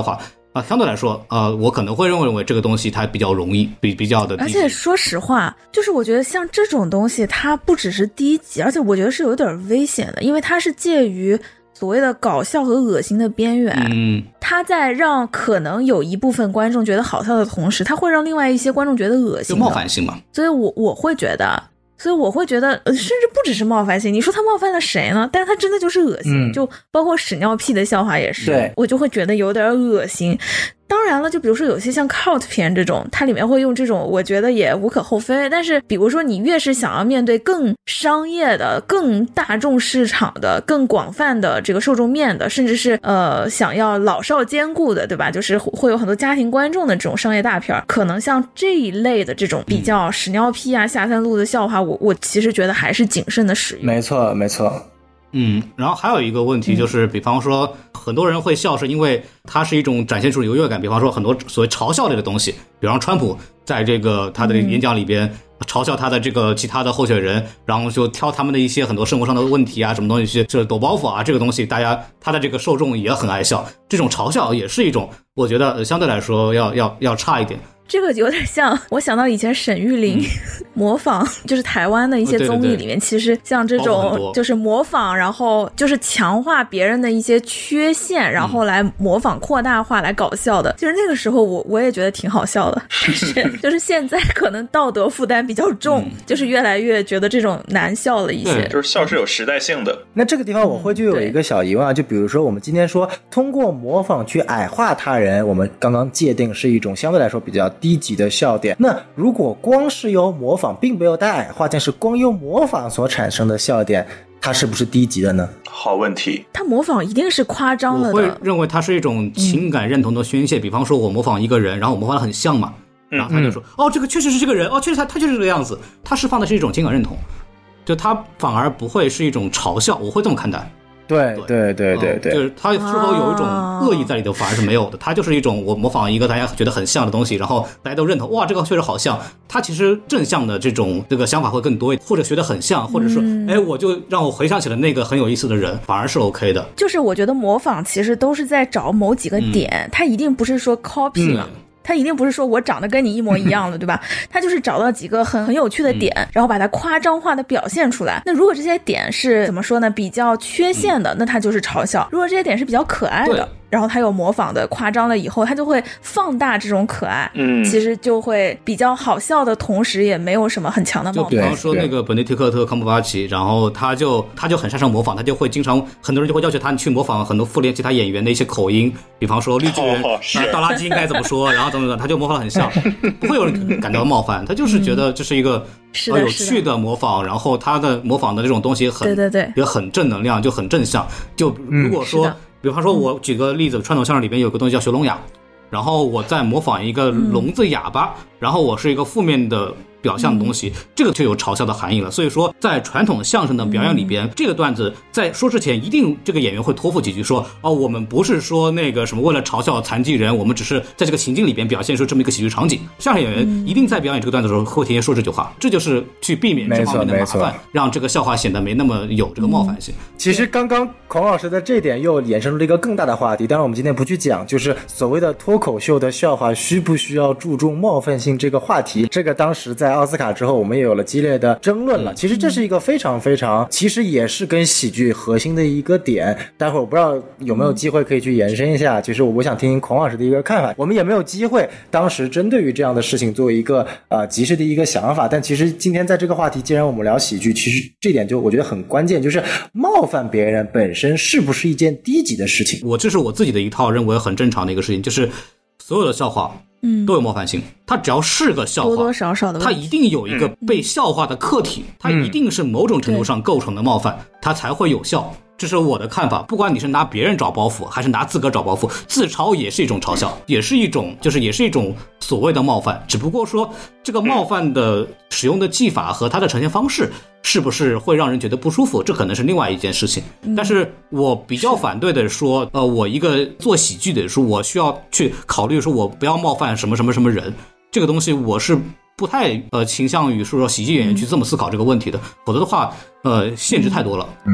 Speaker 2: 相对来说，我可能会认为这个东西它比较容易，比较的低级。
Speaker 1: 而且说实话，就是我觉得像这种东西，它不只是低级，而且我觉得是有点危险的，因为它是介于所谓的搞笑和恶心的边缘。它在让可能有一部分观众觉得好笑的同时，它会让另外一些观众觉得恶心，
Speaker 2: 就冒犯性嘛。
Speaker 1: 所以我会觉得。所以我会觉得，甚至不只是冒犯性，你说他冒犯了谁呢？但是他真的就是恶心，就包括屎尿屁的笑话也是，我就会觉得有点恶心。当然了，就比如说有些像 cult 片这种，它里面会用这种，我觉得也无可厚非。但是比如说你越是想要面对更商业的、更大众市场的、更广泛的这个受众面的，甚至是想要老少兼顾的，对吧？就是会有很多家庭观众的这种商业大片，可能像这一类的这种比较屎尿屁啊、下三路的笑话，我其实觉得还是谨慎的使用。
Speaker 3: 没错没错。
Speaker 2: 然后还有一个问题就是，比方说很多人会笑是因为它是一种展现出优越感，比方说很多所谓嘲笑类的东西，比方川普在这个他的演讲里边嘲笑他的这个其他的候选人，然后就挑他们的一些很多生活上的问题啊，什么东西去这抖包袱啊，这个东西大家他的这个受众也很爱笑，这种嘲笑也是一种，我觉得相对来说要差一点。
Speaker 1: 这个有点像我想到以前沈玉琳模仿，就是台湾的一些综艺里面，其实像这种就是模仿，然后就是强化别人的一些缺陷，然后来模仿扩大化来搞笑的。就是那个时候我也觉得挺好笑的，但是就是现在可能道德负担比较重，就是越来越觉得这种难笑了一些。
Speaker 4: 就是笑是有时代性的。
Speaker 3: 那这个地方我会就有一个小疑问啊，就比如说我们今天说通过模仿去矮化他人，我们刚刚界定是一种相对来说比较低级的笑点。那如果光是由模仿并没有带矮化，但是光由模仿所产生的笑点，它是不是低级的呢？
Speaker 4: 好问题。
Speaker 1: 他模仿一定是夸张了的。
Speaker 2: 我会认为它是一种情感认同的宣泄。比方说我模仿一个人，然后我模仿得很像嘛，然后他就说这个确实是这个人，确实他确实是这个样子，他释放的是一种情感认同，就他反而不会是一种嘲笑，我会这么看待。
Speaker 3: 对，
Speaker 2: 就是他是否有一种恶意在里头，反而是没有的。他就是一种我模仿一个大家觉得很像的东西，然后大家都认同，哇，这个确实好像。他其实正向的这个想法会更多一点，或者学得很像，或者是我就让我回想起了那个很有意思的人，反而是 OK 的。
Speaker 1: 就是我觉得模仿其实都是在找某几个点，他一定不是说 copy 了。他一定不是说我长得跟你一模一样的，对吧？他就是找到几个很有趣的点，然后把它夸张化的表现出来。那如果这些点是怎么说呢？比较缺陷的，那他就是嘲笑；如果这些点是比较可爱的，然后他有模仿的夸张了以后，他就会放大这种可爱，其实就会比较好笑的同时也没有什么很强的冒犯。
Speaker 2: 就比方说那个本尼迪克特·康伯巴奇，然后他就很擅长模仿，他就会经常很多人就会要求他去模仿很多复联其他演员的一些口音，比方说绿巨人倒垃圾应该怎么说，然后怎么他就模仿得很像，不会有人感到冒犯，他就是觉得这是一个有趣的模仿，然后他的模仿的这种东西也很正能量，就很正向。就如果说比方说我举个例子，传统相声里边有个东西叫学聋哑，然后我在模仿一个聋子哑巴，然后我是一个负面的表象的东西，这个就有嘲笑的含义了。所以说在传统相声的表演里边，这个段子在说之前一定这个演员会托付几句说我们不是说那个什么为了嘲笑残疾人，我们只是在这个情境里边表现出这么一个喜剧场景。相声演员一定在表演这个段子的时候会提前说这句话，这就是去避免这方面的麻烦，让这个笑话显得没那么有这个冒犯性。
Speaker 3: 其实刚刚孔老师的这点又衍生出了一个更大的话题，当然我们今天不去讲，就是所谓的脱口秀的笑话需不需要注重冒犯性这个话题。这个当时在奥斯卡之后我们也有了激烈的争论了。其实这是一个非常非常其实也是跟喜剧核心的一个点，待会儿我不知道有没有机会可以去延伸一下，其实我想听听孔老师的一个看法。我们也没有机会当时针对于这样的事情做一个及时的一个想法，但其实今天在这个话题既然我们聊喜剧，其实这点就我觉得很关键，就是冒犯别人本身是不是一件低级的事情。
Speaker 2: 这是我自己的一套认为很正常的一个事情，就是所有的笑话都有冒犯性，它只要是个笑话，
Speaker 1: 多多少少的，
Speaker 2: 它一定有一个被笑话的客体，它一定是某种程度上构成的冒犯，它才会有效。这是我的看法，不管你是拿别人找包袱还是拿自个找包袱，自嘲也是一种嘲笑，也是一种所谓的冒犯，只不过说这个冒犯的使用的技法和它的呈现方式是不是会让人觉得不舒服，这可能是另外一件事情。但是我比较反对的说我一个做喜剧的说我需要去考虑说我不要冒犯什么什么什么人，这个东西我是不太倾向于说喜剧演员去这么思考这个问题的，否则的话限制太多了。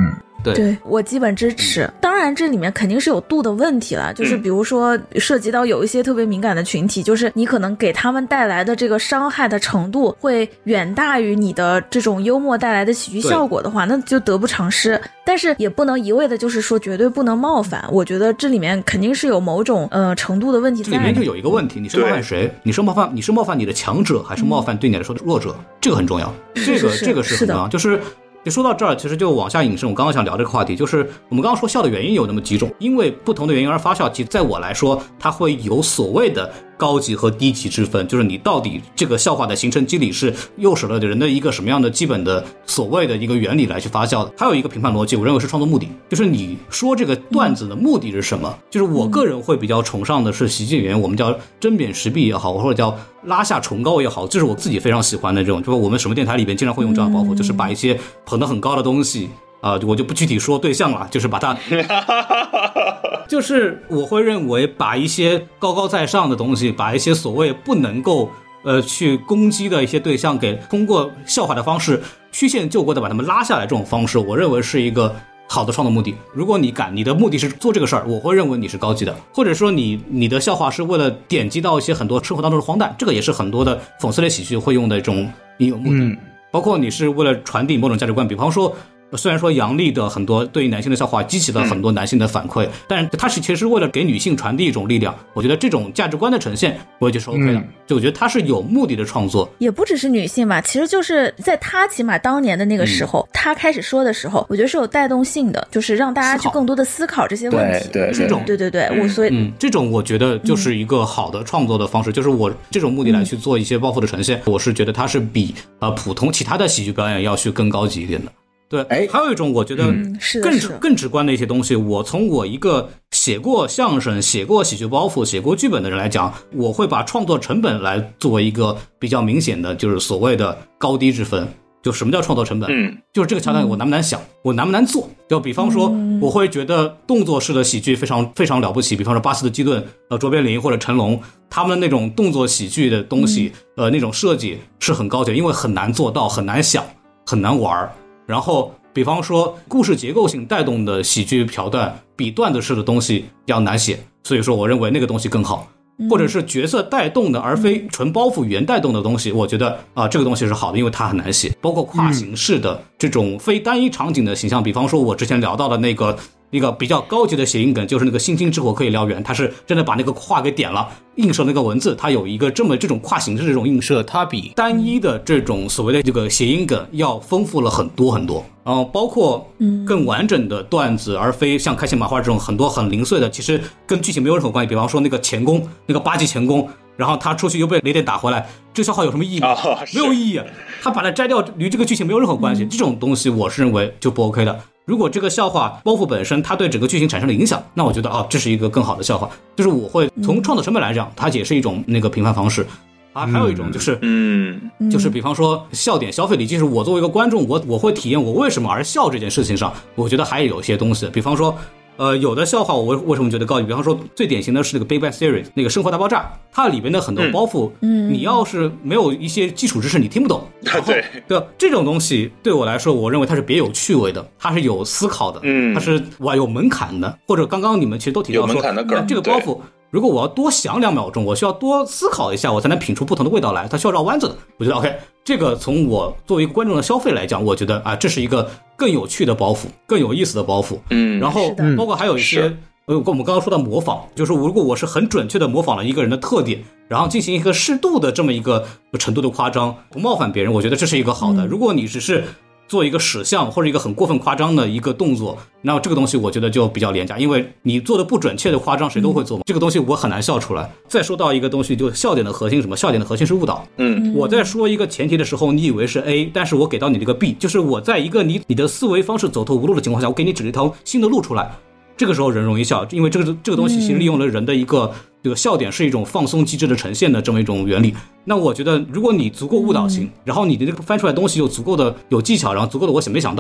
Speaker 1: 对，我基本支持。当然这里面肯定是有度的问题了，就是比如说涉及到有一些特别敏感的群体，就是你可能给他们带来的这个伤害的程度会远大于你的这种幽默带来的喜剧效果的话，那就得不偿失。但是也不能一味的就是说绝对不能冒犯，我觉得这里面肯定是有某种程度的问题在。
Speaker 2: 这里面就有一个问题，你是冒犯谁？你是冒犯你的强者，还是冒犯对你来说的弱者？这个很重要，这个是很重要。就说到这儿，其实就往下引申，我刚刚想聊这个话题，就是我们刚刚说笑的原因有那么几种，因为不同的原因而发笑，其实在我来说，它会有所谓的高级和低级之分，就是你到底这个笑话的形成机理是诱使了人的一个什么样的基本的所谓的一个原理来去发酵的。还有一个评判逻辑，我认为是创作目的，就是你说这个段子的目的是什么。就是我个人会比较崇尚的是喜剧演员，我们叫针砭时弊也好，或者叫拉下崇高也好，这是我自己非常喜欢的这种，就是我们什么电台里边经常会用这样的包袱，就是把一些捧得很高的东西我就不具体说对象了，就是把它就是我会认为把一些高高在上的东西，把一些所谓不能够去攻击的一些对象，给通过笑话的方式曲线救国的把他们拉下来，这种方式我认为是一个好的创作目的。如果你的目的是做这个事儿，我会认为你是高级的。或者说你的笑话是为了点击到一些很多生活当中的荒诞，这个也是很多的讽刺类喜剧会用的这种应有目的。包括你是为了传递某种价值观，比方说虽然说杨笠的很多对于男性的笑话激起了很多男性的反馈，但是它是其实是为了给女性传递一种力量，我觉得这种价值观的呈现我也觉得是 OK 的，就我觉得它是有目的的创作。
Speaker 1: 也不只是女性吧，其实就是在他起码当年的那个时候，他开始说的时候，我觉得是有带动性的，就是让大家去更多的思考这些问题。
Speaker 3: 对，
Speaker 2: 这种
Speaker 1: 我所以
Speaker 2: 这种我觉得就是一个好的创作的方式，就是我这种目的来去做一些包袱的呈现，我是觉得它是比普通其他的喜剧表演要去更高级一点的。对，还有一种我觉得更直观的一些东西，我从我一个写过相声、写过喜剧包袱、写过剧本的人来讲，我会把创作成本来作为一个比较明显的，就是所谓的高低之分。就什么叫创作成本？就是这个桥段我难不难想，我难不难做。就比方说，我会觉得动作式的喜剧非常非常了不起，比方说巴斯的基顿、卓别林或者成龙，他们那种动作喜剧的东西，那种设计是很高级，因为很难做到，很难想，很难玩。然后比方说故事结构性带动的喜剧桥段比段子式的东西要难写，所以说我认为那个东西更好。或者是角色带动的而非纯包袱语言带动的东西，我觉得这个东西是好的，因为它很难写。包括跨形式的这种非单一场景的形象，比方说我之前聊到的那个一个比较高级的谐音梗，就是那个星星之火可以燎原，它是真的把那个画给点了，映射那个文字，它有一个这种跨形式这种映射，它比单一的这种所谓的这个谐音梗要丰富了很多很多。包括更完整的段子，而非像开心麻花这种很多很零碎的，其实跟剧情没有任何关系。比方说那个钳工，那个8级钳工，然后他出去又被雷电打回来，这个笑话有什么意义吗？没有意义，他把它摘掉与这个剧情没有任何关系。这种东西我是认为就不 OK 的。如果这个笑话包袱本身它对整个剧情产生了影响，那我觉得这是一个更好的笑话。就是我会从创作成本来讲，它也是一种那个评判方式。还有一种就是就是比方说笑点消费里，就是我作为一个观众，我会体验我为什么而笑这件事情上，我觉得还有一些东西。比方说有的笑话我为什么觉得高级，比方说最典型的是那个 Big Bang Theory 那个生活大爆炸，它里边的很多包袱你要是没有一些基础知识你听不懂。对，这种东西对我来说，我认为它是别有趣味的，它是有思考的，它是有门槛的。或者刚刚你们其实都提到说，
Speaker 4: 有门槛的梗，
Speaker 2: 这个包袱如果我要多想2秒钟，我需要多思考一下，我才能品出不同的味道来，它需要绕弯子的。我觉得 OK， 这个从我作为一个观众的消费来讲，我觉得这是一个更有趣的包袱，更有意思的包袱。然后包括还有一些我们刚刚说到模仿，就是如果我是很准确的模仿了一个人的特点，然后进行一个适度的这么一个程度的夸张，不冒犯别人，我觉得这是一个好的。如果你只是做一个使相或者一个很过分夸张的一个动作，那这个东西我觉得就比较廉价，因为你做的不准确的夸张谁都会做嘛，这个东西我很难笑出来。再说到一个东西，就笑点的核心什么？笑点的核心是误导。我在说一个前提的时候，你以为是 A， 但是我给到你这个 B， 就是我在一个你的思维方式走投无路的情况下，我给你指了一条新的路出来，这个时候人容易笑，因为这个东西其实利用了人的一个这个笑点是一种放松机制的呈现的这么一种原理。那我觉得如果你足够误导性，然后你的这个翻出来的东西又足够的有技巧，然后足够的我没想到，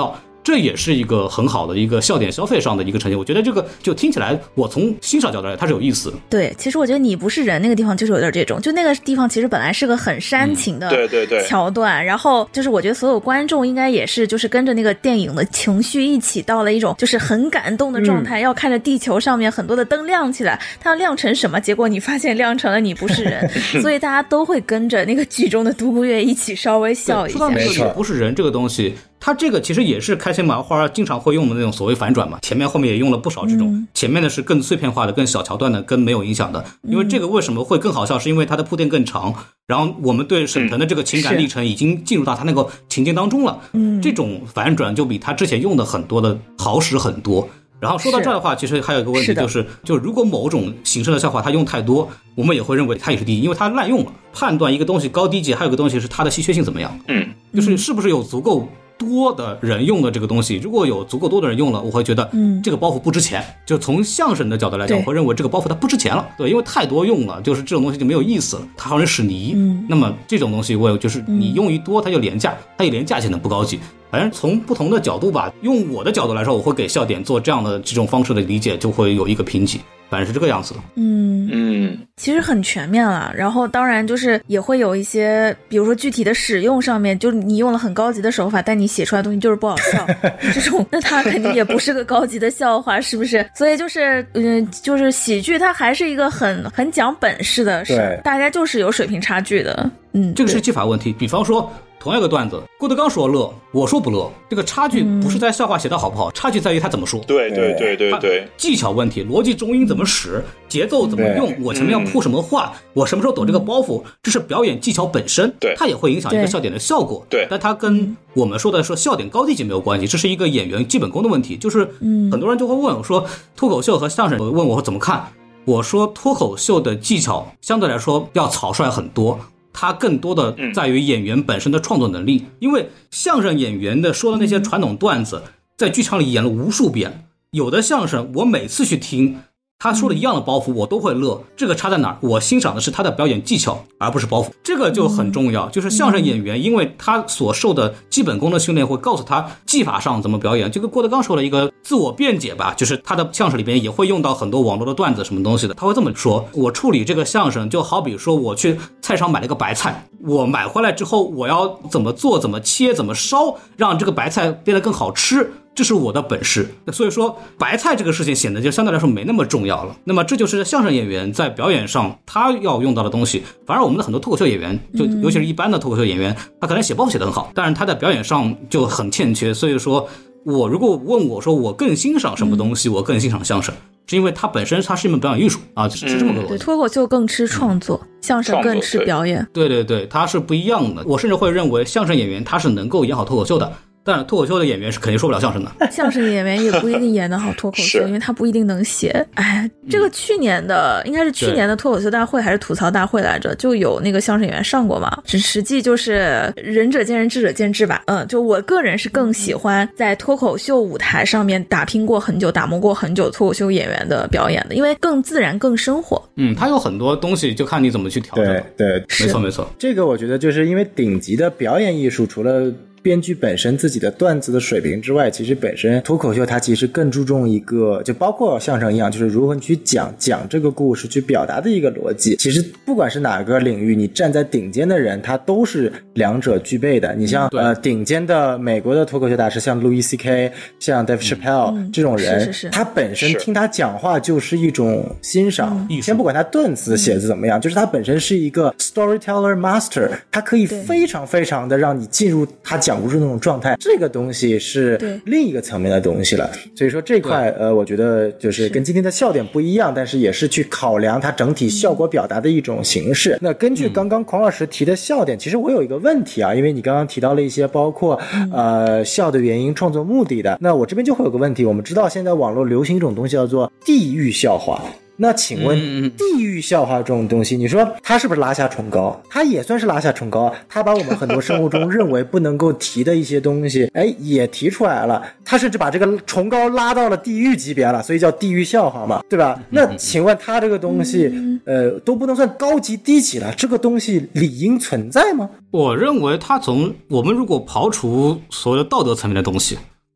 Speaker 2: 这也是一个很好的一个笑点消费上的一个呈现。我觉得这个就听起来，我从欣赏角度来，它是有意思的。
Speaker 1: 对，其实我觉得你不是人那个地方就是有点这种，就那个地方其实本来是个很煽情的桥段，然后就是我觉得所有观众应该也是就是跟着那个电影的情绪一起到了一种就是很感动的状态，要看着地球上面很多的灯亮起来，它要亮成什么？结果你发现亮成了你不是人，所以大家都会跟着那个剧中的独孤月一起稍微笑一下。
Speaker 2: 说到那个你不是人这个东西，它这个其实也是开心麻花经常会用的那种所谓反转嘛，前面后面也用了不少这种，前面的是更碎片化的、更小桥段的、更没有影响的。因为这个为什么会更好笑，是因为它的铺垫更长，然后我们对沈腾的这个情感历程已经进入到他那个情境当中了。这种反转就比他之前用的很多的好使很多。然后说到这儿的话，其实还有一个问题就是，就如果某种形式的笑话它用太多，我们也会认为它也是低，因为它滥用了。判断一个东西高低级，还有一个东西是它的稀缺性怎么样。就是是不是有足够多的人用的这个东西，如果有足够多的人用了，我会觉得这个包袱不值钱。就从相声的角度来讲，我会认为这个包袱它不值钱了。对，因为太多用了，就是这种东西就没有意思了，它好像屎泥。那么这种东西我就是你用一多它就廉价，它一廉价显得不高级。反正从不同的角度吧，用我的角度来说，我会给笑点做这样的这种方式的理解，就会有一个评级。反正是这个样子的。
Speaker 1: 其实很全面了。然后当然就是也会有一些，比如说具体的使用上面，就是你用了很高级的手法，但你写出来的东西就是不好笑，这种那它肯定也不是个高级的笑话，是不是？所以就是就是喜剧它还是一个很讲本事的事，大家就是有水平差距的。
Speaker 2: 这个是技法问题。比方说同样一个段子，郭德纲说乐，我说不乐，这个差距不是在笑话写得好不好，差距在于他怎么说。
Speaker 4: 对，
Speaker 2: 技巧问题，逻辑中音怎么使，节奏怎么用，我前面要铺什么话，我什么时候抖这个包袱，这是表演技巧本身，它也会影响一个笑点的效果。
Speaker 4: 对，
Speaker 2: 但它跟我们说的说笑点高低级没有关系，这是一个演员基本功的问题。就是很多人就会问我说，脱口秀和相声，问我怎么看，我说脱口秀的技巧相对来说要草率很多，它更多的在于演员本身的创作能力。因为相声演员的说的那些传统段子，在剧场里演了无数遍，有的相声我每次去听他说的一样的包袱我都会乐，这个差在哪儿？我欣赏的是他的表演技巧，而不是包袱，这个就很重要。就是相声演员因为他所受的基本功的训练会告诉他技法上怎么表演，就跟郭德纲说了一个自我辩解吧，就是他的相声里边也会用到很多网络的段子什么东西的，他会这么说，我处理这个相声就好比说我去菜场买了个白菜，我买回来之后我要怎么做怎么切怎么烧，让这个白菜变得更好吃，这是我的本事。所以说白菜这个事情显得就相对来说没那么重要了。那么这就是相声演员在表演上他要用到的东西。反而我们的很多脱口秀演员，就尤其是一般的脱口秀演员，他可能写包袱写得很好，但是他在表演上就很欠缺。所以说我如果问我说我更欣赏什么东西，我更欣赏相声，是因为它本身它是一门表演艺术啊，是这么个逻辑。
Speaker 1: 对，脱口秀更吃创作，相声更吃表演。
Speaker 2: 对，它是不一样的。我甚至会认为相声演员他是能够演好脱口秀的，但脱口秀的演员是肯定说不了相声的。
Speaker 1: 相声演员也不一定演得好脱口秀，因为他不一定能写。哎，这个去年的应该是去年的脱口秀大会还是吐槽大会来着，就有那个相声演员上过嘛。实际就是仁者见仁，智者见智吧。就我个人是更喜欢在脱口秀舞台上面打拼过很久、打磨过很久脱口秀演员的表演的，因为更自然、更生活。
Speaker 2: 他有很多东西就看你怎么去调整。
Speaker 3: 对，
Speaker 2: 没错。
Speaker 3: 这个我觉得就是因为顶级的表演艺术，除了编剧本身自己的段子的水平之外，其实本身脱口秀它其实更注重一个，就包括相声一样，就是如何去讲这个故事，去表达的一个逻辑。其实不管是哪个领域，你站在顶尖的人，他都是两者具备的。你像顶尖的美国的脱口秀大师，像 Louis C.K. 像 Dave Chappelle、这种人，他本身听他讲话就是一种欣赏。先不管他段子写的怎么样，就是他本身是一个 storyteller master， 他可以非常非常的让你进入他讲故事那种状态，这个东西是另一个层面的东西了。所以说这块我觉得就是跟今天的笑点不一样，但是也是去考量它整体效果表达的一种形式。那根据刚刚孔老师提的笑点，其实我有一个问题啊，因为你刚刚提到了一些包括笑的原因、创作目的的，那我这边就会有个问题。我们知道现在网络流行一种东西叫做地域笑话，那请问地域笑话这种东西，你说它是不是拉下崇高？它也算是拉下崇高，它把我们很多生活中认为不能够提的一些东西也提出来了，它甚至把这个崇高拉到了地域级别了，所以叫地域笑话嘛，对吧？那请问它这个东西都不能算高级低级了，这个东西理应存在吗？
Speaker 2: 我认为它从我们如果刨除所有的道德层面的东西，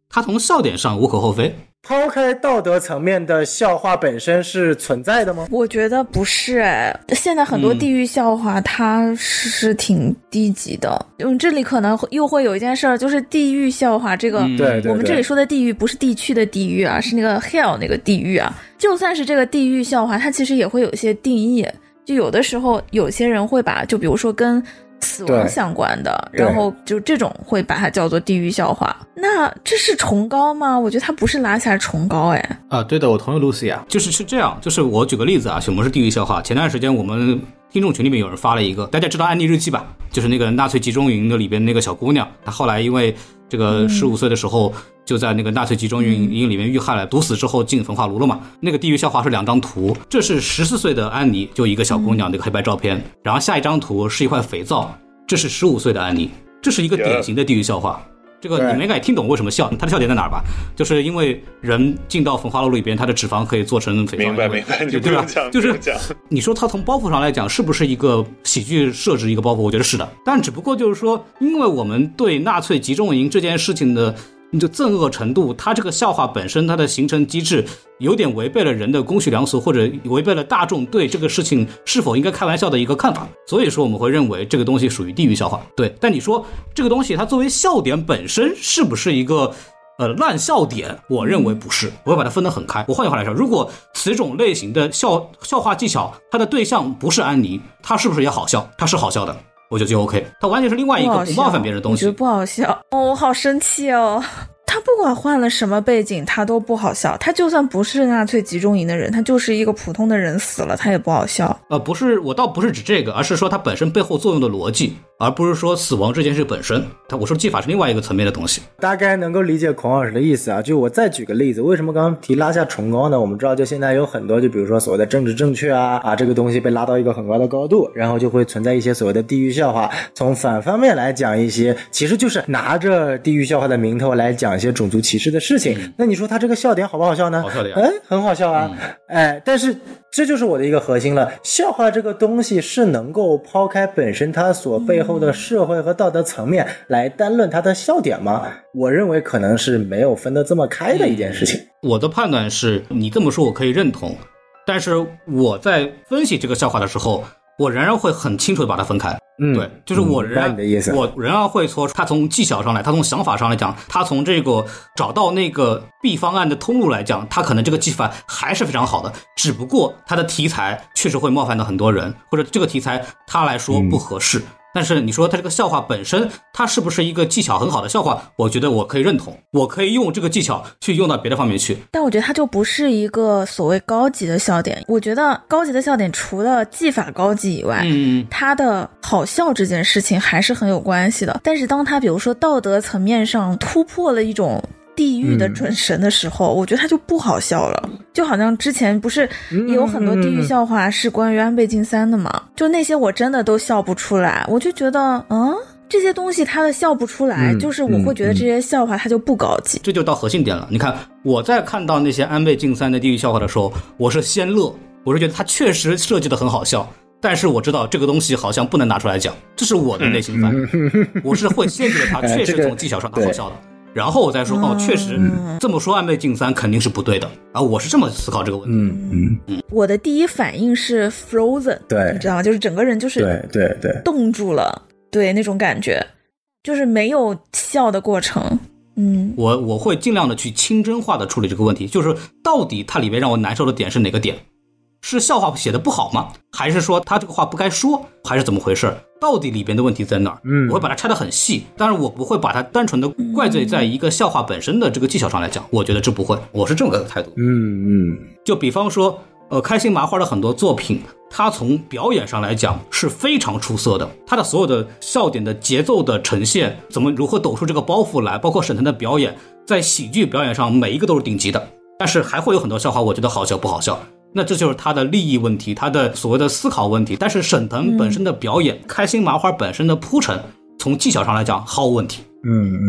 Speaker 2: 它从笑点上无可厚非。
Speaker 3: 抛开道德层面的笑话本身是存在的吗？
Speaker 1: 我觉得不是现在很多地域笑话它是挺低级的。这里可能又会有一件事儿，就是地域笑话这个，
Speaker 3: 对，
Speaker 1: 我们这里说的地域不是地区的地域啊，是那个 hell 那个地域啊。就算是这个地域笑话，它其实也会有一些定义，就有的时候有些人会把，就比如说跟死亡相关的，然后就这种会把它叫做地狱笑话。那这是崇高吗？我觉得它不是拉下崇高
Speaker 2: 对的，我同意 Lucy 啊，是这样，就是我举个例子啊，什么是地狱笑话？前段时间我们听众群里面有人发了一个，大家知道安妮日记吧？就是那个纳粹集中营的里边那个小姑娘，她后来因为这个15岁的时候就在那个纳粹集中营里面遇害了，毒死之后进焚化炉了嘛。那个地狱笑话是2张图，这是14岁的安妮，就一个小姑娘那个黑白照片，然后下一张图是一块肥皂，这是15岁的安妮，这是一个典型的地狱笑话。这个你们应该也听懂为什么笑，他的笑点在哪儿吧？就是因为人进到焚化炉里边，他的脂肪可以做成肥皂。
Speaker 4: 明白，你不用讲，
Speaker 2: 就是你说他从包袱上来讲，是不是一个喜剧设置一个包袱？我觉得是的，但只不过就是说，因为我们对纳粹集中营这件事情的就憎恶程度，它这个笑话本身它的形成机制有点违背了人的公序良俗，或者违背了大众对这个事情是否应该开玩笑的一个看法，所以说我们会认为这个东西属于地狱笑话。对，但你说这个东西它作为笑点本身是不是一个烂笑点？我认为不是，我会把它分得很开。我换句话来说，如果此种类型的笑话技巧它的对象不是安妮，它是不是也好笑？它是好笑的，我觉得就 OK， 它完全是另外一个不冒犯别人的东西。
Speaker 1: 我觉得不好笑我好生气哦。他不管换了什么背景他都不好笑，他就算不是纳粹集中营的人，他就是一个普通的人死了他也不好笑。
Speaker 2: 不是，我倒不是指这个，而是说它本身背后作用的逻辑，而不是说死亡这件事本身。我说技法是另外一个层面的东西。
Speaker 3: 大概能够理解孔老师的意思啊。就我再举个例子，为什么刚刚提拉下崇高呢？我们知道就现在有很多就比如说所谓的政治正确啊这个东西被拉到一个很高的高度，然后就会存在一些所谓的地狱笑话。从反方面来讲一些，其实就是拿着地狱笑话的名头来讲一些种族歧视的事情。那你说他这个笑点好不好笑呢？
Speaker 2: 好笑点，
Speaker 3: 很好笑啊。但是这就是我的一个核心了，笑话这个东西是能够抛开本身它所背后的社会和道德层面来单论它的笑点吗？我认为可能是没有分得这么开的一件事情。
Speaker 2: 我的判断是你这么说我可以认同，但是我在分析这个笑话的时候，我仍然会很清楚的把它分开。对，就是我仍然会说，他从技巧上来，他从想法上来讲，他从这个找到那个 B 方案的通路来讲，他可能这个技法还是非常好的，只不过他的题材确实会冒犯到很多人，或者这个题材他来说不合适。但是你说它这个笑话本身它是不是一个技巧很好的笑话，我觉得我可以认同，我可以用这个技巧去用到别的方面去。
Speaker 1: 但我觉得它就不是一个所谓高级的笑点。我觉得高级的笑点除了技法高级以外，它的好笑这件事情还是很有关系的。但是当它比如说道德层面上突破了一种地狱的准神的时候，我觉得它就不好笑了。就好像之前不是也有很多地狱笑话是关于安倍晋三的嘛，就那些我真的都笑不出来。我就觉得这些东西它的笑不出来，就是我会觉得这些笑话它就不高级。
Speaker 2: 这就到核心点了。你看我在看到那些安倍晋三的地狱笑话的时候，我是先乐，我是觉得它确实设计的很好笑，但是我知道这个东西好像不能拿出来讲，这是我的内心反应。我是会限制了它确实从技巧上它好笑的，然后我再说确实这么说安倍晋三肯定是不对的啊，我是这么思考这个问题。
Speaker 1: 我的第一反应是 Frozen，
Speaker 3: 对，
Speaker 1: 你知道吗？就是整个人就是
Speaker 3: 对
Speaker 1: 冻住了，对那种感觉，就是没有笑的过程。
Speaker 2: 我会尽量的去清真化的处理这个问题，就是到底它里面让我难受的点是哪个点？是笑话写的不好吗？还是说他这个话不该说？还是怎么回事？到底里边的问题在哪儿？我会把它拆得很细，当然我不会把它单纯的怪罪在一个笑话本身的这个技巧上来讲，我觉得这不会，我是这么个态度。就比方说开心麻花的很多作品，它从表演上来讲是非常出色的，它的所有的笑点的节奏的呈现，如何抖出这个包袱来，包括沈腾的表演，在喜剧表演上每一个都是顶级的，但是还会有很多笑话我觉得好笑不好笑，那这就是他的利益问题，他的所谓的思考问题。但是沈腾本身的表演，开心麻花本身的铺陈，从技巧上来讲毫无问题。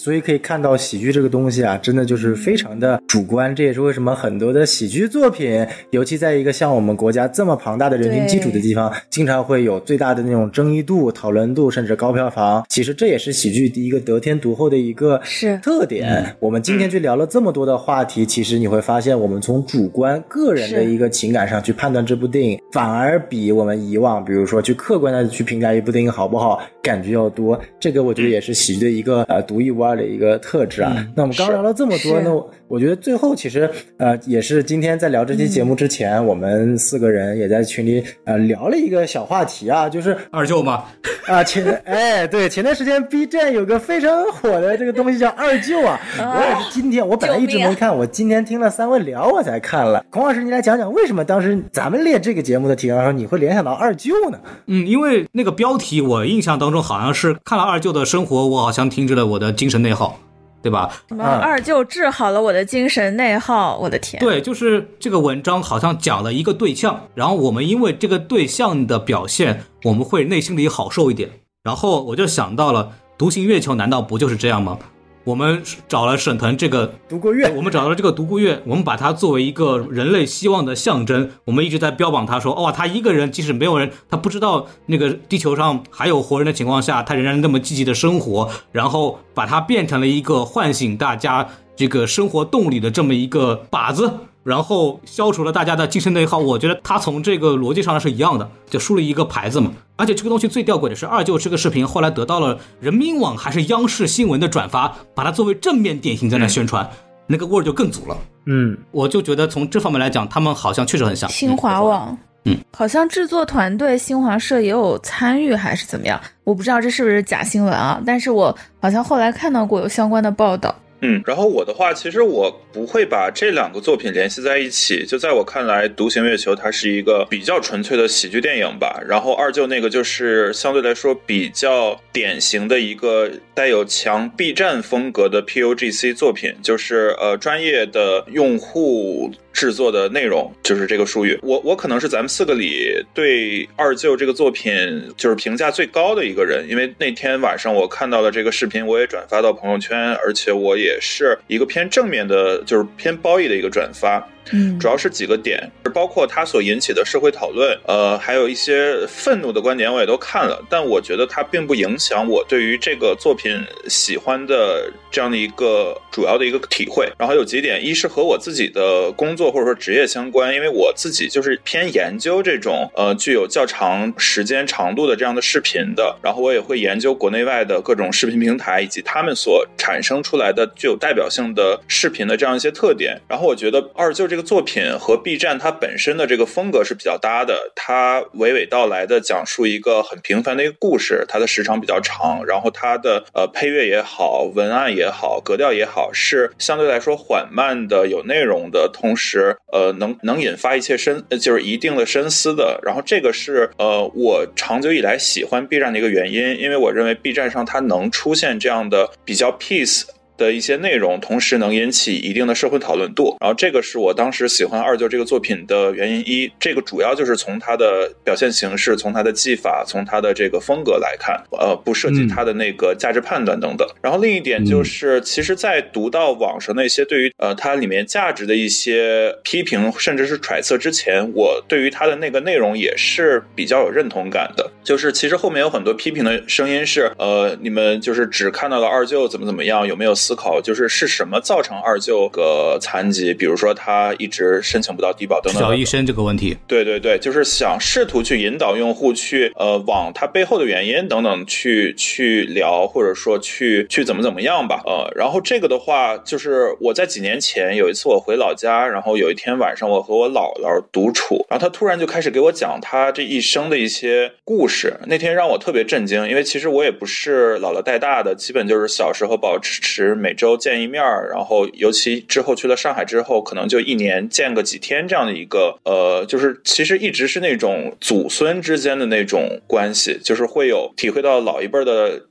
Speaker 3: 所以可以看到喜剧这个东西啊，真的就是非常的主观。这也是为什么很多的喜剧作品，尤其在一个像我们国家这么庞大的人群基础的地方，经常会有最大的那种争议度、讨论度，甚至高票房。其实这也是喜剧第一个得天独厚的一个特点。我们今天去聊了这么多的话题，其实你会发现，我们从主观个人的一个情感上去判断这部电影，反而比我们以往比如说去客观的去评价一部电影好不好感觉要多。这个我觉得也是喜剧的一个独一无二的一个特质啊。那我们刚聊了这么多，那我觉得最后其实也是今天在聊这期节目之前，我们4个人也在群里聊了一个小话题啊，就是
Speaker 2: 二舅嘛
Speaker 3: 对，前段时间 B 站有个非常火的这个东西叫二舅啊。我也是今天，我本来一直没看，我今天听了3位聊我才看了。孔老师，你来讲讲为什么当时咱们列这个节目的题目你会联想到二舅呢？
Speaker 2: 因为那个标题我印象当中好像是看了二舅的生活，我好像停止了我的精神内耗，对吧？
Speaker 1: 什么二舅治好了我的精神内耗，我的天！
Speaker 2: 对，就是这个文章好像讲了一个对象，然后我们因为这个对象的表现，我们会内心里好受一点。然后我就想到了独行月球，难道不就是这样吗？我们找了沈腾这个
Speaker 3: 独孤月，
Speaker 2: 我们找到了这个独孤月，我们把它作为一个人类希望的象征，我们一直在标榜他说，他一个人即使没有人，他不知道那个地球上还有活人的情况下，他仍然那么积极的生活，然后把它变成了一个唤醒大家这个生活动力的这么一个靶子，然后消除了大家的精神内耗。我觉得他从这个逻辑上是一样的，就树立一个牌子嘛。而且这个东西最吊诡的是，二舅这个视频后来得到了人民网还是央视新闻的转发，把它作为正面典型在那宣传，那个味儿就更足了。我就觉得从这方面来讲，他们好像确实很像
Speaker 1: 新华网。好像制作团队新华社也有参与还是怎么样，我不知道这是不是假新闻啊，但是我好像后来看到过有相关的报道。
Speaker 4: 然后我的话，其实我不会把这2个作品联系在一起。就在我看来，独行月球它是一个比较纯粹的喜剧电影吧，然后二舅那个就是相对来说比较典型的一个带有强 B 站风格的 PUGC 作品，就是专业的用户制作的内容，就是这个术语。我可能是咱们4个里对二舅这个作品就是评价最高的一个人，因为那天晚上我看到了这个视频，我也转发到朋友圈，而且我也是一个偏正面的，就是偏褒义的一个转发。主要是几个点，包括它所引起的社会讨论，还有一些愤怒的观点我也都看了，但我觉得它并不影响我对于这个作品喜欢的这样的一个主要的一个体会。然后有几点，一是和我自己的工作或者说职业相关，因为我自己就是偏研究这种具有较长时间长度的这样的视频的，然后我也会研究国内外的各种视频平台以及他们所产生出来的具有代表性的视频的这样一些特点。然后我觉得二舅这个作品和 B 站它本身的这个风格是比较搭的，它娓娓道来的讲述一个很平凡的一个故事，它的时长比较长，然后它的配乐也好，文案也好，格调也好，是相对来说缓慢的，有内容的，同时能引发一切就是一定的深思的。然后这个是我长久以来喜欢 B 站的一个原因，因为我认为 B 站上它能出现这样的比较 peace的一些内容，同时能引起一定的社会讨论度，然后这个是我当时喜欢二舅这个作品的原因一。这个主要就是从它的表现形式，从它的技法，从它的这个风格来看，不涉及它的那个价值判断等等。然后另一点就是，其实在读到网上那些对于它里面价值的一些批评甚至是揣测之前，我对于它的那个内容也是比较有认同感的。就是其实后面有很多批评的声音是你们就是只看到了二舅怎么样，有没有思考就是什么造成二舅个残疾，比如说他一直申请不到低保等等
Speaker 2: 找医生这个问题。
Speaker 4: 对对对，就是想试图去引导用户去往他背后的原因等等去聊，或者说去怎么样吧。然后这个的话，就是我在几年前有一次我回老家，然后有一天晚上我和我姥姥独处，然后他突然就开始给我讲他这一生的一些故事。那天让我特别震惊，因为其实我也不是姥姥带大的，基本就是小时候保持每周见一面，然后尤其之后去了上海之后，可能就一年见个几天这样的一个就是其实一直是那种祖孙之间的那种关系，就是会有体会到老一辈的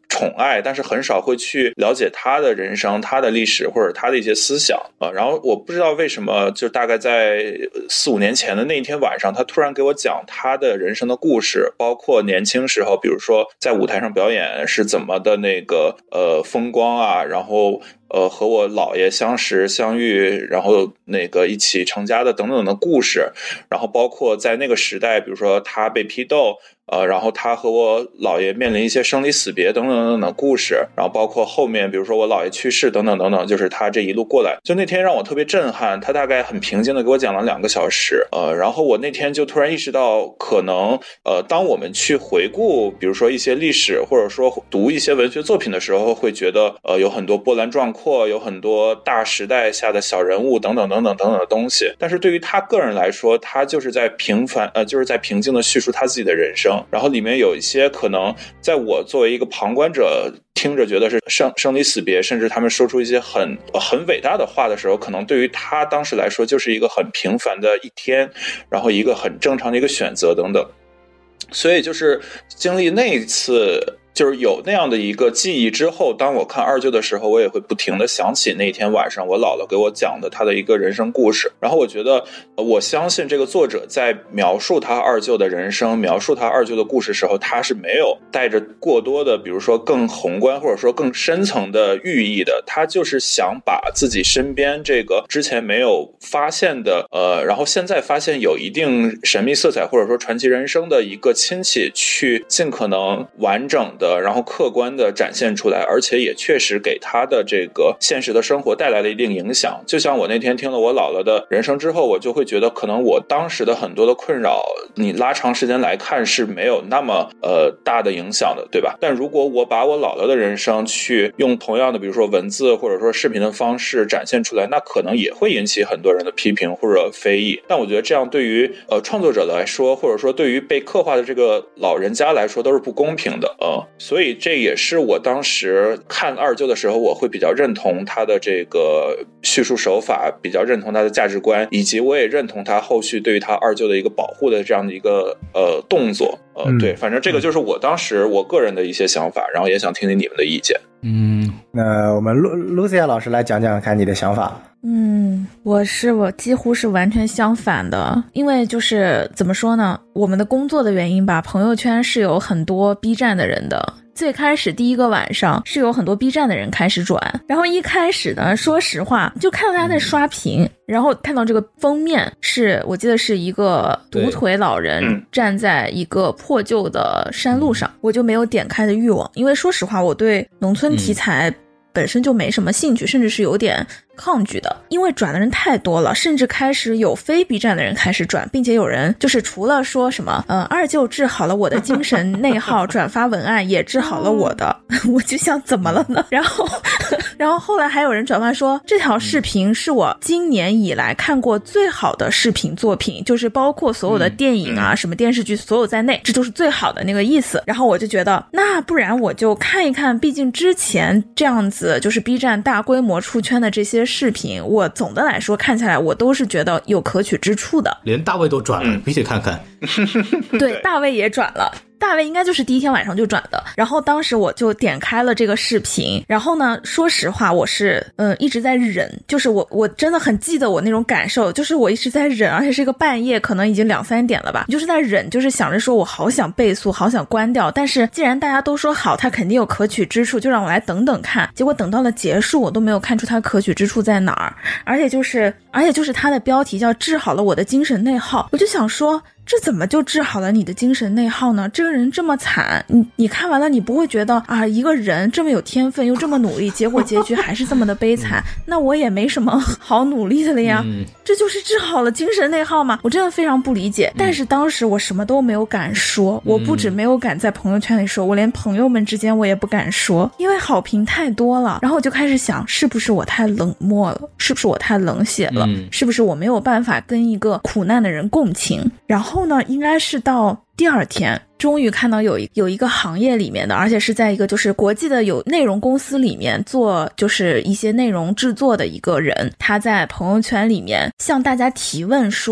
Speaker 4: 宠爱，但是很少会去了解他的人生、他的历史或者他的一些思想然后我不知道为什么，就大概在4-5年前的那一天晚上，他突然给我讲他的人生的故事，包括年轻时候，比如说在舞台上表演是怎么的那个风光啊，然后和我姥爷相识相遇，然后那个一起成家的等等的故事，然后包括在那个时代，比如说他被批斗然后他和我姥爷面临一些生离死别等等等等的故事，然后包括后面比如说我姥爷去世等等等等，就是他这一路过来，就那天让我特别震撼。他大概很平静的给我讲了2个小时然后我那天就突然意识到，可能当我们去回顾比如说一些历史，或者说读一些文学作品的时候，会觉得有很多波澜壮阔，有很多大时代下的小人物等等等等等等的东西，但是对于他个人来说，他就是在就是在平静的叙述他自己的人生，然后里面有一些可能在我作为一个旁观者听着觉得是生离死别，甚至他们说出一些很伟大的话的时候，可能对于他当时来说就是一个很平凡的一天，然后一个很正常的一个选择等等。所以就是经历那一次，就是有那样的一个记忆之后，当我看二舅的时候，我也会不停地想起那天晚上我姥姥给我讲的他的一个人生故事。然后我觉得我相信这个作者在描述他二舅的人生，描述他二舅的故事时候，他是没有带着过多的比如说更宏观或者说更深层的寓意的，他就是想把自己身边这个之前没有发现的然后现在发现有一定神秘色彩或者说传奇人生的一个亲戚，去尽可能完整的然后客观的展现出来，而且也确实给他的这个现实的生活带来了一定影响。就像我那天听了我姥姥的人生之后，我就会觉得可能我当时的很多的困扰，你拉长时间来看是没有那么大的影响的，对吧？但如果我把我姥姥的人生去用同样的比如说文字或者说视频的方式展现出来，那可能也会引起很多人的批评或者非议。但我觉得这样对于创作者来说，或者说对于被刻画的这个老人家来说都是不公平的所以这也是我当时看二舅的时候，我会比较认同他的这个叙述手法，比较认同他的价值观，以及我也认同他后续对于他二舅的一个保护的这样的一个动作对，反正这个就是我当时我个人的一些想法，然后也想听听你们的意见。
Speaker 3: 那我们Lucia 老师来讲讲看你的想法。
Speaker 1: 我几乎是完全相反的，因为就是怎么说呢，我们的工作的原因吧，朋友圈是有很多 B 站的人的。最开始第一个晚上是有很多 B 站的人开始转，然后一开始呢，说实话就看到大家在刷屏，然后看到这个封面是我记得是一个独腿老人站在一个破旧的山路上，我就没有点开的欲望，因为说实话我对农村题材本身就没什么兴趣，甚至是有点抗拒的，因为转的人太多了，甚至开始有非 B 站的人开始转，并且有人就是除了说什么二舅治好了我的精神内耗转发文案也治好了我的我就想怎么了呢？然后后来还有人转发说这条视频是我今年以来看过最好的视频作品，就是包括所有的电影啊什么电视剧所有在内，这就是最好的那个意思。然后我就觉得那不然我就看一看，毕竟之前这样子就是 B 站大规模出圈的这些视频，我总的来说看下来我都是觉得有可取之处的。
Speaker 2: 连大卫都转了，必须看看。
Speaker 1: 对，大卫也转了，大卫应该就是第一天晚上就转的。然后当时我就点开了这个视频，然后呢说实话我是一直在忍，就是我真的很记得我那种感受，就是我一直在忍，而且是一个半夜可能已经2-3点了吧，就是在忍，就是想着说我好想倍速好想关掉，但是既然大家都说好它肯定有可取之处，就让我来等等看。结果等到了结束我都没有看出它可取之处在哪儿，而且就是它的标题叫治好了我的精神内耗，我就想说这怎么就治好了你的精神内耗呢？这个人这么惨，你看完了你不会觉得啊，一个人这么有天分又这么努力，结果结局还是这么的悲惨那我也没什么好努力的了呀这就是治好了精神内耗吗？我真的非常不理解。但是当时我什么都没有敢说，我不止没有敢在朋友圈里说，我连朋友们之间我也不敢说，因为好评太多了。然后我就开始想，是不是我太冷漠了，是不是我太冷血了，是不是我没有办法跟一个苦难的人共情。然后呢应该是到第二天终于看到有一个行业里面的，而且是在一个就是国际的有内容公司里面做就是一些内容制作的一个人，他在朋友圈里面向大家提问说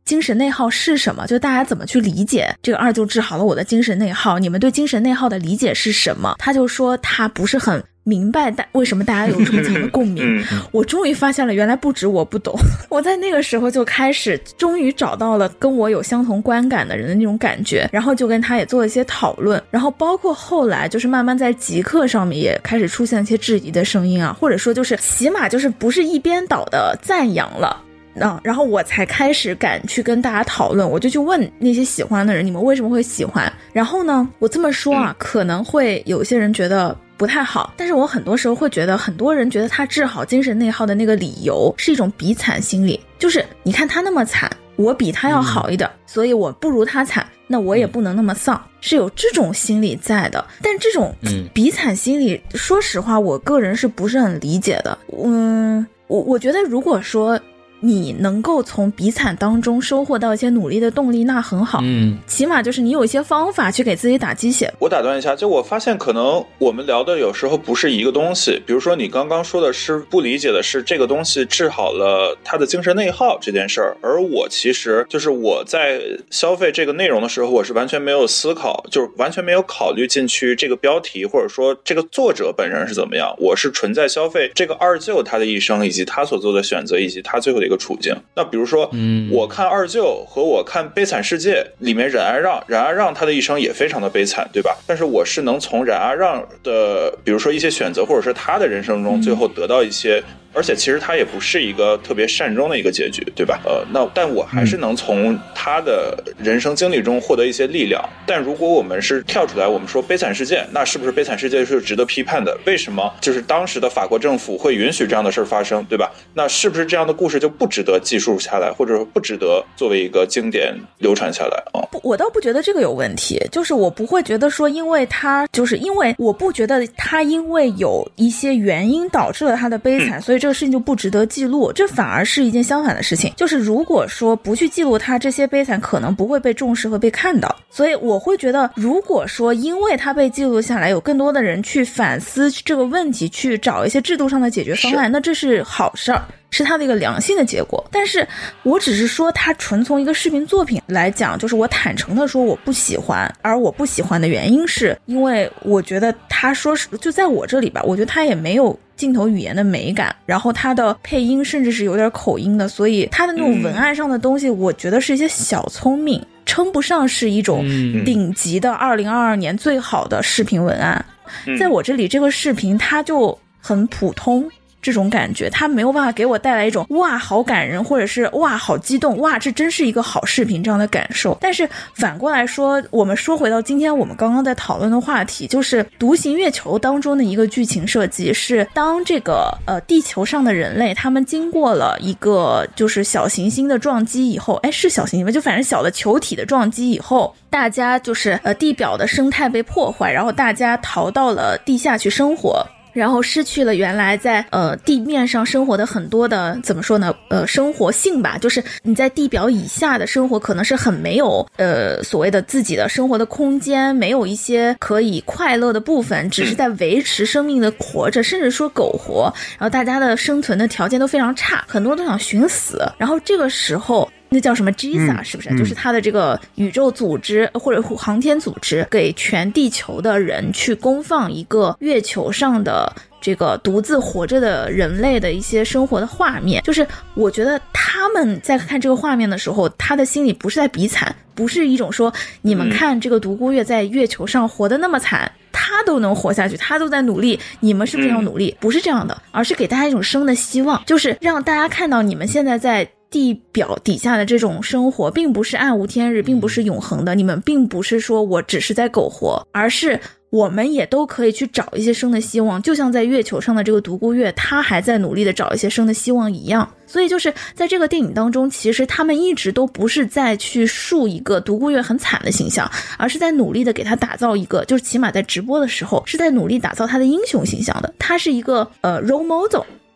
Speaker 1: 精神内耗是什么，就大家怎么去理解这个二舅治好了我的精神内耗，你们对精神内耗的理解是什么。他就说他不是很明白为什么大家有这么强的共鸣。我终于发现了原来不止我不懂，我在那个时候就开始终于找到了跟我有相同观感的人的那种感觉，然后就跟他也做了一些讨论，然后包括后来就是慢慢在极客上面也开始出现一些质疑的声音啊，或者说就是起码就是不是一边倒的赞扬了。然后我才开始敢去跟大家讨论，我就去问那些喜欢的人，你们为什么会喜欢？然后呢，我这么说啊，可能会有些人觉得不太好，但是我很多时候会觉得，很多人觉得他治好精神内耗的那个理由是一种比惨心理，就是你看他那么惨，我比他要好一点，所以我不如他惨，那我也不能那么丧，是有这种心理在的。但这种比惨心理，说实话，我个人是不是很理解的。我觉得如果说你能够从比惨当中收获到一些努力的动力，那很好。起码就是你有一些方法去给自己打鸡血。
Speaker 4: 我打断一下，就我发现可能我们聊的有时候不是一个东西。比如说你刚刚说的是不理解的是这个东西治好了他的精神内耗这件事儿，而我其实就是我在消费这个内容的时候，我是完全没有思考，就是完全没有考虑进去这个标题或者说这个作者本人是怎么样，我是纯在消费这个二舅他的一生以及他所做的选择以及他最后的一个处境。那比如说我看二舅和我看悲惨世界里面冉阿让他的一生也非常的悲惨，对吧？但是我是能从冉阿让的比如说一些选择或者是他的人生中最后得到一些而且其实他也不是一个特别善终的一个结局，对吧？但我还是能从他的人生经历中获得一些力量。但如果我们是跳出来，我们说悲惨世界，那是不是悲惨世界是值得批判的？为什么就是当时的法国政府会允许这样的事发生，对吧？那是不是这样的故事就不值得记述下来，或者说不值得作为一个经典流传下来啊？
Speaker 1: 我倒不觉得这个有问题，就是我不会觉得说，因为他就是因为我不觉得他因为有一些原因导致了他的悲惨，所以这个事情就不值得记录，这反而是一件相反的事情。就是如果说不去记录他这些悲惨，可能不会被重视和被看到。所以我会觉得，如果说因为他被记录下来，有更多的人去反思这个问题，去找一些制度上的解决方案，那这是好事儿，是他的一个良性的结果。但是我只是说他纯从一个视频作品来讲，就是我坦诚的说我不喜欢，而我不喜欢的原因是因为我觉得他说是就在我这里吧，我觉得他也没有镜头语言的美感，然后他的配音甚至是有点口音的，所以他的那种文案上的东西我觉得是一些小聪明，称不上是一种顶级的2022年最好的视频文案。在我这里这个视频它就很普通，这种感觉它没有办法给我带来一种哇好感人，或者是哇好激动，哇这真是一个好视频这样的感受。但是反过来说，我们说回到今天我们刚刚在讨论的话题，就是独行月球当中的一个剧情设计是，当这个地球上的人类他们经过了一个就是小行星的撞击以后，是小行星吗？就反正小的球体的撞击以后，大家就是地表的生态被破坏，然后大家逃到了地下去生活，然后失去了原来在地面上生活的很多的怎么说呢生活性吧，就是你在地表以下的生活可能是很没有所谓的自己的生活的空间，没有一些可以快乐的部分，只是在维持生命的活着，甚至说苟活，然后大家的生存的条件都非常差，很多都想寻死。然后这个时候那叫什么 JISA 是不是就是他的这个宇宙组织或者航天组织给全地球的人去公放一个月球上的这个独自活着的人类的一些生活的画面。就是我觉得他们在看这个画面的时候，他的心里不是在比惨，不是一种说你们看这个独孤月在月球上活得那么惨，他都能活下去，他都在努力，你们是不是要努力？不是这样的，而是给大家一种生的希望，就是让大家看到你们现在在地表底下的这种生活并不是暗无天日，并不是永恒的，你们并不是说我只是在苟活，而是我们也都可以去找一些生的希望，就像在月球上的这个独孤月他还在努力的找一些生的希望一样。所以就是在这个电影当中，其实他们一直都不是在去树一个独孤月很惨的形象，而是在努力的给他打造一个，就是起码在直播的时候是在努力打造他的英雄形象的，他是一个role model，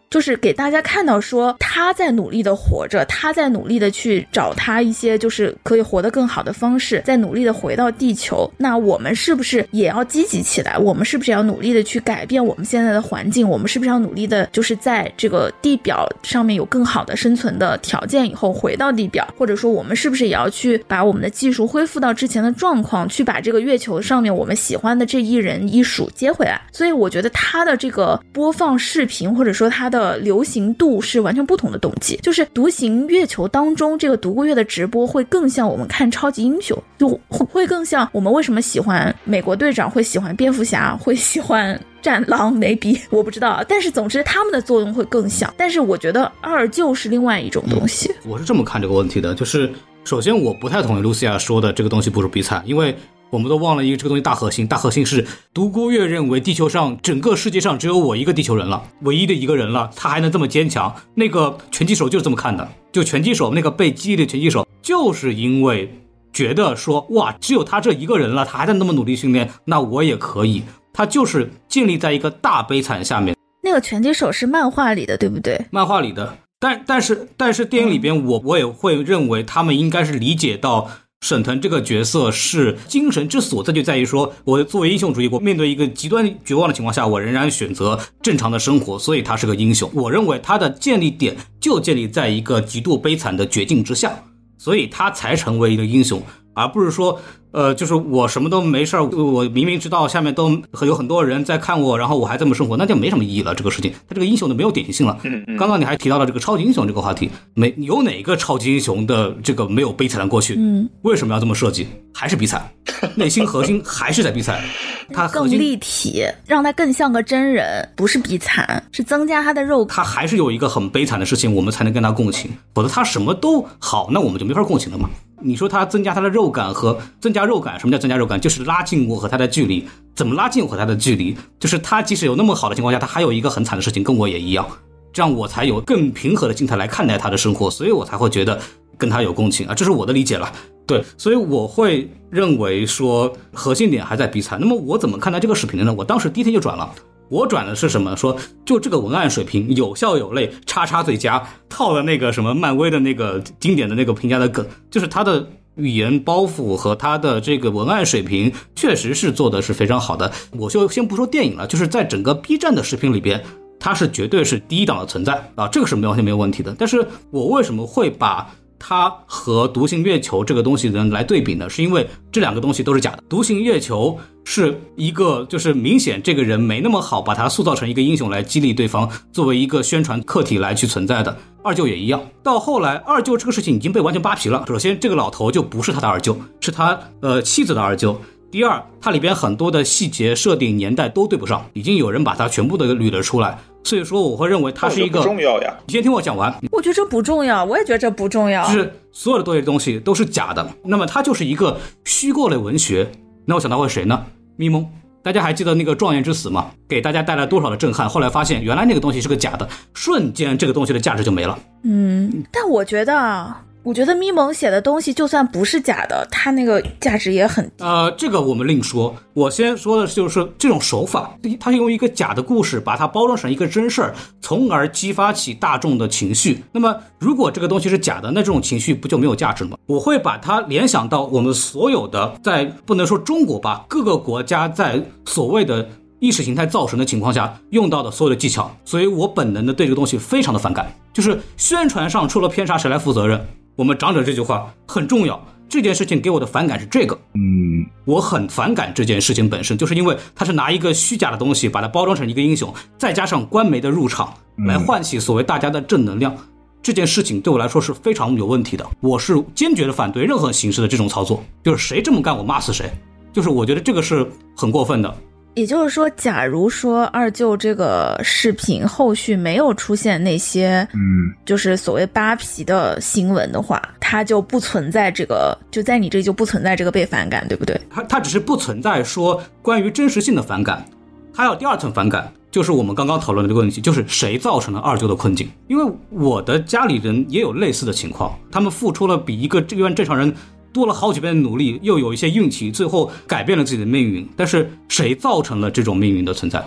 Speaker 1: 就是给大家看到说他在努力的活着，他在努力的去找他一些就是可以活得更好的方式，在努力的回到地球。那我们是不是也要积极起来？我们是不是要努力的去改变我们现在的环境？我们是不是要努力的就是在这个地表上面有更好的生存的条件以后回到地表？或者说我们是不是也要去把我们的技术恢复到之前的状况，去把这个月球上面我们喜欢的这一人一属接回来？所以我觉得他的这个播放视频或者说他的流行度是完全不同的动机。就是独行月球当中这个独孤月的直播会更像我们看超级英雄，就会更像我们为什么喜欢美国队长，会喜欢蝙蝠侠，会喜欢战狼maybe我不知道，但是总之他们的作用会更像。但是我觉得二舅是另外一种东西。
Speaker 2: 我是这么看这个问题的，就是首先我不太同意露西亚说的这个东西不是比惨，因为我们都忘了一个这个东西大核心是独孤月认为地球上整个世界上只有我一个地球人了，唯一的一个人了，他还能这么坚强。那个拳击手就是这么看的，就拳击手那个被激励的拳击手就是因为觉得说哇，只有他这一个人了，他还在那么努力训练，那我也可以。他就是建立在一个大悲惨下面。
Speaker 1: 那个拳击手是漫画里的对不对？
Speaker 2: 漫画里的，但是电影里边我也会认为他们应该是理解到沈腾这个角色是精神之所在，就在于说我作为英雄主义，我面对一个极端绝望的情况下，我仍然选择正常的生活，所以他是个英雄。我认为他的建立点就建立在一个极度悲惨的绝境之下，所以他才成为一个英雄，而不是说就是我什么都没事，我明明知道下面都有很多人在看我，然后我还这么生活，那就没什么意义了。这个事情他这个英雄的没有典型性了。刚刚你还提到了这个超级英雄这个话题，有哪个超级英雄的这个没有悲惨的过去？为什么要这么设计？还是比惨，内心核心还是在比惨，他
Speaker 1: 更立体，让他更像个真人，不是比惨，是增加他的肉感。
Speaker 2: 他还是有一个很悲惨的事情，我们才能跟他共情，否则他什么都好，那我们就没法共情了嘛。你说他增加他的肉感和增加肉感，什么叫增加肉感？就是拉近我和他的距离。怎么拉近我和他的距离？就是他即使有那么好的情况下，他还有一个很惨的事情跟我也一样，这样我才有更平和的心态来看待他的生活，所以我才会觉得跟他有共情啊，这是我的理解了。对，所以我会认为说核心点还在比惨。那么我怎么看待这个视频的呢？我当时第一天就转了。我转的是什么？说就这个文案水平有笑有泪，叉叉最佳，套了那个什么漫威的那个经典的那个评价的梗，就是他的语言包袱和他的这个文案水平确实是做的是非常好的。我就先不说电影了，就是在整个 B 站的视频里边，它是绝对是第一档的存在啊，这个是完全没有问题的。但是我为什么会把它和独行月球这个东西来对比呢？是因为这两个东西都是假的。独行月球是一个就是明显这个人没那么好，把他塑造成一个英雄来激励对方，作为一个宣传客体来去存在的。二舅也一样，到后来二舅这个事情已经被完全扒皮了。首先这个老头就不是他的二舅，是他妻子的二舅。第二，它里边很多的细节设定年代都对不上，已经有人把它全部的捋了出来，所以说我会认为它是一个
Speaker 4: 不重要呀。
Speaker 2: 你先听我讲完。
Speaker 1: 我觉得这不重要，我也觉得这不重要，
Speaker 2: 就是所有的这些东西都是假的，那么它就是一个虚构类文学。那我想到会谁呢？咪蒙。大家还记得那个状元之死吗？给大家带来多少的震撼，后来发现原来那个东西是个假的，瞬间这个东西的价值就没了。
Speaker 1: 但我觉得咪蒙写的东西就算不是假的，他那个价值也很低。
Speaker 2: 这个我们另说。我先说的就是这种手法，他用一个假的故事把它包装成一个真事儿，从而激发起大众的情绪。那么如果这个东西是假的，那这种情绪不就没有价值了吗？我会把它联想到我们所有的，在不能说中国吧，各个国家在所谓的意识形态造神的情况下用到的所有的技巧，所以我本能的对这个东西非常的反感。就是宣传上出了偏差谁来负责任？我们长者这句话很重要，这件事情给我的反感是这个。我很反感这件事情本身，就是因为他是拿一个虚假的东西把它包装成一个英雄，再加上官媒的入场来唤起所谓大家的正能量，这件事情对我来说是非常有问题的。我是坚决的反对任何形式的这种操作，就是谁这么干我骂死谁，就是我觉得这个是很过分的。
Speaker 1: 也就是说，假如说二舅这个视频后续没有出现那些就是所谓扒皮的新闻的话，它就不存在这个，就在你这里就不存在这个被反感，对不对？
Speaker 2: 它只是不存在说关于真实性的反感，还有第二层反感，就是我们刚刚讨论的这个问题，就是谁造成了二舅的困境。因为我的家里人也有类似的情况，他们付出了比一个正常人多了好几倍的努力，又有一些运气，最后改变了自己的命运。但是谁造成了这种命运的存在？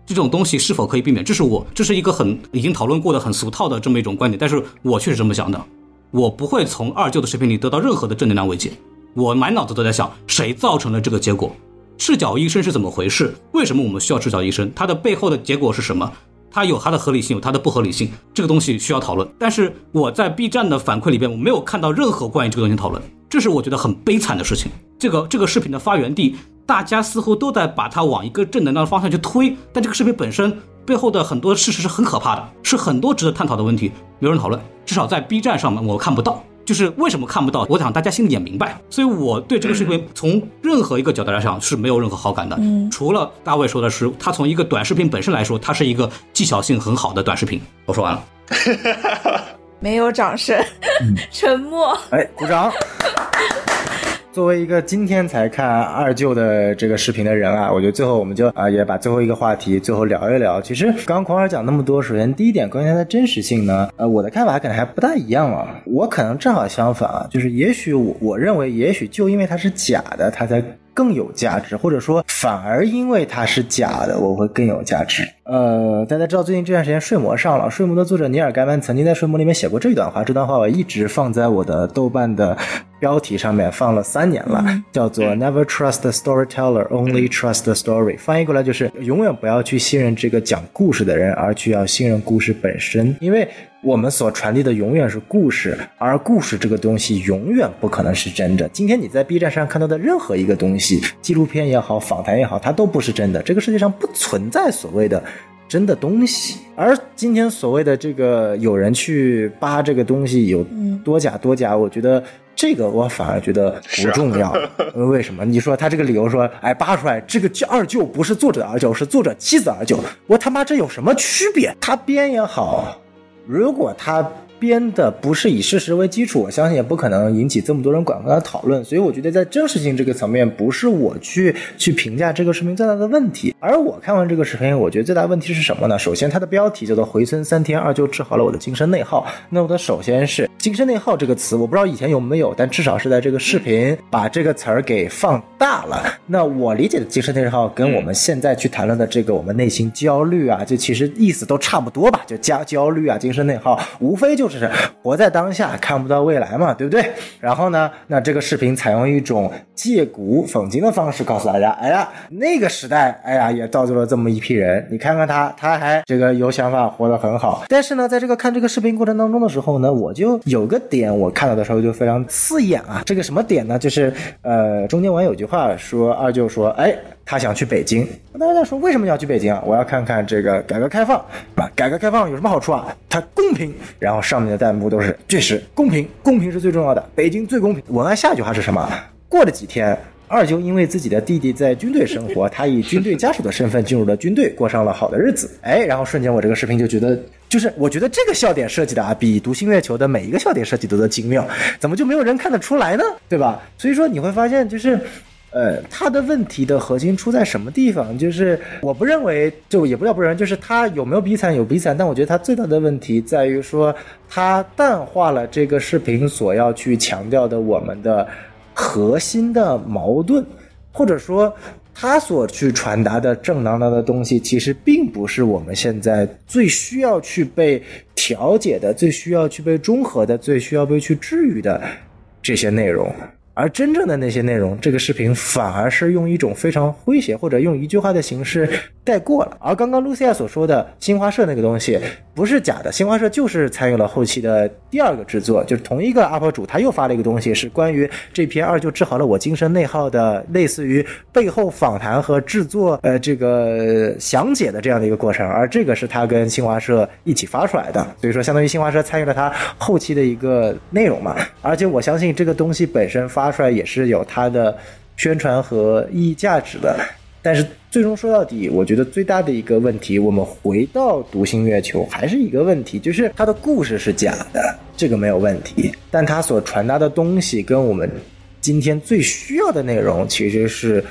Speaker 2: 这种东西是否可以避免，这是一个已经讨论过的很俗套的这么一种观点，但是我确实这么想的。我不会从二舅的视频里得到任何的正能量慰藉，我满脑子都在想谁造成了这个结果，赤脚医生是怎么回事，为什么我们需要赤脚医生，它的背后的结果是什么，它有它的合理性，有它的不合理性，这个东西需要讨论。但是我在 B 站的反馈里边，我没有看到任何关于这个东西讨论，这是我觉得很悲惨的事情。这个视频的发源地，大家似乎都在把它往一个正能量的方向去推，但这个视频本身背后的很多事实是很可怕的，是很多值得探讨的问题，没有人讨论，至少在 B 站上面我看不到。就是为什么看不到，我想大家心里也明白，所以我对这个视频从任何一个角度来讲是没有任何好感的。除了大卫说的是，他从一个短视频本身来说，它是一个技巧性很好的短视频。我说完了。
Speaker 1: 没有掌声，沉默。
Speaker 3: 鼓掌。作为一个今天才看二舅的这个视频的人啊，我觉得最后我们就也把最后一个话题最后聊一聊。其实刚刚孔老师讲那么多，首先第一点关于它的真实性呢，我的看法可能还不大一样啊。我可能正好相反啊，就是也许我认为也许就因为它是假的，它才更有价值，或者说反而因为它是假的我会更有价值。大家知道最近这段时间睡魔上了，睡魔的作者尼尔盖曼曾经在睡魔里面写过这段话，这段话我一直放在我的豆瓣的标题上面放了3年了，叫做 Never trust the storyteller, only trust the story。 翻译过来就是永远不要去信任这个讲故事的人，而去要信任故事本身。因为我们所传递的永远是故事，而故事这个东西永远不可能是真的。今天你在 B 站上看到的任何一个东西，纪录片也好，访谈也好，它都不是真的。这个世界上不存在所谓的真的东西，而今天所谓的这个有人去扒这个东西有多假，我觉得这个我反而觉得不重要。为什么？你说他这个理由说，扒出来这个二舅不是作者的二舅，是作者妻子的二舅，我他妈这有什么区别？他编也好，如果他编的不是以事实为基础，我相信也不可能引起这么多人广泛的讨论。所以我觉得在真实性这个层面，不是我去评价这个视频最大的问题。而我看完这个视频，我觉得最大的问题是什么呢？首先它的标题叫做回村3天二舅治好了我的精神内耗。那我的首先是精神内耗这个词，我不知道以前有没有，但至少是在这个视频把这个词儿给放大了。那我理解的精神内耗跟我们现在去谈论的这个我们内心焦虑啊，就其实意思都差不多吧，就焦虑啊，精神内耗无非就是活在当下，看不到未来嘛，对不对？然后呢，那这个视频采用一种借古讽今的方式告诉大家，那个时代也造就了这么一批人，你看看他还这个有想法，活得很好。但是呢，在这个看这个视频过程当中的时候呢，我就有个点我看到的时候就非常刺眼啊。这个什么点呢？就是中间我有句话说，二舅说他想去北京。大家在说为什么要去北京啊？我要看看这个改革开放，改革开放有什么好处啊？它公平。然后上面的弹幕都是确实公平是最重要的，北京最公平。文案下一句话是什么？过了几天，二舅因为自己的弟弟在军队生活，他以军队家属的身份进入了军队，过上了好的日子。然后瞬间我这个视频就觉得，就是我觉得这个笑点设计的比读心月球的每一个笑点设计都的精妙，怎么就没有人看得出来呢？对吧？所以说你会发现就是他的问题的核心出在什么地方？就是我不认为，就也不叫不认为，就是他有没有比惨有比惨，但我觉得他最大的问题在于说，他淡化了这个视频所要去强调的我们的核心的矛盾，或者说他所去传达的正能量的东西，其实并不是我们现在最需要去被调解的、最需要去被中和的、最需要被去治愈的这些内容。而真正的那些内容，这个视频反而是用一种非常诙谐或者用一句话的形式带过了。而刚刚露西亚所说的新华社那个东西不是假的，新华社就是参与了后期的第2个制作，就是同一个 UP 主他又发了一个东西，是关于这篇二舅治好了我精神内耗的类似于背后访谈和制作这个详解的这样的一个过程，而这个是他跟新华社一起发出来的，所以说相当于新华社参与了他后期的一个内容嘛。而且我相信这个东西本身发出来也是有它的宣传和意义价值的。但是最终说到底，我觉得最大的一个问题，我们回到读心月球还是一个问题，就是它的故事是假的，这个没有问题，但它所传达的东西跟我们今天最需要的内容其实是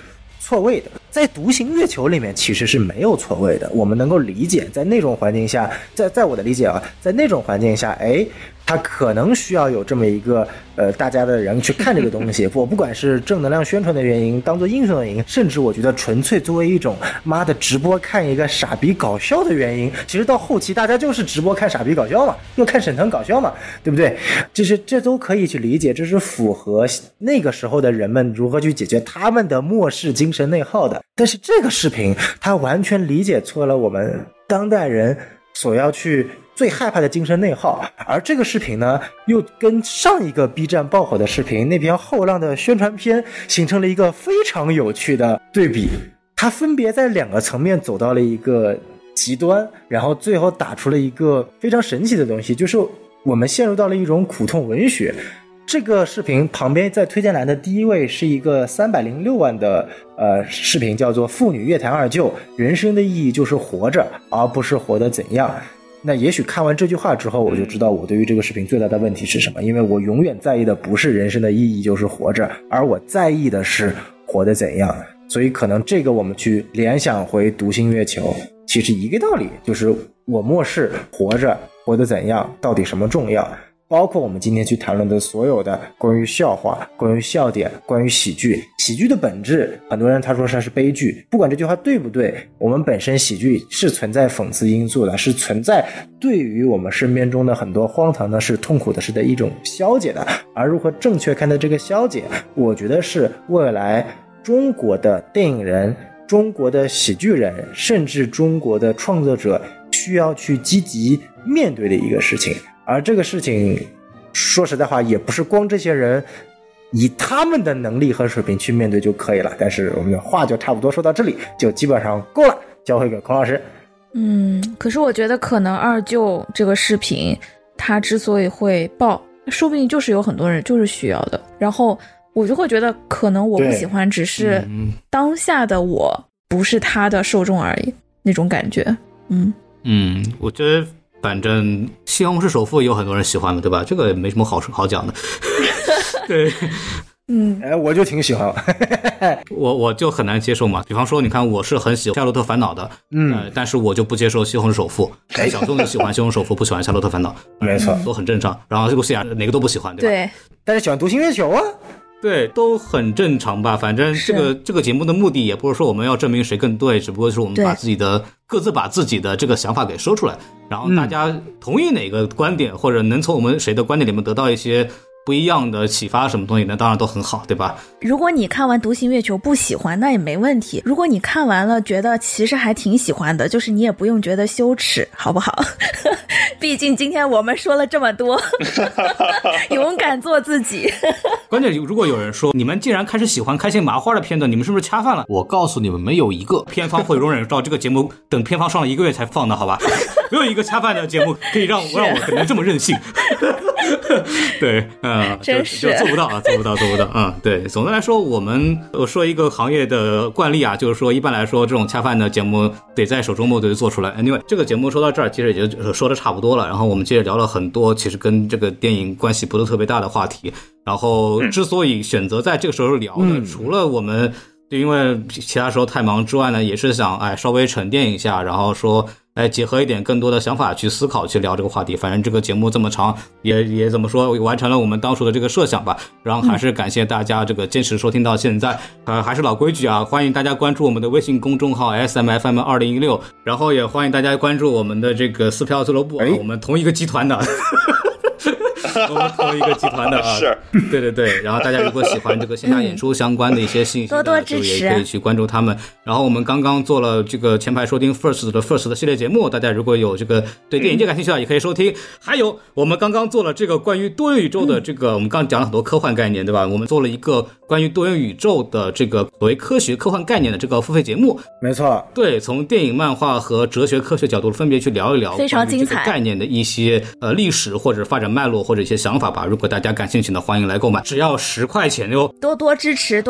Speaker 3: 错位的。在独行月球里面其实是没有错位的，我们能够理解，在那种环境下，在我的理解啊，在那种环境下，它可能需要有这么一个大家的人去看这个东西。我不管是正能量宣传的原因，当做英雄的原因，甚至我觉得纯粹作为一种妈的直播看一个傻逼搞笑的原因，其实到后期大家就是直播看傻逼搞笑嘛，又看沈腾搞笑嘛，对不对？这都可以去理解，这是符合那个时候的人们如何去解决他们的末世精神内耗的。但是这个视频它完全理解错了我们当代人所要去最害怕的精神内耗，而这个视频呢，又跟上一个 B 站爆火的视频那篇后浪的宣传片形成了一个非常有趣的对比。它分别在两个层面走到了一个极端，然后最后打出了一个非常神奇的东西，就是我们陷入到了一种苦痛文学。这个视频旁边在推荐栏的第一位是一个306万的视频，叫做妇女乐坛二舅，人生的意义就是活着，而不是活得怎样。那也许看完这句话之后，我就知道我对于这个视频最大的问题是什么，因为我永远在意的不是人生的意义就是活着，而我在意的是活得怎样。所以可能这个我们去联想回独行月球，其实一个道理，就是我末世活着，活得怎样，到底什么重要。包括我们今天去谈论的所有的关于笑话、关于笑点、关于喜剧，喜剧的本质，很多人他说它是悲剧，不管这句话对不对，我们本身喜剧是存在讽刺因素的，是存在对于我们身边中的很多荒唐的事、痛苦的事的一种消解的。而如何正确看待这个消解，我觉得是未来中国的电影人、中国的喜剧人，甚至中国的创作者需要去积极面对的一个事情。而这个事情说实在话也不是光这些人以他们的能力和水平去面对就可以了。但是我们的话就差不多说到这里，就基本上够了，交回给孔老师。
Speaker 1: 可是我觉得可能二舅这个视频他之所以会爆，说不定就是有很多人就是需要的，然后我就会觉得可能我不喜欢只是当下的我不是他的受众而已，那种感觉。
Speaker 2: 我觉得反正西红柿首富也有很多人喜欢的，对吧？这个也没什么好讲的。对，
Speaker 3: 我就挺喜欢
Speaker 2: 我就很难接受嘛。比方说，你看我是很喜欢夏洛特烦恼的，但是我就不接受西红柿首富。小众的喜欢西红柿首富，不喜欢夏洛特烦恼，
Speaker 3: 没错，
Speaker 2: 都很正常。然后这个西亚哪个都不喜欢，对吧？
Speaker 1: 对，
Speaker 3: 但是喜欢独行月球啊。
Speaker 2: 对，都很正常吧。反正这个节目的目的也不是说我们要证明谁更对，只不过是我们把各自把自己的这个想法给说出来，然后大家同意哪个观点，或者能从我们谁的观点里面得到一些不一样的启发什么东西，那当然都很好，对吧？
Speaker 1: 如果你看完独行月球不喜欢，那也没问题。如果你看完了觉得其实还挺喜欢的，就是你也不用觉得羞耻，好不好？毕竟今天我们说了这么多，勇敢做自己。
Speaker 2: 关键如果有人说你们既然开始喜欢开心麻花的片段，你们是不是恰饭了？我告诉你们，没有一个片方会容忍到这个节目等片方上了1个月才放的，好吧？没有一个恰饭的节目可以让我能这么任性。对，
Speaker 1: 真是
Speaker 2: 就做不到啊，做不到。对，总的来说，我说一个行业的惯例啊，就是说一般来说这种恰饭的节目得在首周末就做出来。Anyway， 这个节目说到这儿，其实也就说的差不多了。然后我们接着聊了很多其实跟这个电影关系不是特别大的话题。然后之所以选择在这个时候聊呢，除了我们因为其他时候太忙之外呢，也是想稍微沉淀一下，然后说结合一点更多的想法去思考去聊这个话题。反正这个节目这么长，也怎么说完成了我们当初的这个设想吧。然后还是感谢大家这个坚持收听到现在。还是老规矩啊，欢迎大家关注我们的微信公众号 SMFM2016， 然后也欢迎大家关注我们的这个撕票俱乐部，我们同一个集团的。我们同一个集团的啊，
Speaker 4: 是，
Speaker 2: 对。然后大家如果喜欢这个线下演出相关的一些信息，
Speaker 1: 多多支持，
Speaker 2: 就也可以去关注他们。然后我们刚刚做了这个前排收听 First 的系列节目，大家如果有这个对电影界感兴趣的，也可以收听。还有我们刚刚做了这个关于多元宇宙的这个，我们刚讲了很多科幻概念，对吧？我们做了一个关于多元宇宙的这个所谓科学科幻概念的这个付费节目，
Speaker 3: 没错，
Speaker 2: 对，从电影、漫画和哲学科学角度分别去聊一聊
Speaker 1: 非常精彩
Speaker 2: 概念的一些历史或者发展脉络或者一些想法吧。如果大家感兴趣的，欢迎来购买，只要10块钱哟，
Speaker 1: 多多支持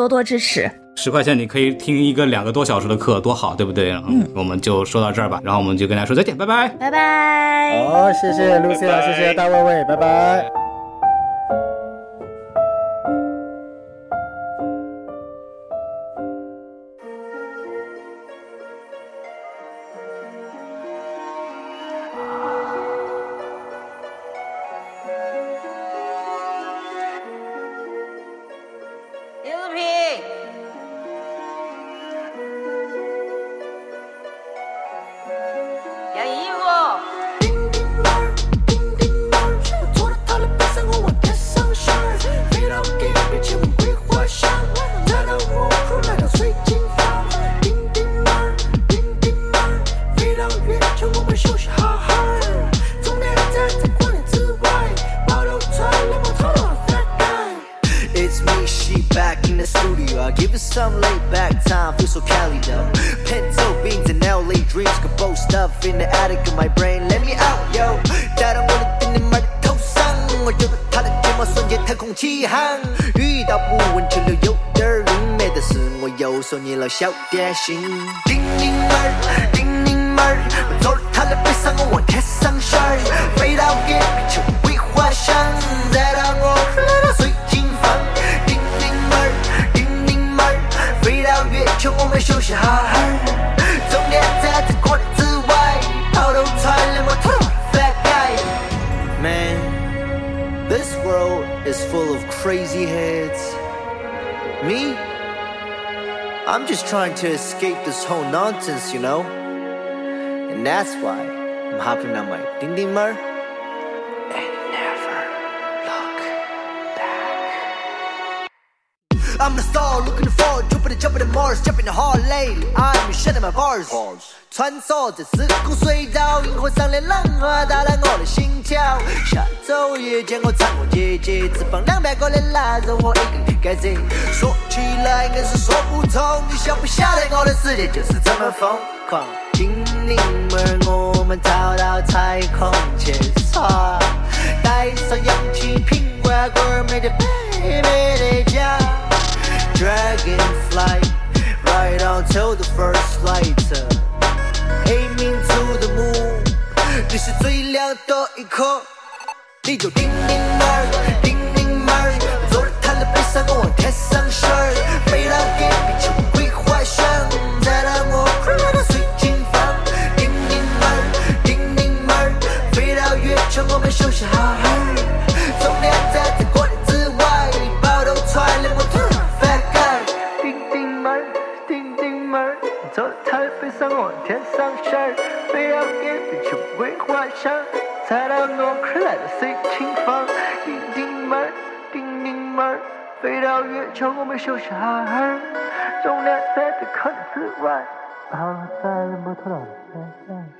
Speaker 2: ，10块钱你可以听2个多小时的课，多好，对不对？我们就说到这儿吧，然后我们就跟大家说再见，拜拜，
Speaker 1: 拜拜。
Speaker 3: 好，谢谢 Lucia， 谢谢大卫卫，拜拜。
Speaker 5: some laid back time, feel so Cali though. Pinto beans and LA dreams, could both stuff in the attic of my brain. Let me out, yo. 大让我的叮叮马的头上，我有了他的睫毛，瞬间太空起航。遇到不问清流有点晕，没的是我又送你了小点心。叮叮门，叮叮门，我走了他的背上，我往天上升，飞到天边成为花香，再让我来到水晶房。叮叮门，叮叮门，飞到月球，我们休息好好。重点在这国内之外，跑都穿了我头 fat guy。Man, this world is full of crazy heads. Me, I'm just trying to escape this whole nonsense, you know? And that's why I'm hopping on my ding ding mer and never look back. I'm the star looking for Jupiter, jumping to Mars, jumping the hard lane. I'm shedding my bars. 穿梭在时空隧道，萤火上连浪花打乱我的心跳。下周夜见我唱过姐姐，只放200个人拉着我一个改贼。说起来应该是说不通，你想不晓得我的世界就是这么疯狂。叮铃门，我们逃到太空去耍，带上氧气瓶罐罐，没得背没得家。Dragonfly, right on to the first light.Aiming to the moon， 你是最亮的一颗，你就叮铃门，叮铃门，走了他的背上，我往天上升，飞到天边成为花香，再让我来到水晶房。叮铃门，叮铃门，飞到月球，我们休息好好。重点在这国内之外，包都穿了我的 fat guy。叮叮门，叮叮门，走了他的背上，我往天上升。飞到天边成为花香，才让我可来的水清风。叮叮门，叮叮门，飞到月球，我们休息好好。重量在这可能之外，跑在了摩托罗拉山上。